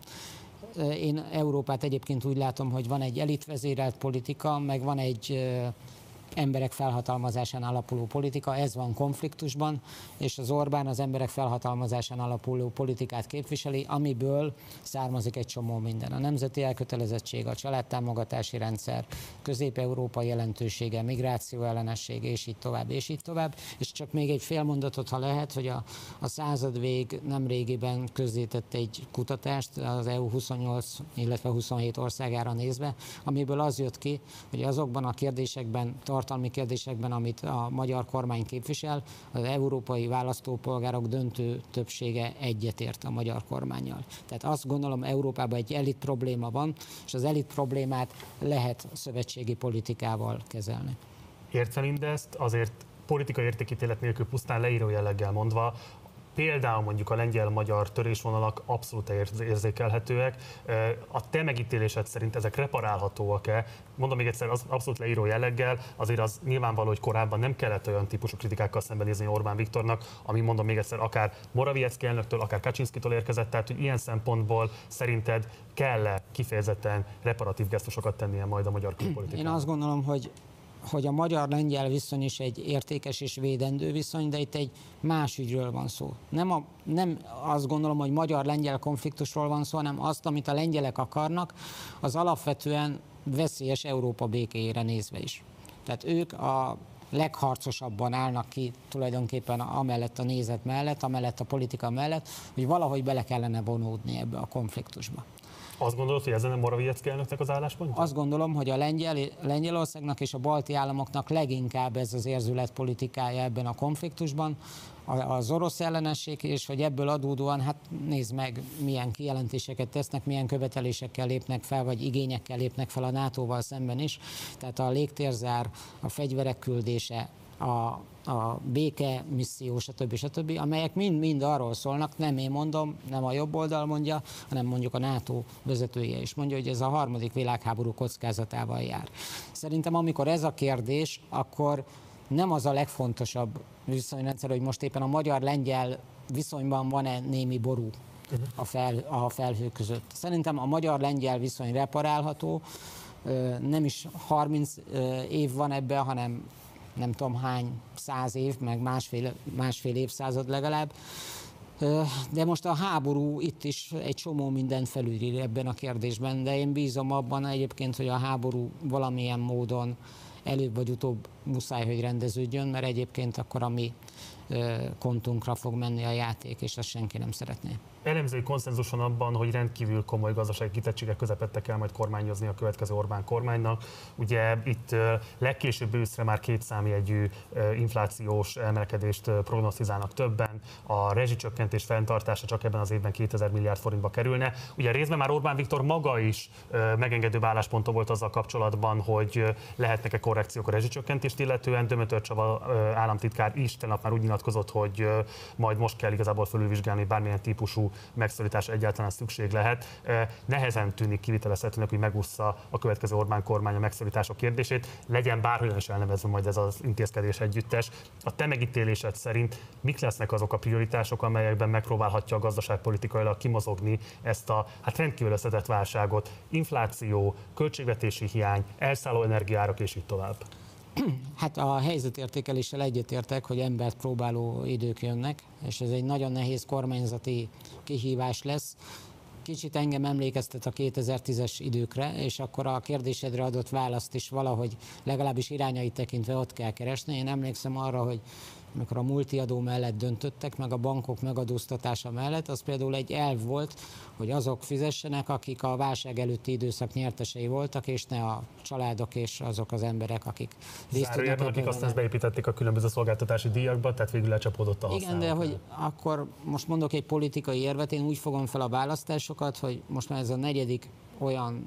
Én Európát egyébként úgy látom, hogy van egy elitvezérelt politika, meg van egy emberek felhatalmazásán alapuló politika, ez van konfliktusban, és az Orbán az emberek felhatalmazásán alapuló politikát képviseli, amiből származik egy csomó minden. A nemzeti elkötelezettség, a családtámogatási rendszer, Közép-Európa jelentősége, migráció ellenesség, és így tovább, és így tovább. És csak még egy fél mondatot, ha lehet, hogy a, a századvég nemrégiben közzétett egy kutatást az é u huszonnyolc, illetve huszonhét országára nézve, amiből az jött ki, hogy azokban a kérdésekben, tartalmi kérdésekben, amit a magyar kormány képvisel, az európai választópolgárok döntő többsége egyetért a magyar kormánnyal. Tehát azt gondolom, Európában egy elit probléma van, és az elit problémát lehet szövetségi politikával kezelni. Értve mindezt, azért politikai értékítélet nélkül pusztán leíró jelleggel mondva, például mondjuk a lengyel-magyar törésvonalak abszolút érzékelhetőek. A te megítélésed szerint ezek reparálhatóak-e? Mondom még egyszer, az abszolút leíró jelleggel, azért az nyilvánvaló, hogy korábban nem kellett olyan típusú kritikákkal szembenézni Orbán Viktornak, ami mondom még egyszer, akár Morawiecki elnöktől, akár Kaczynszkitól érkezett, tehát hogy ilyen szempontból szerinted kell-e kifejezetten reparatív gesztusokat tennie majd a magyar külpolitikának? Én azt gondolom, hogy hogy a magyar-lengyel viszony is egy értékes és védendő viszony, de itt egy más ügyről van szó. Nem, a, nem azt gondolom, hogy magyar-lengyel konfliktusról van szó, hanem azt, amit a lengyelek akarnak, az alapvetően veszélyes Európa békéjére nézve is. Tehát ők a legharcosabban állnak ki tulajdonképpen amellett a nézet mellett, amellett a politika mellett, hogy valahogy bele kellene vonódni ebbe a konfliktusba. Azt gondolod, hogy ezen a Morawiecki elnöknek az álláspontja? Azt gondolom, hogy a Lengyel, Lengyelországnak és a balti államoknak leginkább ez az érzület politikája ebben a konfliktusban, az orosz ellenesség, és hogy ebből adódóan, hát nézd meg, milyen kijelentéseket tesznek, milyen követelésekkel lépnek fel, vagy igényekkel lépnek fel a nátóval szemben is. Tehát a légtérzár, a fegyverek küldése, a, a béke misszió, stb. stb., amelyek mind-mind arról szólnak, nem én mondom, nem a jobb oldal mondja, hanem mondjuk a NATO vezetője is mondja, hogy ez a harmadik világháború kockázatával jár. Szerintem amikor ez a kérdés, akkor nem az a legfontosabb viszonyrendszer, hogy most éppen a magyar-lengyel viszonyban van-e némi ború a, fel, a felhő között. Szerintem a magyar-lengyel viszony reparálható, nem is harminc év van ebben, hanem nem tudom hány száz év, meg másfél, másfél évszázad legalább. De most a háború itt is egy csomó mindent felülír ebben a kérdésben, de én bízom abban egyébként, hogy a háború valamilyen módon előbb vagy utóbb muszáj, hogy rendeződjön, mert egyébként akkor a mi kontunkra fog menni a játék, és azt senki nem szeretné. Elemzői konszenzus van abban, hogy rendkívül komoly gazdasági kitettségek közepette kell majd kormányozni a következő Orbán kormánynak. Ugye itt legkésőbb őszre már két számjegyű inflációs emelkedést prognosztizálnak többen, a rezsicsökkentés fenntartása csak ebben az évben kétezer milliárd forintba kerülne. Ugye részben már Orbán Viktor maga is megengedőbb állásponton volt azzal kapcsolatban, hogy lehetnek-e korrekciók a rezsicsökkentést illetően. Dömötör Csaba államtitkár is tegnap már úgy nyilatkozott, hogy majd most kell igazából fölülvizsgálni, bármilyen típusú megszorítás egyáltalán szükség lehet. Nehezen tűnik kivitelezhetőnek, hogy megúszza a következő Orbán kormány a megszorítások kérdését, legyen bárhogyan is elnevezve majd ez az intézkedés együttes. A te megítélésed szerint mik lesznek azok a prioritások, amelyekben megpróbálhatja a gazdaságpolitikailag kimozogni ezt a hát rendkívül összetett válságot? Infláció, költségvetési hiány, elszálló energiaárak és így tovább. Hát a helyzetértékeléssel egyetértek, hogy embert próbáló idők jönnek, és ez egy nagyon nehéz kormányzati kihívás lesz. Kicsit engem emlékeztet a kétezer-tízes időkre, és akkor a kérdésedre adott választ is valahogy legalábbis irányait tekintve ott kell keresni. Én emlékszem arra, hogy amikor a multiadó mellett döntöttek, meg a bankok megadóztatása mellett, az például egy elv volt, hogy azok fizessenek, akik a válság előtti időszak nyertesei voltak, és ne a családok és azok az emberek, akik részt tudnak. Akik aztán ezt beépítették a különböző szolgáltatási díjakba, tehát végül lecsapódott a használatra. Igen, de hogy akkor most mondok egy politikai érvet, én úgy fogom fel a választásokat, hogy most már ez a negyedik olyan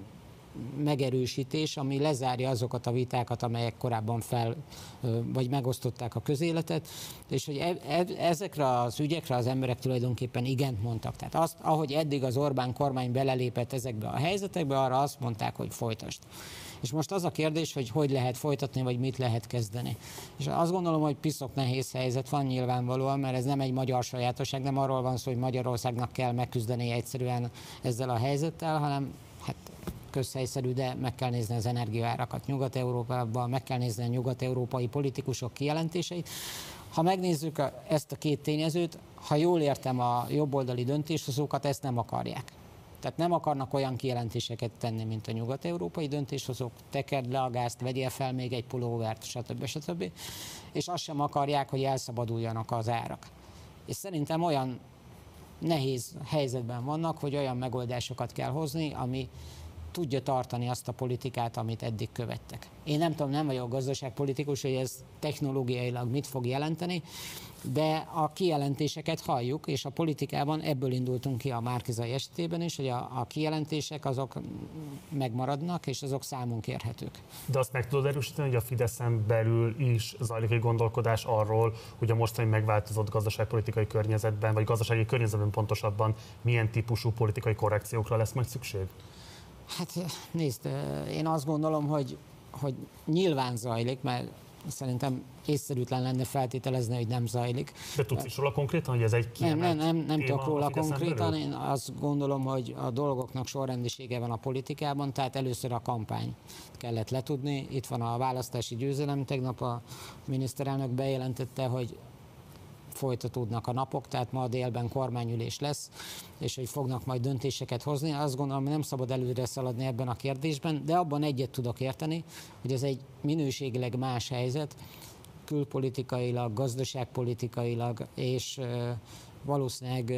megerősítés, ami lezárja azokat a vitákat, amelyek korábban fel, vagy megosztották a közéletet, és hogy e, e, ezekre az ügyekre az emberek tulajdonképpen igent mondtak. Tehát azt, ahogy eddig az Orbán kormány belelépett ezekbe a helyzetekbe, arra azt mondták, hogy folytasd. És most az a kérdés, hogy hogy lehet folytatni, vagy mit lehet kezdeni. És azt gondolom, hogy piszok nehéz helyzet van nyilvánvalóan, mert ez nem egy magyar sajátosság, nem arról van szó, hogy Magyarországnak kell megküzdeni egyszerűen ezzel a helyzettel, hanem hát közhelyszerű, de meg kell nézni az energiaárakat Nyugat-Európában, meg kell nézni a nyugat-európai politikusok kijelentéseit. Ha megnézzük a, ezt a két tényezőt, ha jól értem a jobboldali döntéshozókat, ezt nem akarják. Tehát nem akarnak olyan kijelentéseket tenni, mint a nyugat-európai döntéshozók, tekerd le a gázt, vegyél fel még egy pulóvert, stb. stb. És azt sem akarják, hogy elszabaduljanak az árak. És szerintem olyan nehéz helyzetben vannak, hogy olyan megoldásokat kell hozni, ami tudja tartani azt a politikát, amit eddig követtek. Én nem tudom, nem vagyok gazdaságpolitikus, hogy ez technológiailag mit fog jelenteni, de a kijelentéseket halljuk, és a politikában ebből indultunk ki a Márki-Zay esetében is, hogy a, a kijelentések azok megmaradnak, és azok számon kérhetők. De azt meg tudod erősíteni, hogy a Fideszen belül is zajlik egy gondolkodás arról, hogy a mostani megváltozott gazdaságpolitikai környezetben, vagy gazdasági környezetben pontosabban milyen típusú politikai korrekciókra lesz majd szükség? Hát nézd, én azt gondolom, hogy, hogy nyilván zajlik, mert szerintem észszerűtlen lenne feltételezni, hogy nem zajlik. De tudsz is róla konkrétan, hogy ez egy kiemelt Nem, nem, nem, nem tudok róla konkrétan, belül? én azt gondolom, hogy a dolgoknak sorrendisége van a politikában, tehát először a kampány kellett letudni. Itt van a választási győzelem, tegnap a miniszterelnök bejelentette, hogy folytatódnak a napok, tehát ma délben kormányülés lesz, és hogy fognak majd döntéseket hozni. Azt gondolom, hogy nem szabad előre szaladni ebben a kérdésben, de abban egyet tudok érteni, hogy ez egy minőségileg más helyzet, külpolitikailag, gazdaságpolitikailag, és valószínűleg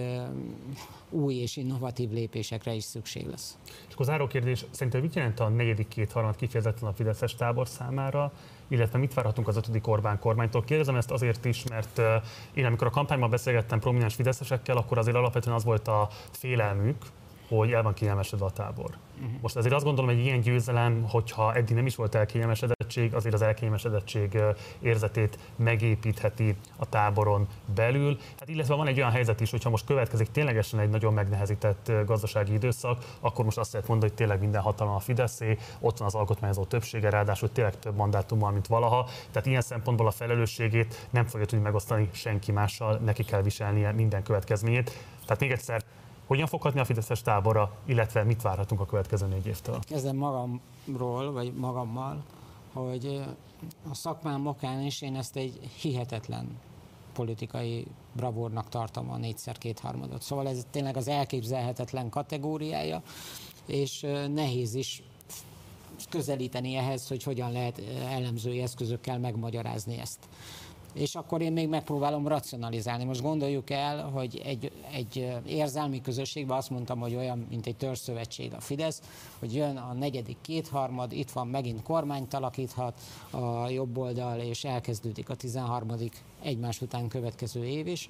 új és innovatív lépésekre is szükség lesz. És akkor záró kérdés, szerintem mit jelent a negyedik kétharmad kifejezetten a fideszes tábor számára, illetve mit várhatunk az ötödik Orbán kormánytól? Kérdezem ezt azért is, mert én amikor a kampányban beszélgettem prominens fideszesekkel, akkor azért alapvetően az volt a félelmük, hogy el van kényelmesedve a tábor. Uh-huh. Most azért azt gondolom, hogy egy ilyen győzelem, hogyha eddig nem is volt elkényelmesedettség, azért az elkényelmesedettség érzetét megépítheti a táboron belül. Hát illetve van egy olyan helyzet is, hogyha most következik ténylegesen egy nagyon megnehezített gazdasági időszak, akkor most azt lehet mondani, hogy tényleg minden hatalom a Fideszé, ott van az alkotmányozó többsége, ráadásul tényleg több mandátummal, mint valaha. Tehát ilyen szempontból a felelősségét nem fogja tudni megosztani senki mással, neki kell viselnie minden következményét. Tehát még egyszer, hogyan fog hatni a fideszes tábora, illetve mit várhatunk a következő négy évtől? Kezdem magamról, vagy magammal, hogy a szakmám okán is én ezt egy hihetetlen politikai bravúrnak tartom a négyszer kétharmadot. Szóval ez tényleg az elképzelhetetlen kategóriája, és nehéz is közelíteni ehhez, hogy hogyan lehet elemzői eszközökkel megmagyarázni ezt. És akkor én még megpróbálom racionalizálni. Most gondoljuk el, hogy egy, egy érzelmi közösségben azt mondtam, hogy olyan, mint egy törzszövetség a Fidesz, hogy jön a negyedik kétharmad, itt van megint kormányt alakíthat a jobb oldal, és elkezdődik a tizenharmadik egymás után következő év is.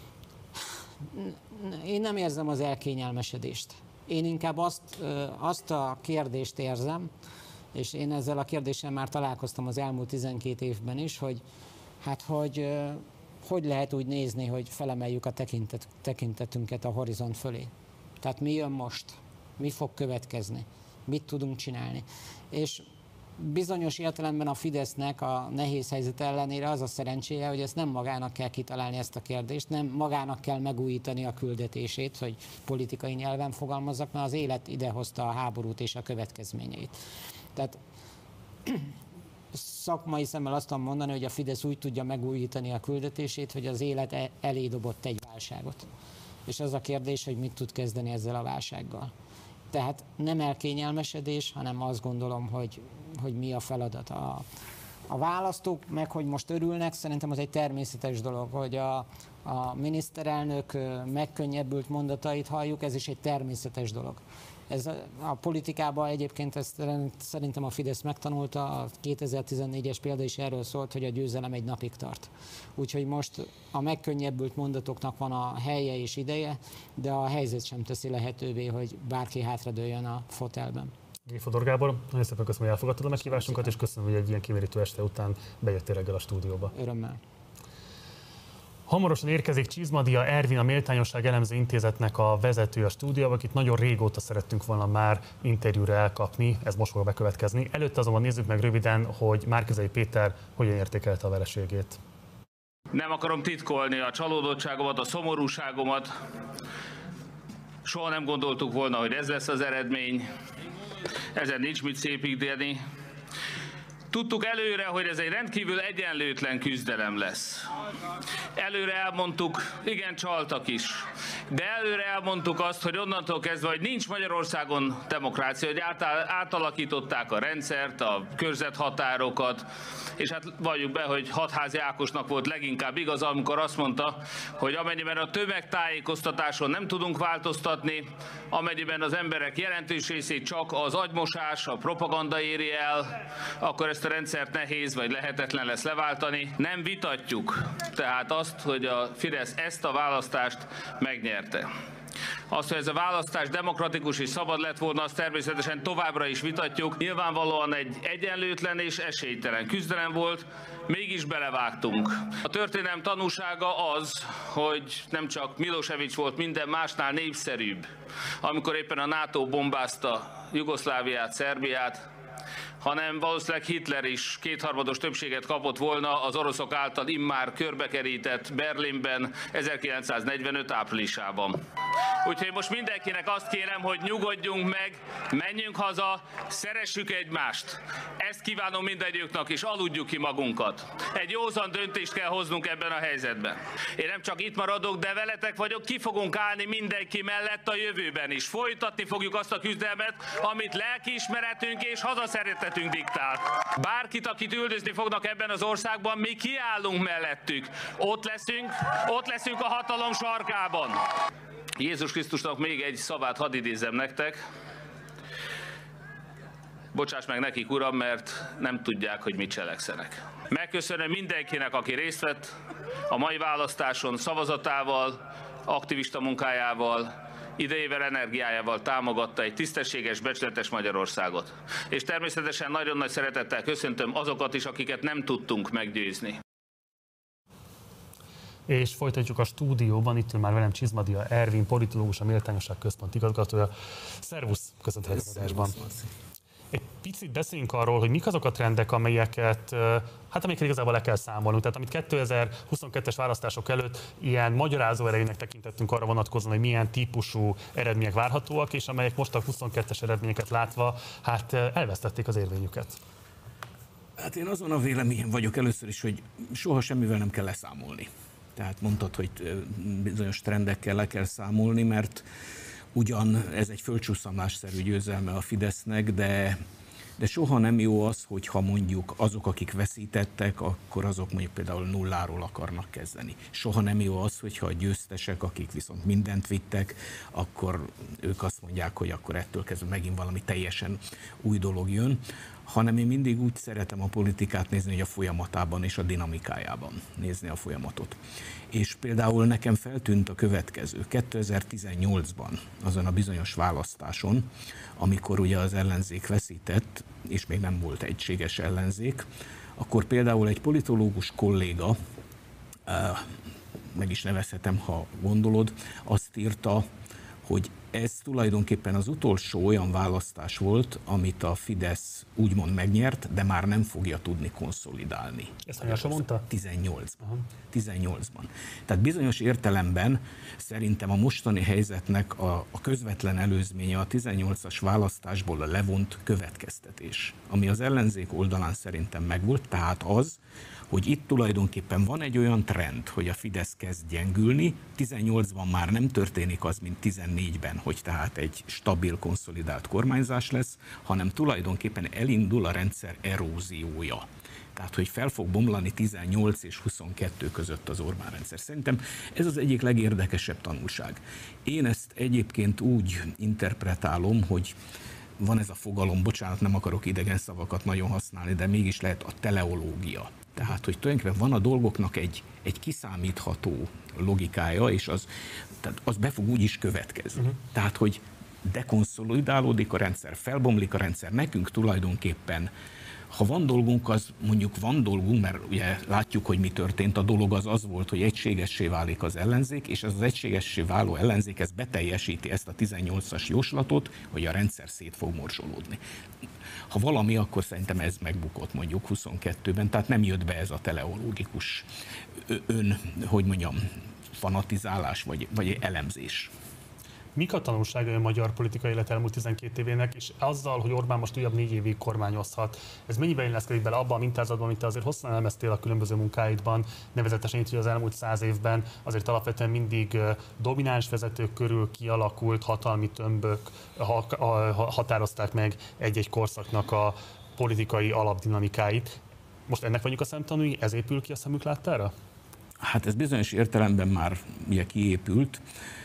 Én nem érzem az elkényelmesedést. Én inkább azt, azt a kérdést érzem, és én ezzel a kérdéssel már találkoztam az elmúlt tizenkét évben is, hogy hát hogy, hogy lehet úgy nézni, hogy felemeljük a tekintet, tekintetünket a horizont fölé. Tehát mi jön most? Mi fog következni? Mit tudunk csinálni? És bizonyos értelemben a Fidesznek a nehéz helyzet ellenére az a szerencséje, hogy ezt nem magának kell kitalálni ezt a kérdést, nem magának kell megújítani a küldetését, hogy politikai nyelven fogalmazzak, mert az élet idehozta a háborút és a következményeit. Tehát szakmai szemmel azt tudom mondani, hogy a Fidesz úgy tudja megújítani a küldetését, hogy az élet elé dobott egy válságot. És az a kérdés, hogy mit tud kezdeni ezzel a válsággal. Tehát nem elkényelmesedés, hanem azt gondolom, hogy, hogy mi a feladat. A, a választók meg, hogy most örülnek, szerintem az egy természetes dolog, hogy a, a miniszterelnök megkönnyebbült mondatait halljuk, ez is egy természetes dolog. Ez a, a politikában egyébként ezt szerintem a Fidesz megtanulta, a kétezer-tizennégyes példa is erről szólt, hogy a győzelem egy napig tart. Úgyhogy most a megkönnyebbült mondatoknak van a helye és ideje, de a helyzet sem teszi lehetővé, hogy bárki hátradőljön a fotelben. G. Fodor Gábor, nagyon szépen köszönöm, hogy elfogadtad a meghívásunkat, és köszönöm, hogy egy ilyen kimérítő este után bejöttél reggel a stúdióba. Örömmel. Hamarosan érkezik Csizmadia Ervin, a Méltányosság Elemző Intézetnek a vezetője a stúdióba, akit nagyon régóta szerettünk volna már interjúra elkapni, ez most fog bekövetkezni. Előtte azonban nézzük meg röviden, hogy Márki-Zay Péter hogyan értékelte a vereségét. Nem akarom titkolni a csalódottságomat, a szomorúságomat. Soha nem gondoltuk volna, hogy ez lesz az eredmény. Ezen nincs mit szépíteni. Tudtuk előre, hogy ez egy rendkívül egyenlőtlen küzdelem lesz. Előre elmondtuk, igen, csaltak is, de előre elmondtuk azt, hogy onnantól kezdve, hogy nincs Magyarországon demokrácia, hogy átalakították a rendszert, a körzethatárokat, és hát valljuk be, hogy Hatházi Ákosnak volt leginkább igaz, amikor azt mondta, hogy amennyiben a tömegtájékoztatáson nem tudunk változtatni, amennyiben az emberek jelentős részét csak az agymosás, a propaganda éri el, akkor ezt a rendszert nehéz vagy lehetetlen lesz leváltani. Nem vitatjuk tehát azt, hogy a Fidesz ezt a választást megnyerte. Azt, hogy ez a választás demokratikus és szabad lett volna, azt természetesen továbbra is vitatjuk. Nyilvánvalóan egy egyenlőtlen és esélytelen küzdelem volt, mégis belevágtunk. A történelem tanúsága az, hogy nem csak Milosevic volt minden másnál népszerűbb, amikor éppen a NATO bombázta Jugoszláviát, Szerbiát, hanem valószínűleg Hitler is kétharmados többséget kapott volna az oroszok által immár körbekerített Berlinben ezerkilencszáznegyvenöt áprilisában. Úgyhogy most mindenkinek azt kérem, hogy nyugodjunk meg, menjünk haza, szeressük egymást. Ezt kívánom mindegyiknek, és aludjuk ki magunkat. Egy józan döntést kell hoznunk ebben a helyzetben. Én nem csak itt maradok, de veletek vagyok, ki fogunk állni mindenki mellett a jövőben is. Folytatni fogjuk azt a küzdelmet, amit lelkiismeretünk és hazaszeretetünk diktál. Bárkit, akit üldözni fognak ebben az országban, mi kiállunk mellettük. Ott leszünk, ott leszünk a hatalom sarkában. Jézus Krisztusnak még egy szavát hadd idézzem nektek. Bocsáss meg nekik, Uram, mert nem tudják, hogy mit cselekszenek. Megköszönöm mindenkinek, aki részt vett a mai választáson szavazatával, aktivista munkájával, idejével, energiájával támogatta egy tisztességes, becsületes Magyarországot. És természetesen nagyon nagy szeretettel köszöntöm azokat is, akiket nem tudtunk meggyőzni. És folytatjuk a stúdióban, itt már velem Csizmadia Ervin, politológus, a Méltányosság Központ igazgatója. Szervusz, köszöntelek az adásban. Egy picit beszéljünk arról, hogy mik azok a trendek, amelyeket, hát amiket igazából le kell számolnunk. Tehát amit kétezer-huszonkettes választások előtt ilyen magyarázó erejének tekintettünk arra vonatkozóan, hogy milyen típusú eredmények várhatóak, és amelyek most a huszonkettes eredményeket látva, hát elvesztették az érvényüket. Hát én azon a véleményen vagyok először is, hogy soha semmivel nem kell leszámolni. Tehát mondtad, hogy bizonyos trendekkel le kell számolni, mert ugyan ez egy földcsúszamlásszerű győzelme a Fidesznek, de de soha nem jó az, hogyha mondjuk azok, akik veszítettek, akkor azok mondjuk például nulláról akarnak kezdeni. Soha nem jó az, hogyha a győztesek, akik viszont mindent vittek, akkor ők azt mondják, hogy akkor ettől kezdve megint valami teljesen új dolog jön, hanem én mindig úgy szeretem a politikát nézni, hogy a folyamatában és a dinamikájában nézni a folyamatot. És például nekem feltűnt a következő. kétezer-tizennyolcban, azon a bizonyos választáson, amikor ugye az ellenzék veszített, és még nem volt egységes ellenzék, akkor például egy politológus kolléga, meg is nevezhetem, ha gondolod, azt írta, hogy ez tulajdonképpen az utolsó olyan választás volt, amit a Fidesz úgymond megnyert, de már nem fogja tudni konszolidálni. Ezt hanyasra mondta? tizennyolcban. tizennyolcban. Tehát bizonyos értelemben szerintem a mostani helyzetnek a, a közvetlen előzménye a tizennyolcas választásból a levont következtetés, ami az ellenzék oldalán szerintem megvolt, tehát az, hogy itt tulajdonképpen van egy olyan trend, hogy a Fidesz kezd gyengülni, tizennyolcban már nem történik az, mint tizennégyben, hogy tehát egy stabil, konszolidált kormányzás lesz, hanem tulajdonképpen elindul a rendszer eróziója. Tehát, hogy fel fog bomlani tizennyolc és huszonkettő között az Orbán rendszer. Szerintem ez az egyik legérdekesebb tanulság. Én ezt egyébként úgy interpretálom, hogy van ez a fogalom, bocsánat, nem akarok idegen szavakat nagyon használni, de mégis lehet a teleológia. Tehát, hogy tulajdonképpen van a dolgoknak egy, egy kiszámítható logikája, és az, tehát az be fog úgy is következni. Uh-huh. Tehát, hogy dekonszolidálódik a rendszer, felbomlik a rendszer, nekünk tulajdonképpen, ha van dolgunk, az mondjuk van dolgunk, mert ugye látjuk, hogy mi történt, a dolog az az volt, hogy egységessé válik az ellenzék, és ez az egységessé váló ellenzék, ez beteljesíti ezt a tizennyolcas jóslatot, hogy a rendszer szét fog morzsolódni. Ha valami, akkor szerintem ez megbukott mondjuk huszonkettőben, tehát nem jött be ez a teleológikus ön, hogy mondjam, fanatizálás vagy, vagy elemzés. Mik a tanulságai a magyar politikai élet elmúlt tizenkét évének, és azzal, hogy Orbán most újabb négy évig kormányozhat, ez mennyiben illeszkedik bele abban a mintázatban, amit te azért hosszan elemeztél a különböző munkáidban, nevezetesen itt, hogy az elmúlt száz évben azért alapvetően mindig domináns vezetők körül kialakult hatalmi tömbök határozták meg egy-egy korszaknak a politikai alapdinamikáit. Most ennek vagyunk a szemtanúi, ez épül ki a szemük láttára? Hát ez bizonyos értelemben már ugye kiépült.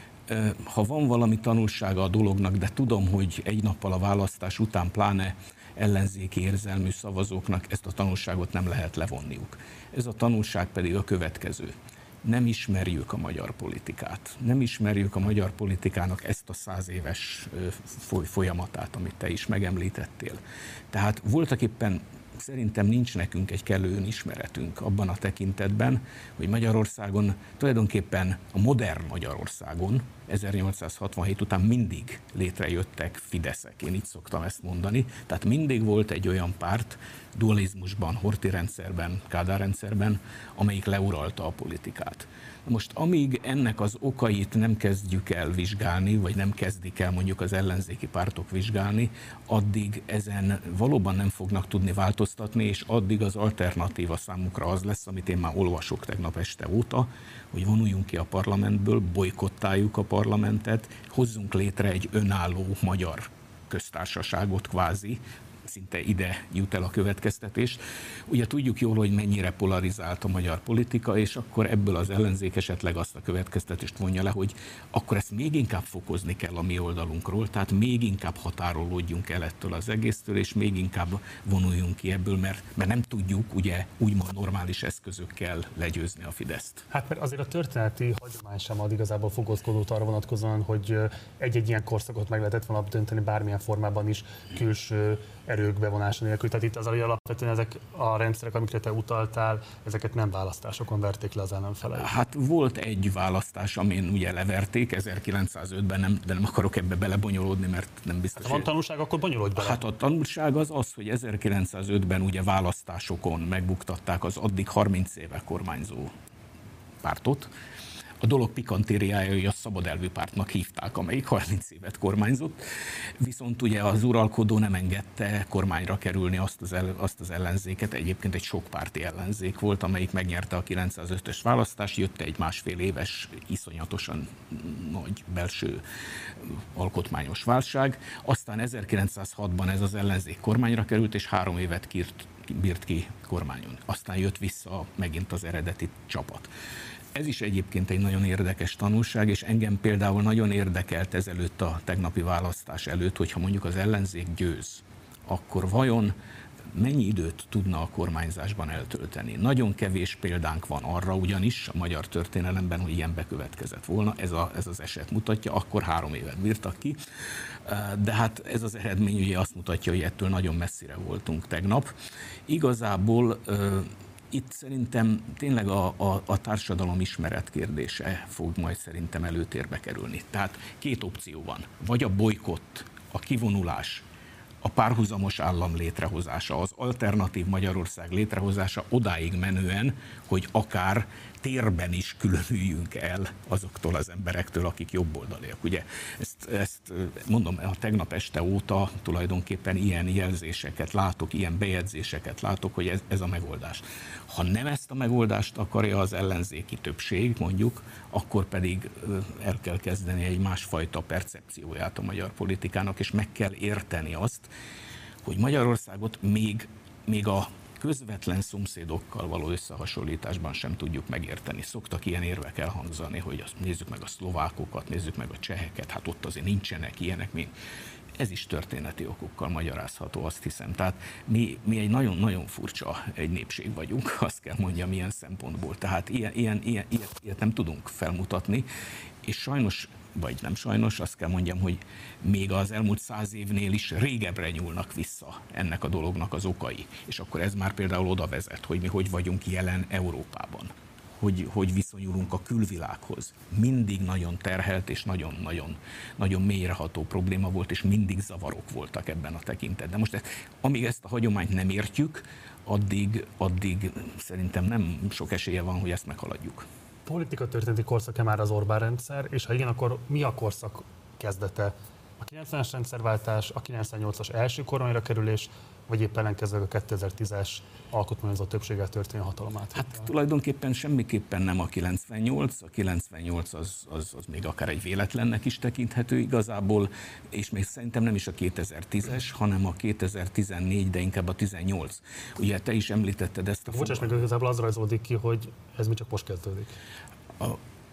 Ha van valami tanulsága a dolognak, de tudom, hogy egy nappal a választás után pláne ellenzéki érzelmű szavazóknak ezt a tanulságot nem lehet levonniuk. Ez a tanulság pedig a következő. Nem ismerjük a magyar politikát. Nem ismerjük a magyar politikának ezt a száz éves folyamatát, amit te is megemlítettél. Tehát voltak éppen szerintem nincs nekünk egy kellő önismeretünk abban a tekintetben, hogy Magyarországon, tulajdonképpen a modern Magyarországon ezernyolcszázhatvanhét után mindig létrejöttek fideszek. Én így szoktam ezt mondani. Tehát mindig volt egy olyan párt, dualizmusban, Horthy rendszerben, Kádár rendszerben, amelyik leuralta a politikát. Most amíg ennek az okait nem kezdjük el vizsgálni, vagy nem kezdik el mondjuk az ellenzéki pártok vizsgálni, addig ezen valóban nem fognak tudni változtatni, és addig az alternatíva számukra az lesz, amit én már olvasok tegnap este óta, hogy vonuljunk ki a parlamentből, bojkottáljuk a parlamentet, hozzunk létre egy önálló magyar köztársaságot kvázi, szinte ide jut el a következtetés. Ugye tudjuk jól, hogy mennyire polarizált a magyar politika, és akkor ebből az ellenzék esetleg azt a következtetést vonja le, hogy akkor ezt még inkább fokozni kell a mi oldalunkról, tehát még inkább határolódjunk el ettől az egésztől, és még inkább vonuljunk ki ebből, mert, mert nem tudjuk ugye úgymond normális eszközökkel legyőzni a Fideszt. Hát mert azért a történeti hagyomány sem ad igazából fogózkodót arra vonatkozóan, hogy egy-egy ilyen korszakot meg lehetett volna dönteni bármilyen formában is külső erők bevonása nélkül. Tehát itt az, hogy alapvetően ezek a rendszerek, amikre te utaltál, ezeket nem választásokon verték le az ellenfeleit. Hát volt egy választás, amin ugye leverték, ezerkilencszázötben, nem, de nem akarok ebbe belebonyolódni, mert nem biztos. Hát, ha van tanulság, akkor bonyolódj bele. Hát a tanulság az az, hogy ezerkilencszázötben ugye választásokon megbuktatták az addig harminc éve kormányzó pártot, A dolog pikantériája, hogy a szabadelvű pártnak hívták, amelyik harminc évet kormányzott, viszont ugye az uralkodó nem engedte kormányra kerülni azt az, el, azt az ellenzéket, egyébként egy sokpárti ellenzék volt, amelyik megnyerte a kilencszázötös választást, jött egy másfél éves, iszonyatosan nagy belső alkotmányos válság, aztán ezerkilencszázhatban ez az ellenzék kormányra került, és három évet kírt, bírt ki kormányon. Aztán jött vissza megint az eredeti csapat. Ez is egyébként egy nagyon érdekes tanulság, és engem például nagyon érdekelt ezelőtt a tegnapi választás előtt, hogyha mondjuk az ellenzék győz, akkor vajon mennyi időt tudna a kormányzásban eltölteni? Nagyon kevés példánk van arra ugyanis a magyar történelemben, hogy ilyen bekövetkezett volna. Ez, a, ez az eset mutatja, akkor három évet bírtak ki. De hát ez az eredmény ugye azt mutatja, hogy ettől nagyon messzire voltunk tegnap. Igazából itt szerintem tényleg a, a, a társadalom ismeret kérdése fog majd szerintem előtérbe kerülni. Tehát két opció van. Vagy a bolykott, a kivonulás, a párhuzamos állam létrehozása, az alternatív Magyarország létrehozása odáig menően, hogy akár térben is különüljünk el azoktól az emberektől, akik jobboldaliak. Ugye ezt, ezt mondom, a tegnap este óta tulajdonképpen ilyen jelzéseket látok, ilyen bejegyzéseket látok, hogy ez, ez a megoldás. Ha nem ezt a megoldást akarja az ellenzéki többség, mondjuk, akkor pedig el kell kezdeni egy másfajta percepcióját a magyar politikának, és meg kell érteni azt, hogy Magyarországot még, még a közvetlen szomszédokkal való összehasonlításban sem tudjuk megérteni. Szoktak ilyen érvek elhangzani, hogy azt nézzük meg a szlovákokat, nézzük meg a cseheket, hát ott azért nincsenek ilyenek, mint. Ez is történeti okokkal magyarázható, azt hiszem. Tehát mi, mi egy nagyon-nagyon furcsa egy népség vagyunk, azt kell mondjam ilyen szempontból. Tehát ilyen, ilyen, ilyen, ilyet, ilyet nem tudunk felmutatni, és sajnos, vagy nem sajnos, azt kell mondjam, hogy még az elmúlt száz évnél is régebbre nyúlnak vissza ennek a dolognak az okai. És akkor ez már például oda vezet, hogy mi hogy vagyunk jelen Európában. Hogy, hogy viszonyulunk a külvilághoz. Mindig nagyon terhelt és nagyon-nagyon nagyon mélyreható probléma volt, és mindig zavarok voltak ebben a tekintetben. Most ezt, amíg ezt a hagyományt nem értjük, addig, addig szerintem nem sok esélye van, hogy ezt meghaladjuk. Politika történeti korszak-e már az Orbán rendszer, és ha igen, akkor mi a korszak kezdete? A kilencvenes rendszerváltás, a kilencvennyolcas első kormányra kerülés, vagy épp ellenkezőleg a kétezer-tízes alkotmányozó többséggel történő hatalom át? Hát tulajdonképpen semmiképpen nem a kilencvennyolc, a kilencvennyolc az, az, az még akár egy véletlennek is tekinthető igazából, és még szerintem nem is a kétezer-tízes, hanem a kétezer-tizennégy, de inkább a tizennyolc. Ugye te is említetted ezt a Bocsáss meg, igazából az rajzolódik ki, hogy ez mi csak most kezdődik. A,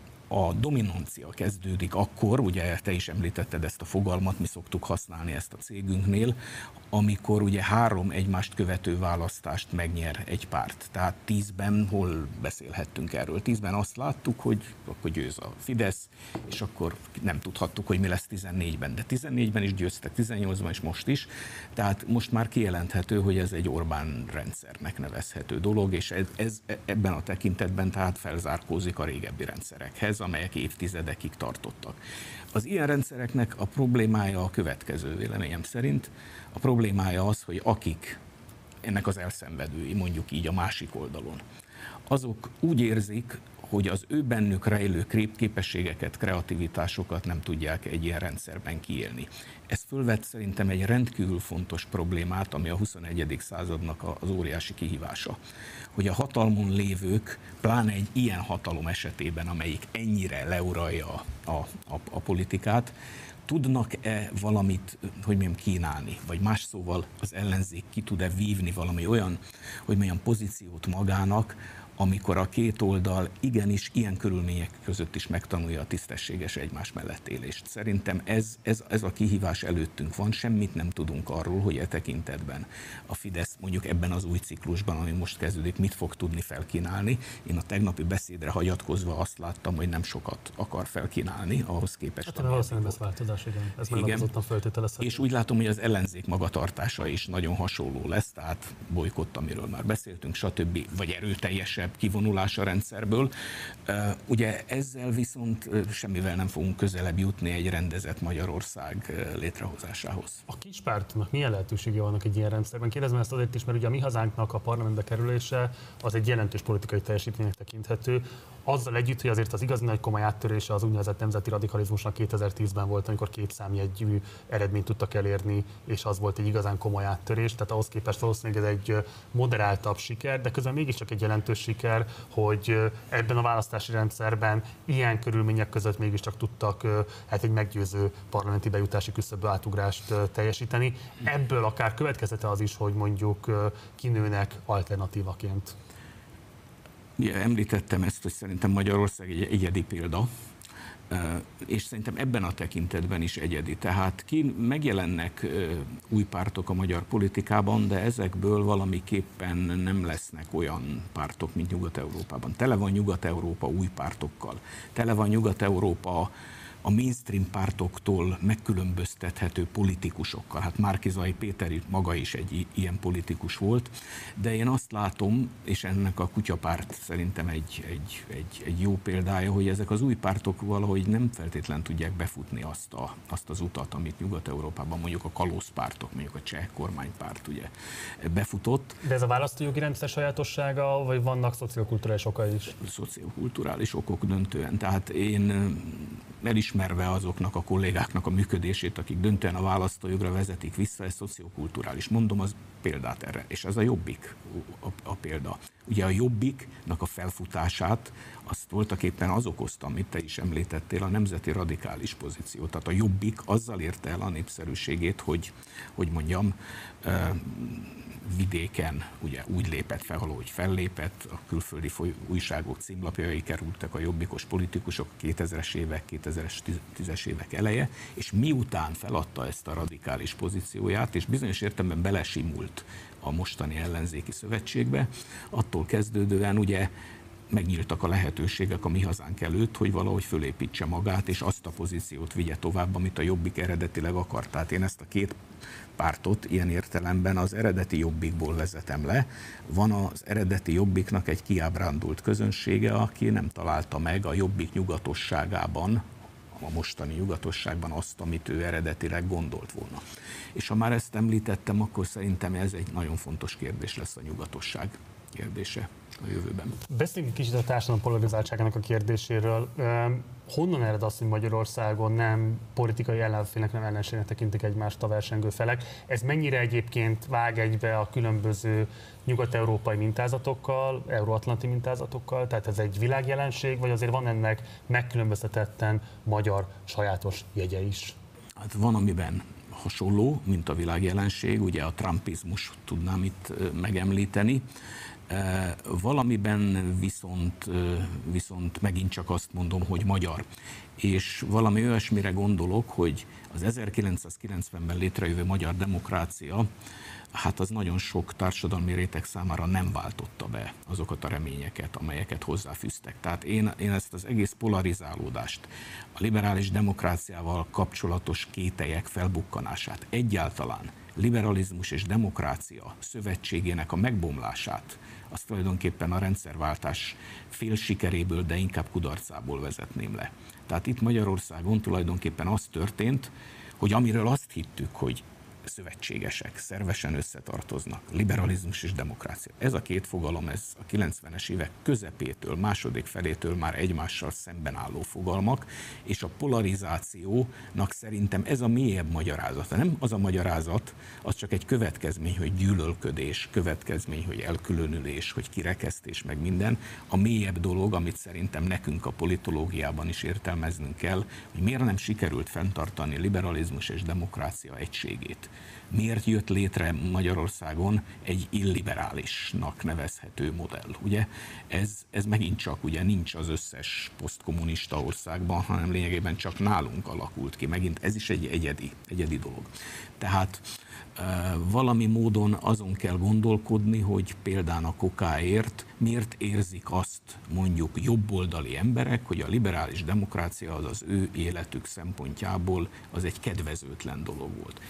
A dominancia kezdődik akkor, ugye te is említetted ezt a fogalmat, mi szoktuk használni ezt a cégünknél, amikor ugye három egymást követő választást megnyer egy párt. Tehát tízben hol beszélhettünk erről? Tízben azt láttuk, hogy akkor győz a Fidesz, és akkor nem tudhattuk, hogy mi lesz tizennégyben. De tizennégyben is győztek, tizennyolcban is most is. Tehát most már kijelenthető, hogy ez egy Orbán rendszernek nevezhető dolog, és ez, ez ebben a tekintetben tehát felzárkózik a régebbi rendszerekhez, amelyek évtizedekig tartottak. Az ilyen rendszereknek a problémája a következő véleményem szerint. A problémája az, hogy akik ennek az elszenvedői, mondjuk így a másik oldalon, azok úgy érzik, hogy az ő bennük rejlő képességeket, kreativitásokat nem tudják egy ilyen rendszerben kiélni. Ez fölvet szerintem egy rendkívül fontos problémát, ami a huszonegyedik századnak az óriási kihívása. Hogy a hatalmon lévők, pláne egy ilyen hatalom esetében, amelyik ennyire leuralja a, a, a politikát, tudnak-e valamit, hogy mondjam, kínálni, vagy más szóval az ellenzék ki tud-e vívni valami olyan, hogy mondjam, pozíciót magának, amikor a két oldal igenis ilyen körülmények között is megtanulja a tisztességes egymás mellett élést. Szerintem ez, ez, ez a kihívás előttünk van, semmit nem tudunk arról, hogy e tekintetben a Fidesz mondjuk ebben az új ciklusban, ami most kezdődik, mit fog tudni felkínálni. Én a tegnapi beszédre hagyatkozva azt láttam, hogy nem sokat akar felkínálni, ahhoz képest. Hát valószínűleg lesz változás, igen. Ez megalapozottan feltételezhető. És úgy látom, hogy az ellenzék magatartása is nagyon hasonló lesz, tehát bolykott, amiről már beszéltünk, stb. Vagy erőteljesebb kivonulás a rendszerből. Ugye ezzel viszont semmivel nem fogunk közelebb jutni egy rendezett Magyarország létrehozásához. A kispártnak milyen lehetősége vannak egy ilyen rendszerben? Kérdezem ezt azért is, mert ugye a Mi Hazánknak a parlamentbe kerülése az egy jelentős politikai teljesítménynek tekinthető. azzal együtt, hogy azért az igazi nagy komoly áttörése az úgynevezett nemzeti radikalizmusnak kétezer-tízben volt, amikor két számjegyű eredményt tudtak elérni, és az volt egy igazán komoly áttörés, tehát ahhoz képest valószínűleg ez egy moderáltabb siker, de közben mégiscsak egy jelentős siker, hogy ebben a választási rendszerben ilyen körülmények között mégiscsak tudtak hát egy meggyőző parlamenti bejutási küszöbbe átugrást teljesíteni. Ebből akár következete az is, hogy mondjuk kinőnek alternatívaként. Ja, említettem ezt, hogy szerintem Magyarország egy egyedi példa, és szerintem ebben a tekintetben is egyedi. Tehát ki megjelennek új pártok a magyar politikában, de ezekből valamiképpen nem lesznek olyan pártok, mint Nyugat-Európában. Tele van Nyugat-Európa új pártokkal. Tele van Nyugat-Európa a mainstream pártoktól megkülönböztethető politikusokkal. Hát Márki-Zay Péter maga is egy ilyen politikus volt, de én azt látom, és ennek a kutyapárt szerintem egy, egy, egy, egy jó példája, hogy ezek az új pártok valahogy nem feltétlen tudják befutni azt, a, azt az utat, amit Nyugat-Európában mondjuk a kalózpártok, mondjuk a cseh kormánypárt ugye befutott. De ez a választójogi rendszer sajátossága, vagy vannak szociokulturális okai is? Szociokulturális okok döntően. Tehát én elismerve azoknak a kollégáknak a működését, akik döntően a választójogra vezetik vissza, ez szociokulturális. Mondom az példát erre, és ez a Jobbik a, a példa. Ugye a Jobbiknak a felfutását azt voltaképpen az okozta, amit te is említettél, a nemzeti radikális pozíció. Tehát a Jobbik azzal érte el a népszerűségét, hogy, hogy mondjam, vidéken ugye úgy lépett fel, valahogy fellépett, a külföldi foly- újságok címlapjai kerültek a jobbikos politikusok kétezres évek, kétezer-tízes évek eleje, és miután feladta ezt a radikális pozícióját, és bizonyos értelemben belesimult a mostani ellenzéki szövetségbe, attól kezdődően ugye megnyíltak a lehetőségek a mi hazánk előtt, hogy valahogy fölépítse magát, és azt a pozíciót vigye tovább, amit a Jobbik eredetileg akart. Tehát én ezt a két pártot ilyen értelemben az eredeti Jobbikból vezetem le. Van az eredeti Jobbiknak egy kiábrándult közönsége, aki nem találta meg a Jobbik nyugatosságában, a mostani nyugatosságban azt, amit ő eredetileg gondolt volna. És ha már ezt említettem, akkor szerintem ez egy nagyon fontos kérdés lesz a nyugatosság kérdése a jövőben. Beszéljünk kicsit a társadalom polarizáltságának a kérdéséről. Honnan ered az, hogy Magyarországon nem politikai ellenfélnek, nem ellenségnek tekintik egymást a versengő felek? Ez mennyire egyébként vág egybe a különböző nyugat-európai mintázatokkal, euróatlanti mintázatokkal? Tehát ez egy világjelenség, vagy azért van ennek megkülönböztetetten magyar sajátos jegye is? Hát van, amiben hasonló, mint a világjelenség, ugye a trumpizmus tudnám itt megemlíteni. Valamiben viszont, viszont megint csak azt mondom, hogy magyar. És valami olyasmire gondolok, hogy az ezerkilencszázkilencvenben létrejövő magyar demokrácia, hát az nagyon sok társadalmi réteg számára nem váltotta be azokat a reményeket, amelyeket hozzáfűztek. Tehát én, én ezt az egész polarizálódást, a liberális demokráciával kapcsolatos kételyek felbukkanását, egyáltalán liberalizmus és demokrácia szövetségének a megbomlását, azt tulajdonképpen a rendszerváltás fél sikeréből, de inkább kudarcából vezetném le. Tehát itt Magyarországon tulajdonképpen az történt, hogy amiről azt hittük, hogy szövetségesek, szervesen összetartoznak, liberalizmus és demokrácia. Ez a két fogalom, ez a kilencvenes évek közepétől, második felétől már egymással szemben álló fogalmak, és a polarizációnak szerintem ez a mélyebb magyarázata. Nem az a magyarázat, az csak egy következmény, hogy gyűlölködés, következmény, hogy elkülönülés, hogy kirekesztés, meg minden. A mélyebb dolog, amit szerintem nekünk a politológiában is értelmeznünk kell, hogy miért nem sikerült fenntartani liberalizmus és demokrácia egységét. Miért jött létre Magyarországon egy illiberálisnak nevezhető modell? Ugye ez, ez megint csak ugye nincs az összes posztkommunista országban, hanem lényegében csak nálunk alakult ki. Megint ez is egy egyedi, egyedi dolog. Tehát e, valami módon azon kell gondolkodni, hogy például a kokáért miért érzik azt mondjuk jobboldali emberek, hogy a liberális demokrácia az az ő életük szempontjából az egy kedvezőtlen dolog volt. Miért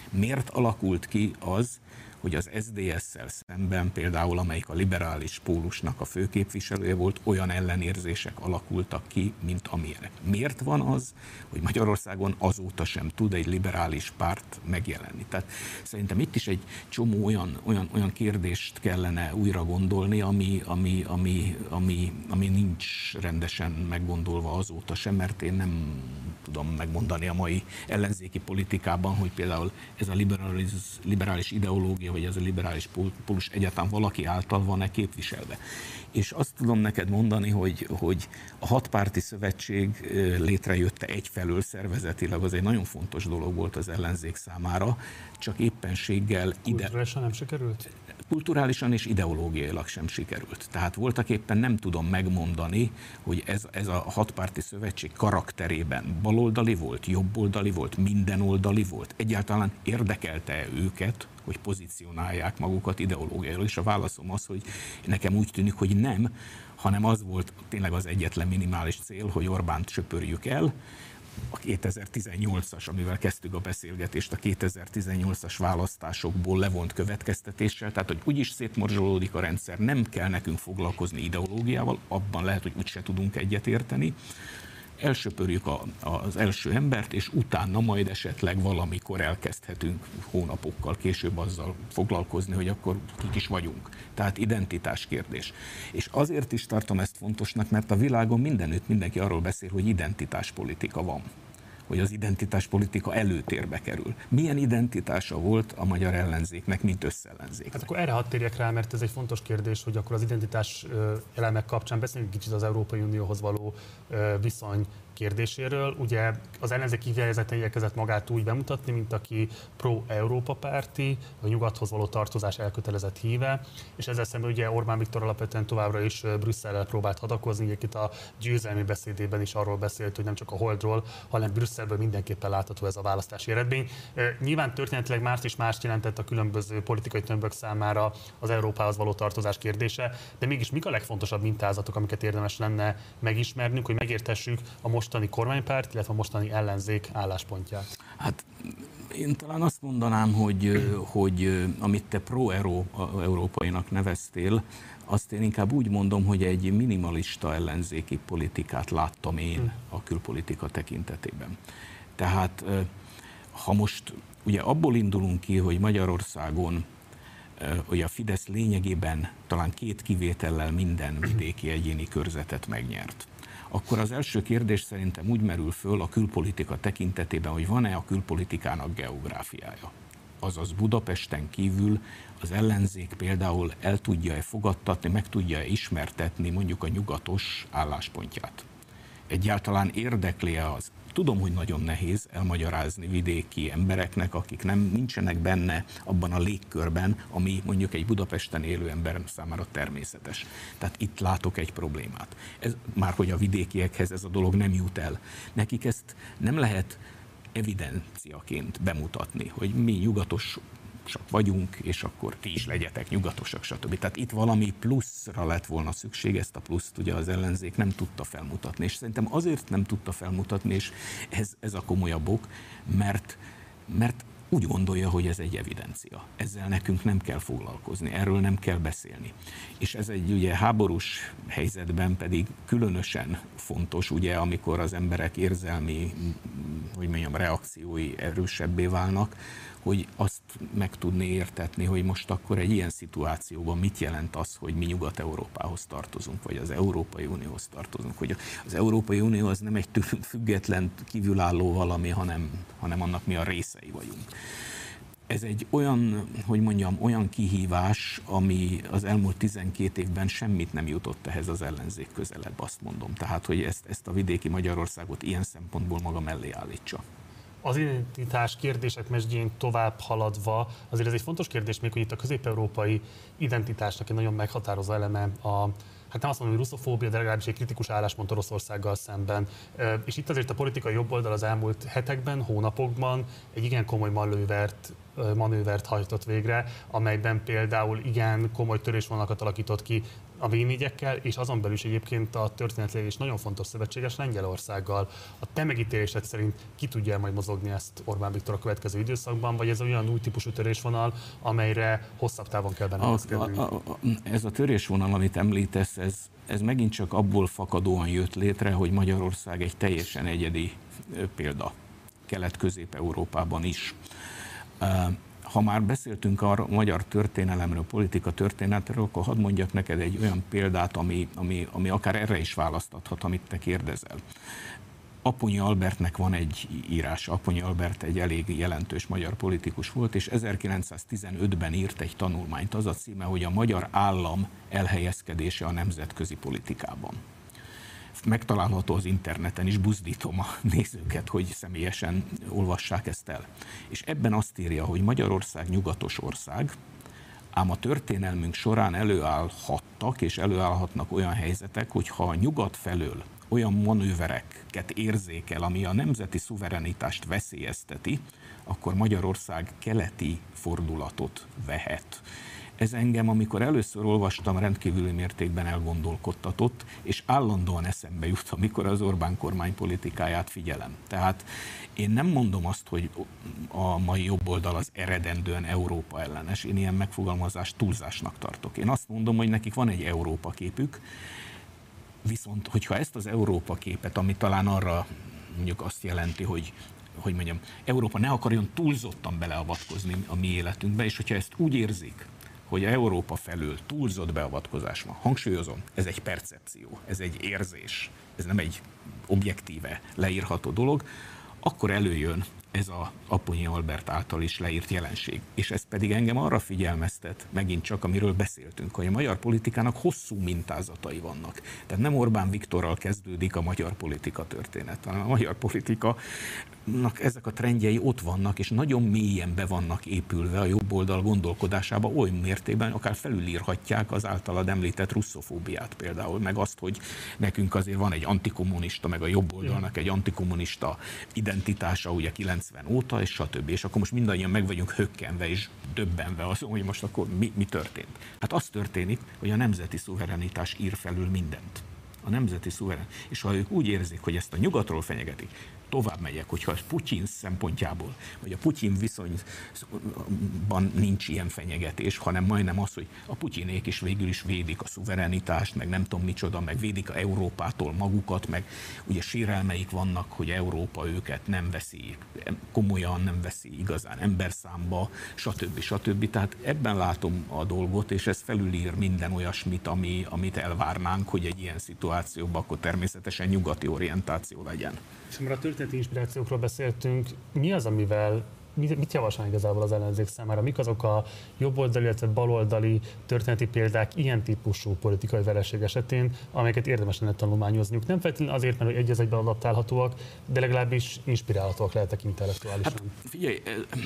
miért alakult ki az, hogy az es zé dé es-szel szemben például, amelyik a liberális pólusnak a főképviselője volt, olyan ellenérzések alakultak ki, mint amilyenek. Miért van az, hogy Magyarországon azóta sem tud egy liberális párt megjelenni? Tehát szerintem itt is egy csomó olyan, olyan, olyan kérdést kellene újra gondolni, ami, ami, ami, ami, ami nincs rendesen meggondolva azóta sem, mert én nem tudom megmondani a mai ellenzéki politikában, hogy például ez a liberális, liberális ideológia, vagy ez a liberális pólus egyáltalán valaki által van-e képviselve. És azt tudom neked mondani, hogy, hogy a hatpárti szövetség létrejötte egyfelől szervezetileg, az egy nagyon fontos dolog volt az ellenzék számára, csak éppenséggel ide... Kulturálisan nem sikerült? Kulturálisan és ideológiailag sem sikerült. Tehát voltak éppen nem tudom megmondani, hogy ez, ez a hatpárti szövetség karakterében baloldali volt, jobboldali volt, mindenoldali volt. Egyáltalán érdekelte őket, hogy pozícionálják magukat ideológiailag, és a válaszom az, hogy nekem úgy tűnik, hogy nem, hanem az volt tényleg az egyetlen minimális cél, hogy Orbánt söpörjük el. A kétezer-tizennyolcas, amivel kezdtük a beszélgetést, a kétezer-tizennyolcas választásokból levont következtetéssel, tehát hogy úgyis szétmorzsolódik a rendszer, nem kell nekünk foglalkozni ideológiával, abban lehet, hogy úgyse tudunk egyetérteni. Elsöpörjük a, az első embert, és utána majd esetleg valamikor elkezdhetünk hónapokkal később azzal foglalkozni, hogy akkor kik is vagyunk. Tehát identitás kérdés. És azért is tartom ezt fontosnak, mert a világon mindenütt mindenki arról beszél, hogy identitáspolitika van. Hogy az identitáspolitika előtérbe kerül. Milyen identitása volt a magyar ellenzéknek, mint összellenzéknek? Hát akkor erre hadd térjek rá, mert ez egy fontos kérdés, hogy akkor az identitás elemek kapcsán beszéljünk kicsit az Európai Unióhoz való viszony kérdéséről. Ugye az ellenzék kifejezetten igyekezett magát úgy bemutatni, mint aki pro-Európa párti, a nyugathoz való tartozás elkötelezett híve, és ezzel szemben ugye Orbán Viktor alapvetően továbbra is Brüsszellel próbált hadakozni, itt a győzelmi beszédében is arról beszélt, hogy nem csak a Holdról, hanem Brüsszelből mindenképpen látható ez a választási eredmény. Nyilván történetileg mást is mást jelentett a különböző politikai tömbök számára az Európához való tartozás kérdése, de mégis mik a legfontosabb mintázatok, amiket érdemes lenne megismernünk, hogy megértessük a mostani kormánypárt, illetve a mostani ellenzék álláspontját? Hát én talán azt mondanám, hogy, hogy amit te pro-európainak neveztél, azt én inkább úgy mondom, hogy egy minimalista ellenzéki politikát láttam én a külpolitika tekintetében. Tehát ha most ugye abból indulunk ki, hogy Magyarországon hogy a Fidesz lényegében talán két kivétellel minden vidéki egyéni körzetet megnyert, akkor az első kérdés szerintem úgy merül föl a külpolitika tekintetében, hogy van-e a külpolitikának geográfiája. Azaz Budapesten kívül az ellenzék például el tudja-e fogadtatni, meg tudja-e ismertetni mondjuk a nyugatos álláspontját. Egyáltalán érdekli-e az? Tudom, hogy nagyon nehéz elmagyarázni vidéki embereknek, akik nem nincsenek benne abban a légkörben, ami mondjuk egy Budapesten élő ember számára természetes. Tehát itt látok egy problémát. Ez, már hogy a vidékiekhez ez a dolog nem jut el. Nekik ezt nem lehet evidenciaként bemutatni, hogy mi nyugatosak vagyunk, és akkor ti is legyetek nyugatosak, stb. Tehát itt valami pluszra lett volna szükség, ezt a pluszt ugye az ellenzék nem tudta felmutatni. És szerintem azért nem tudta felmutatni, és ez, ez a komolyabb ok, mert, mert úgy gondolja, hogy ez egy evidencia. Ezzel nekünk nem kell foglalkozni, erről nem kell beszélni. És ez egy ugye háborús helyzetben pedig különösen fontos, ugye, amikor az emberek érzelmi, hogy mondjam, reakciói erősebbé válnak, hogy azt meg tudni értetni, hogy most akkor egy ilyen szituációban mit jelent az, hogy mi Nyugat-Európához tartozunk, vagy az Európai Unióhoz tartozunk. Hogy az Európai Unió az nem egy független, kívülálló valami, hanem, hanem annak mi a részei vagyunk. Ez egy olyan, hogy mondjam, olyan kihívás, ami az elmúlt tizenkét évben semmit nem jutott ehhez az ellenzék közelebb, azt mondom. Tehát, hogy ezt, ezt a vidéki Magyarországot ilyen szempontból maga mellé állítsa. Az identitás kérdések mesdjén tovább haladva, azért ez egy fontos kérdés még, hogy itt a közép-európai identitásnak egy nagyon meghatározó eleme a, hát nem azt mondom, hogy russzofóbia, de legalábbis egy kritikus álláspont Oroszországgal szemben. És itt azért a politikai jobboldal az elmúlt hetekben, hónapokban egy igen komoly manlővert manővert hajtott végre, amelyben például igen komoly törésvonalakat alakított ki a vé négyekkel, és azon belül is egyébként a történetileg is nagyon fontos szövetséges Lengyelországgal. A te megítélésed szerint ki tudja majd mozogni ezt Orbán Viktor a következő időszakban, vagy ez olyan új típusú törésvonal, amelyre hosszabb távon kell benne a, a, a, Ez a törésvonal, amit említesz, ez, ez megint csak abból fakadóan jött létre, hogy Magyarország egy teljesen egyedi példa Kelet-Közép-Európában is. Ha már beszéltünk a magyar történelemről, politika történetről, akkor hadd mondjak neked egy olyan példát, ami, ami, ami akár erre is választathat, amit te kérdezel. Aponyi Albertnek van egy írása. Aponyi Albert egy elég jelentős magyar politikus volt, és ezerkilencszáztizenötben írt egy tanulmányt. Az a címe, hogy a magyar állam elhelyezkedése a nemzetközi politikában. Megtalálható az interneten is, buzdítom a nézőket, hogy személyesen olvassák ezt el. És ebben azt írja, hogy Magyarország nyugatos ország, ám a történelmünk során előállhattak és előállhatnak olyan helyzetek, hogy ha a nyugat felől olyan manővereket érzékel, ami a nemzeti szuverenitást veszélyezteti, akkor Magyarország keleti fordulatot vehet. Ez engem, amikor először olvastam, rendkívüli mértékben elgondolkodtatott, és állandóan eszembe jut, amikor az Orbán kormány politikáját figyelem. Tehát én nem mondom azt, hogy a mai jobboldal az eredendően Európa ellenes. Én ilyen megfogalmazást túlzásnak tartok. Én azt mondom, hogy nekik van egy Európa képük, viszont hogyha ezt az Európa képet, ami talán arra mondjuk azt jelenti, hogy hogy mondjam, Európa ne akarjon túlzottan beleavatkozni a mi életünkbe, és hogyha ezt úgy érzik, hogy Európa felől túlzott beavatkozás van. Hangsúlyozom, ez egy percepció, ez egy érzés, ez nem egy objektíve leírható dolog, akkor előjön ez az Aponyi Albert által is leírt jelenség. És ez pedig engem arra figyelmeztet, megint csak amiről beszéltünk, hogy a magyar politikának hosszú mintázatai vannak. Tehát nem Orbán Viktorral kezdődik a magyar politika történet, hanem a magyar politikanak ezek a trendjei ott vannak, és nagyon mélyen be vannak épülve a jobb oldal gondolkodásába, oly mértékben akár felülírhatják az általad említett russzofóbiát például, meg azt, hogy nekünk azért van egy antikommunista, meg a jobb oldalnak egy antikommunista identitása, ugye kilencven óta, és stb. És akkor most mindannyian meg vagyunk hökkenve és döbbenve azon, hogy most akkor mi, mi történt. Hát az történik, hogy a nemzeti szuverenitás ír felül mindent. A nemzeti szuverenitás. És ha ők úgy érzik, hogy ezt a nyugatról fenyegetik, tovább megyek, hogyha a Putyin szempontjából, vagy a Putyin viszonyban nincs ilyen fenyegetés, hanem majdnem az, hogy a Putyinék is végül is védik a szuverenitást, meg nem tudom micsoda, meg védik a Európától magukat, meg ugye sérelmeik vannak, hogy Európa őket nem veszi komolyan, nem veszi igazán emberszámba, stb. stb. Tehát ebben látom a dolgot, és ez felülír minden olyasmit, ami, amit elvárnánk, hogy egy ilyen szituációban akkor természetesen nyugati orientáció legyen. És amikor a történeti inspirációkról beszéltünk, mi az, amivel, mit javasol igazából az ellenzék számára? Mik azok a jobboldali, illetve baloldali történeti példák ilyen típusú politikai vereség esetén, amelyeket érdemes lenne tanulmányozniuk? Nem feltétlenül azért, mert egy az egyben adaptálhatóak, de legalábbis inspirálhatóak lehetek intellektuálisan. Hát, figyelj,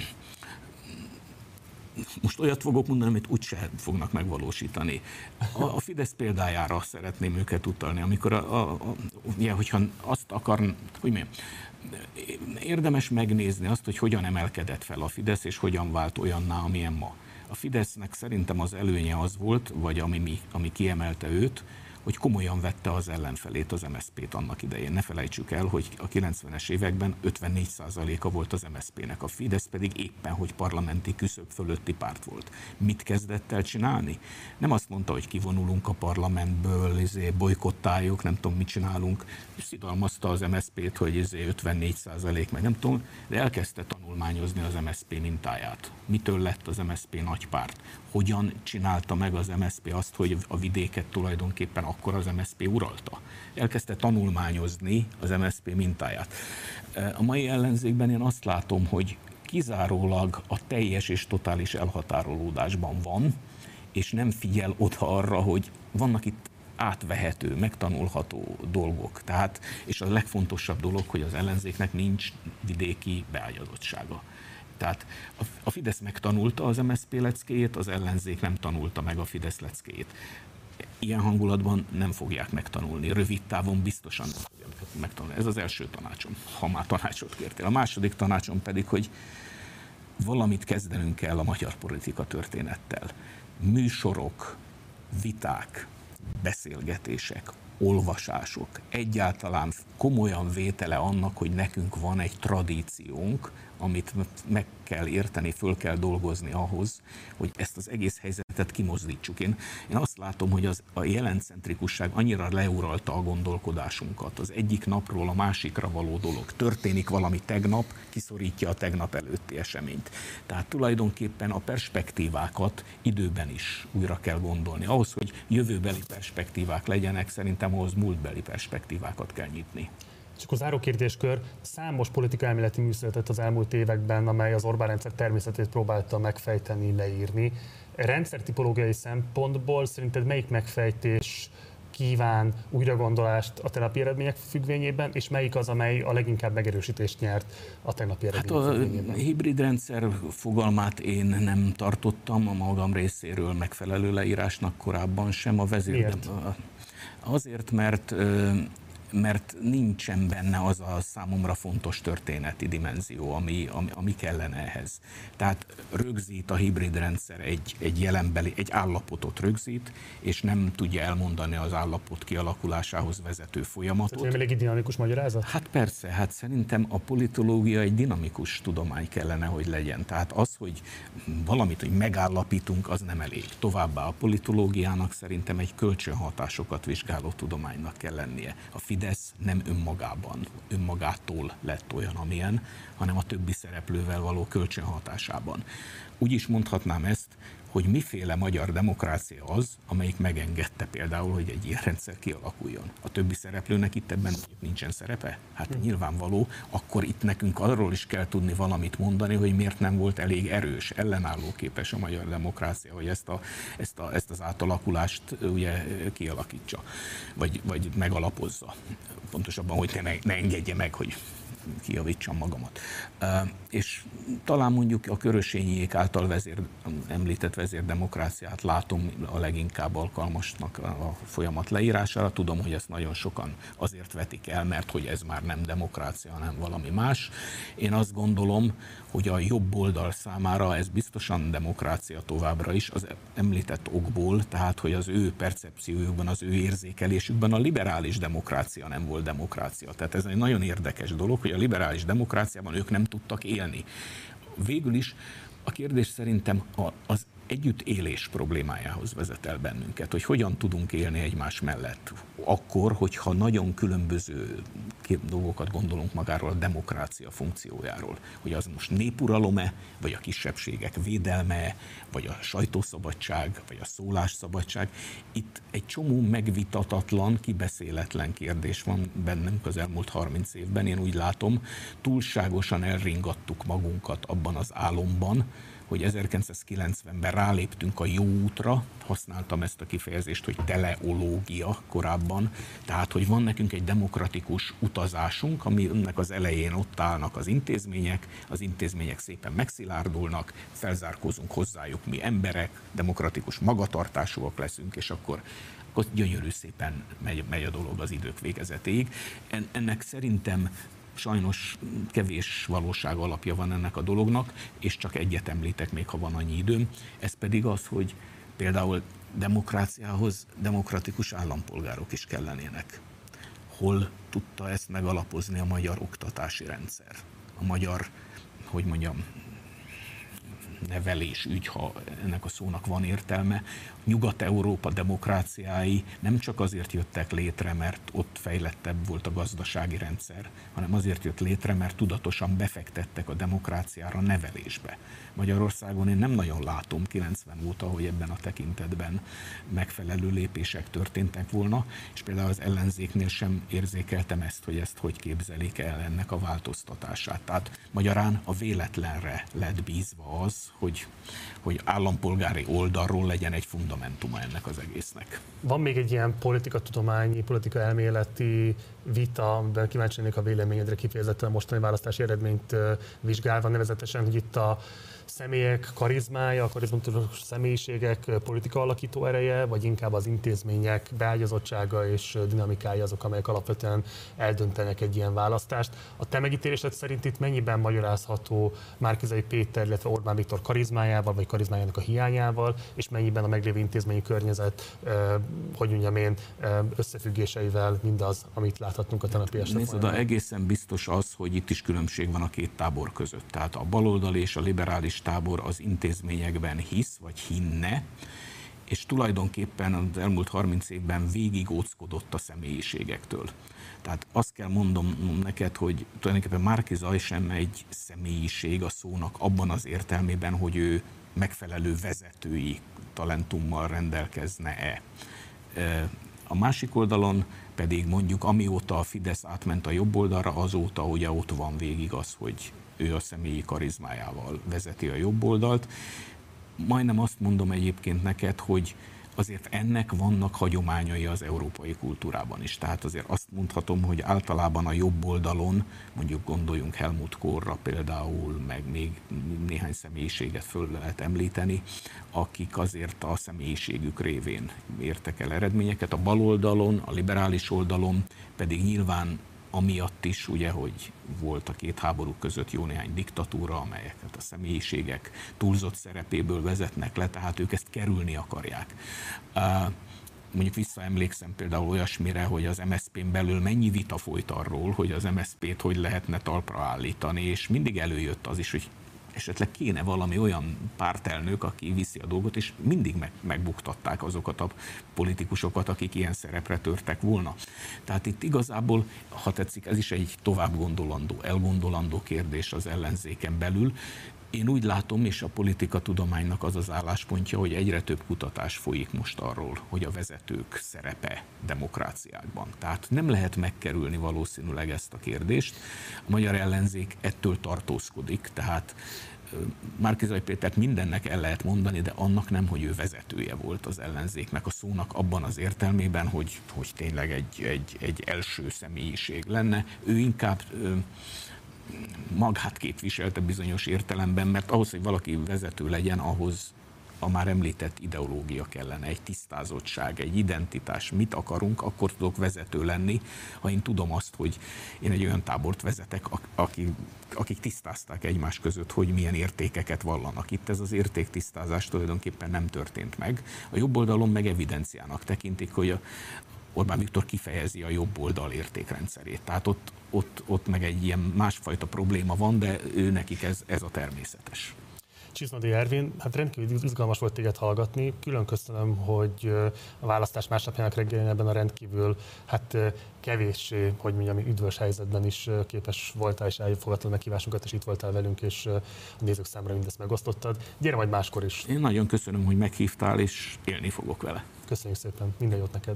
most olyat fogok mondani, amit úgyse fognak megvalósítani. A, a Fidesz példájára szeretném őket utalni, amikor a, a, a, ugye, hogyha azt akar, hogy mi, érdemes megnézni azt, hogy hogyan emelkedett fel a Fidesz, és hogyan vált olyanná, amilyen ma. A Fidesznek szerintem az előnye az volt, vagy ami, mi, ami kiemelte őt, hogy komolyan vette az ellenfelét, az em es zé pét annak idején. Ne felejtsük el, hogy a kilencvenes években ötvennégy százaléka volt az em es zé pének, a Fidesz pedig éppen, hogy parlamenti küszöb fölötti párt volt. Mit kezdett el csinálni? Nem azt mondta, hogy kivonulunk a parlamentből, izé, bolykottáljuk, nem tudom, mit csinálunk. Szidalmazta az em es zé pét, hogy izé ötvennégy százalék, meg nem tudom, de elkezdte tanulmányozni az em es zé pé mintáját. Mitől lett az em es zé pé nagy párt? Hogyan csinálta meg az em es zé pé azt, hogy a vidéket tulajdonképpen akkor az em es zé pé uralta. Elkezdte tanulmányozni az em es zé pé mintáját. A mai ellenzékben én azt látom, hogy kizárólag a teljes és totális elhatárolódásban van, és nem figyel oda arra, hogy vannak itt átvehető, megtanulható dolgok. Tehát, és a legfontosabb dolog, hogy az ellenzéknek nincs vidéki beágyazottsága. Tehát a Fidesz megtanulta az em es zé pé leckéjét, az ellenzék nem tanulta meg a Fidesz leckéjét. Ilyen hangulatban nem fogják megtanulni, rövid távon biztosan nem fogják megtanulni. Ez az első tanácsom, ha már tanácsot kértél. A második tanácsom pedig, hogy valamit kezdenünk kell a magyar politika történettel. Műsorok, viták, beszélgetések, olvasások, egyáltalán komolyan vétele annak, hogy nekünk van egy tradíciónk, amit meg kell érteni, föl kell dolgozni ahhoz, hogy ezt az egész helyzetet kimozdítsuk. Én, én azt látom, hogy az, a jelencentrikusság annyira leuralta a gondolkodásunkat. Az egyik napról a másikra való dolog. Történik valami tegnap, kiszorítja a tegnap előtti eseményt. Tehát tulajdonképpen a perspektívákat időben is újra kell gondolni. Ahhoz, hogy jövőbeli perspektívák legyenek, szerintem ahhoz múltbeli perspektívákat kell nyitni. Csak a záró kérdéskör, számos politikai-elméleti mű született az elmúlt években, amely az Orbán rendszer természetét próbálta megfejteni, leírni. Rendszertipológiai szempontból szerinted melyik megfejtés kíván újragondolást a tegnapi eredmények függvényében, és melyik az, amely a leginkább megerősítést nyert a tegnapi eredmények hát függvényében? A hibrid rendszer fogalmát én nem tartottam a magam részéről megfelelő leírásnak korábban sem. A vezér... Miért? Azért, mert mert nincsen benne az a számomra fontos történeti dimenzió, ami, ami, ami kellene ehhez. Tehát rögzít a hibrid rendszer egy, egy jelenbeli, egy állapotot rögzít, és nem tudja elmondani az állapot kialakulásához vezető folyamatot. Tehát elég dinamikus magyarázat? Hát persze, hát szerintem a politológia egy dinamikus tudomány kellene, hogy legyen. Tehát az, hogy valamit, hogy megállapítunk, az nem elég. Továbbá a politológiának szerintem egy kölcsönhatásokat vizsgáló tudománynak kell lennie. A Fidesz nem önmagában, önmagától lett olyan, amilyen, hanem a többi szereplővel való kölcsönhatásában. Úgy is mondhatnám ezt, hogy miféle magyar demokrácia az, amelyik megengedte például, hogy egy ilyen rendszer kialakuljon. A többi szereplőnek itt ebben nincsen szerepe? Hát nyilvánvaló, akkor itt nekünk arról is kell tudni valamit mondani, hogy miért nem volt elég erős, ellenállóképes a magyar demokrácia, hogy ezt, a, ezt, a, ezt az átalakulást ugye kialakítsa, vagy, vagy megalapozza. Pontosabban, hogy ne, ne engedje meg, hogy kijavítsam magamat. Uh, és talán mondjuk a Körösényiék által vezér, említett vezérdemokráciát látom a leginkább alkalmasnak a folyamat leírására. Tudom, hogy ezt nagyon sokan azért vetik el, mert hogy ez már nem demokrácia, hanem valami más. Én azt gondolom, hogy a jobb oldal számára ez biztosan demokrácia továbbra is, az említett okból, tehát hogy az ő percepciójukban, az ő érzékelésükben a liberális demokrácia nem volt demokrácia. Tehát ez egy nagyon érdekes dolog, hogy a liberális demokráciában ők nem tudtak élni. Végül is a kérdés szerintem az együttélés problémájához vezet el bennünket, hogy hogyan tudunk élni egymás mellett. Akkor, hogyha nagyon különböző dolgokat gondolunk magáról a demokrácia funkciójáról, hogy az most népuralom-e, vagy a kisebbségek védelme, vagy a sajtószabadság, vagy a szólásszabadság. Itt egy csomó megvitatatlan, kibeszéletlen kérdés van bennünk az elmúlt harminc évben. Én úgy látom, túlságosan elringattuk magunkat abban az álomban, hogy ezerkilencszázkilencvenben ráléptünk a jó útra, használtam ezt a kifejezést, hogy teleológia korábban, tehát, hogy van nekünk egy demokratikus utazásunk, aminek az elején ott állnak az intézmények, az intézmények szépen megszilárdulnak, felzárkózunk hozzájuk mi emberek, demokratikus magatartásúak leszünk, és akkor, akkor gyönyörű szépen megy, megy a dolog az idők végezetéig. En, ennek szerintem sajnos kevés valóság alapja van ennek a dolognak, és csak egyet említek még, ha van annyi időm. Ez pedig az, hogy például demokráciához demokratikus állampolgárok is kellenének. Hol tudta ezt megalapozni a magyar oktatási rendszer? A magyar, hogy mondjam, nevelés ügy, ha ennek a szónak van értelme. Nyugat-Európa demokráciái nem csak azért jöttek létre, mert ott fejlettebb volt a gazdasági rendszer, hanem azért jött létre, mert tudatosan befektettek a demokráciára, nevelésbe. Magyarországon én nem nagyon látom kilencven óta, hogy ebben a tekintetben megfelelő lépések történtek volna, és például az ellenzéknél sem érzékeltem ezt, hogy ezt hogy képzelik el ennek a változtatását. Tehát magyarán a véletlenre lett bízva az, hogy, hogy állampolgári oldalról legyen egy fundamentuma ennek az egésznek. Van még egy ilyen politikatudományi, politikaelméleti vita, amiben kíváncsi lennék a véleményedre kifejezetten a mostani választási eredményt vizsgálva, nevezetesen, hogy itt a személyek karizmája, a karizmatikus személyiségek politika alakító ereje, vagy inkább az intézmények beágyazottsága és dinamikája azok, amelyek alapvetően eldöntenek egy ilyen választást. A te megítélésed szerint itt mennyiben magyarázható Márki-Zay Péter, illetve Orbán Viktor karizmájával, vagy karizmájának a hiányával, és mennyiben a meglévő intézményi környezet, eh, hogy mondjam én, eh, összefüggéseivel mindaz, amit láthattunk a tenapi este Nézd, de egészen biztos az, hogy itt is különbség van a két tábor között. Tehát a baloldali és a liberális tábor az intézményekben hisz, vagy hinne, és tulajdonképpen az elmúlt harminc évben végig óckodott a személyiségektől. Tehát azt kell mondom neked, hogy tulajdonképpen Márki-Zay sem egy személyiség a szónak abban az értelmében, hogy ő megfelelő vezetői talentummal rendelkezne-e. A másik oldalon pedig mondjuk amióta a Fidesz átment a jobb oldalra, azóta ugye ott van végig az, hogy ő a személyi karizmájával vezeti a jobb oldalt. Majdnem azt mondom egyébként neked, hogy azért ennek vannak hagyományai az európai kultúrában is. Tehát azért azt mondhatom, hogy általában a jobb oldalon, mondjuk gondoljunk Helmut Kohlra például, meg még néhány személyiséget föl lehet említeni, akik azért a személyiségük révén értek el eredményeket. A bal oldalon, a liberális oldalon pedig nyilván amiatt is, ugye, hogy volt a két háború között jó néhány diktatúra, amelyeket a személyiségek túlzott szerepéből vezetnek le, tehát ők ezt kerülni akarják. Mondjuk visszaemlékszem például olyasmire, hogy az em es zé pén belül mennyi vita folyt arról, hogy az em es zé pét hogy lehetne talpra állítani, és mindig előjött az is, hogy esetleg kéne valami olyan pártelnök, aki viszi a dolgot, és mindig meg, megbuktatták azokat a politikusokat, akik ilyen szerepre törtek volna. Tehát itt igazából, ha tetszik, ez is egy tovább gondolandó, elgondolandó kérdés az ellenzéken belül. Én úgy látom, és a politikatudománynak az az álláspontja, hogy egyre több kutatás folyik most arról, hogy a vezetők szerepe demokráciákban. Tehát nem lehet megkerülni valószínűleg ezt a kérdést. A magyar ellenzék ettől tartózkodik, tehát Márki-Zay Pétert mindennek el lehet mondani, de annak nem, hogy ő vezetője volt az ellenzéknek a szónak abban az értelmében, hogy, hogy tényleg egy, egy, egy első személyiség lenne. Ő inkább magát képviselte bizonyos értelemben, mert ahhoz, hogy valaki vezető legyen, ahhoz a már említett ideológia kellene, egy tisztázottság, egy identitás. Mit akarunk, akkor tudok vezető lenni, ha én tudom azt, hogy én egy olyan tábort vezetek, akik, akik tisztázták egymás között, hogy milyen értékeket vallanak. Itt ez az értéktisztázás tulajdonképpen nem történt meg. A jobb oldalon meg evidenciának tekintik, hogy a Orbán Viktor kifejezi a jobb oldal értékrendszerét. Tehát ott, ott, ott meg egy ilyen másfajta probléma van, de ő nekik ez, ez a természetes. Csizmadi Ervin, hát rendkívül izgalmas volt téged hallgatni. Külön köszönöm, hogy a választás másnapjának reggelén ebben a rendkívül hát kevéssé, hogy mondjam, üdvös helyzetben is képes voltál, és elfogadtad meghívásunkat, és itt voltál velünk, és a nézők számára mindezt megosztottad. Gyere majd máskor is. Én nagyon köszönöm, hogy meghívtál, és élni fogok vele. Köszönjük szépen, minden jót neked.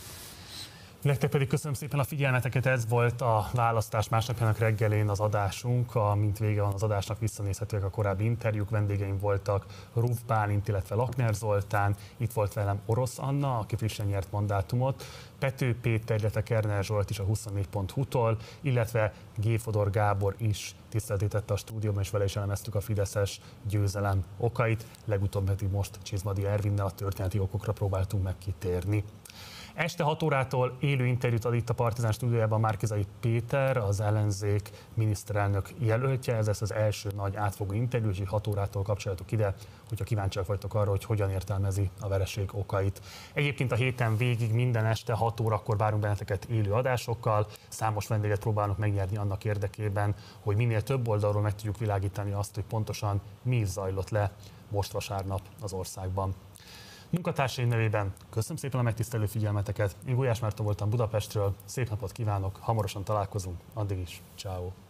Nektek pedig köszönöm szépen a figyelmeteket, ez volt a választás másnapjának reggelén az adásunk, amint vége van az adásnak, visszanézhetőek a korábbi interjúk, vendégeim voltak Ruf Bálint, illetve Lakner Zoltán, itt volt velem Orosz Anna, aki frissen nyert mandátumot, Pető Péter, illetve Kerner Zsolt is a huszonnégy pont hu-tól, illetve G. Fodor Gábor is tiszteltítette a stúdióban, és vele is elemeztük a fideszes győzelem okait, legutóbb pedig most Csizmadi Ervinnel a történeti okokra próbáltunk meg kitérni. Este hat órától élő interjút ad itt a Partizán stúdiójában Márki-Zay Péter, az ellenzék miniszterelnök jelöltje. Ez lesz az első nagy átfogó interjú, úgyhogy hat órától kapcsolatok ide, hogyha kíváncsiak vagytok arra, hogy hogyan értelmezi a vereség okait. Egyébként a héten végig minden este hat órakor várunk benneteket élő adásokkal. Számos vendéget próbálunk megnyerni annak érdekében, hogy minél több oldalról meg tudjuk világítani azt, hogy pontosan mi is zajlott le most vasárnap az országban. Munkatársaim nevében köszönöm szépen a megtisztelő figyelmeteket. Én Gulyás Márton voltam Budapestről, szép napot kívánok, hamarosan találkozunk, addig is, ciao.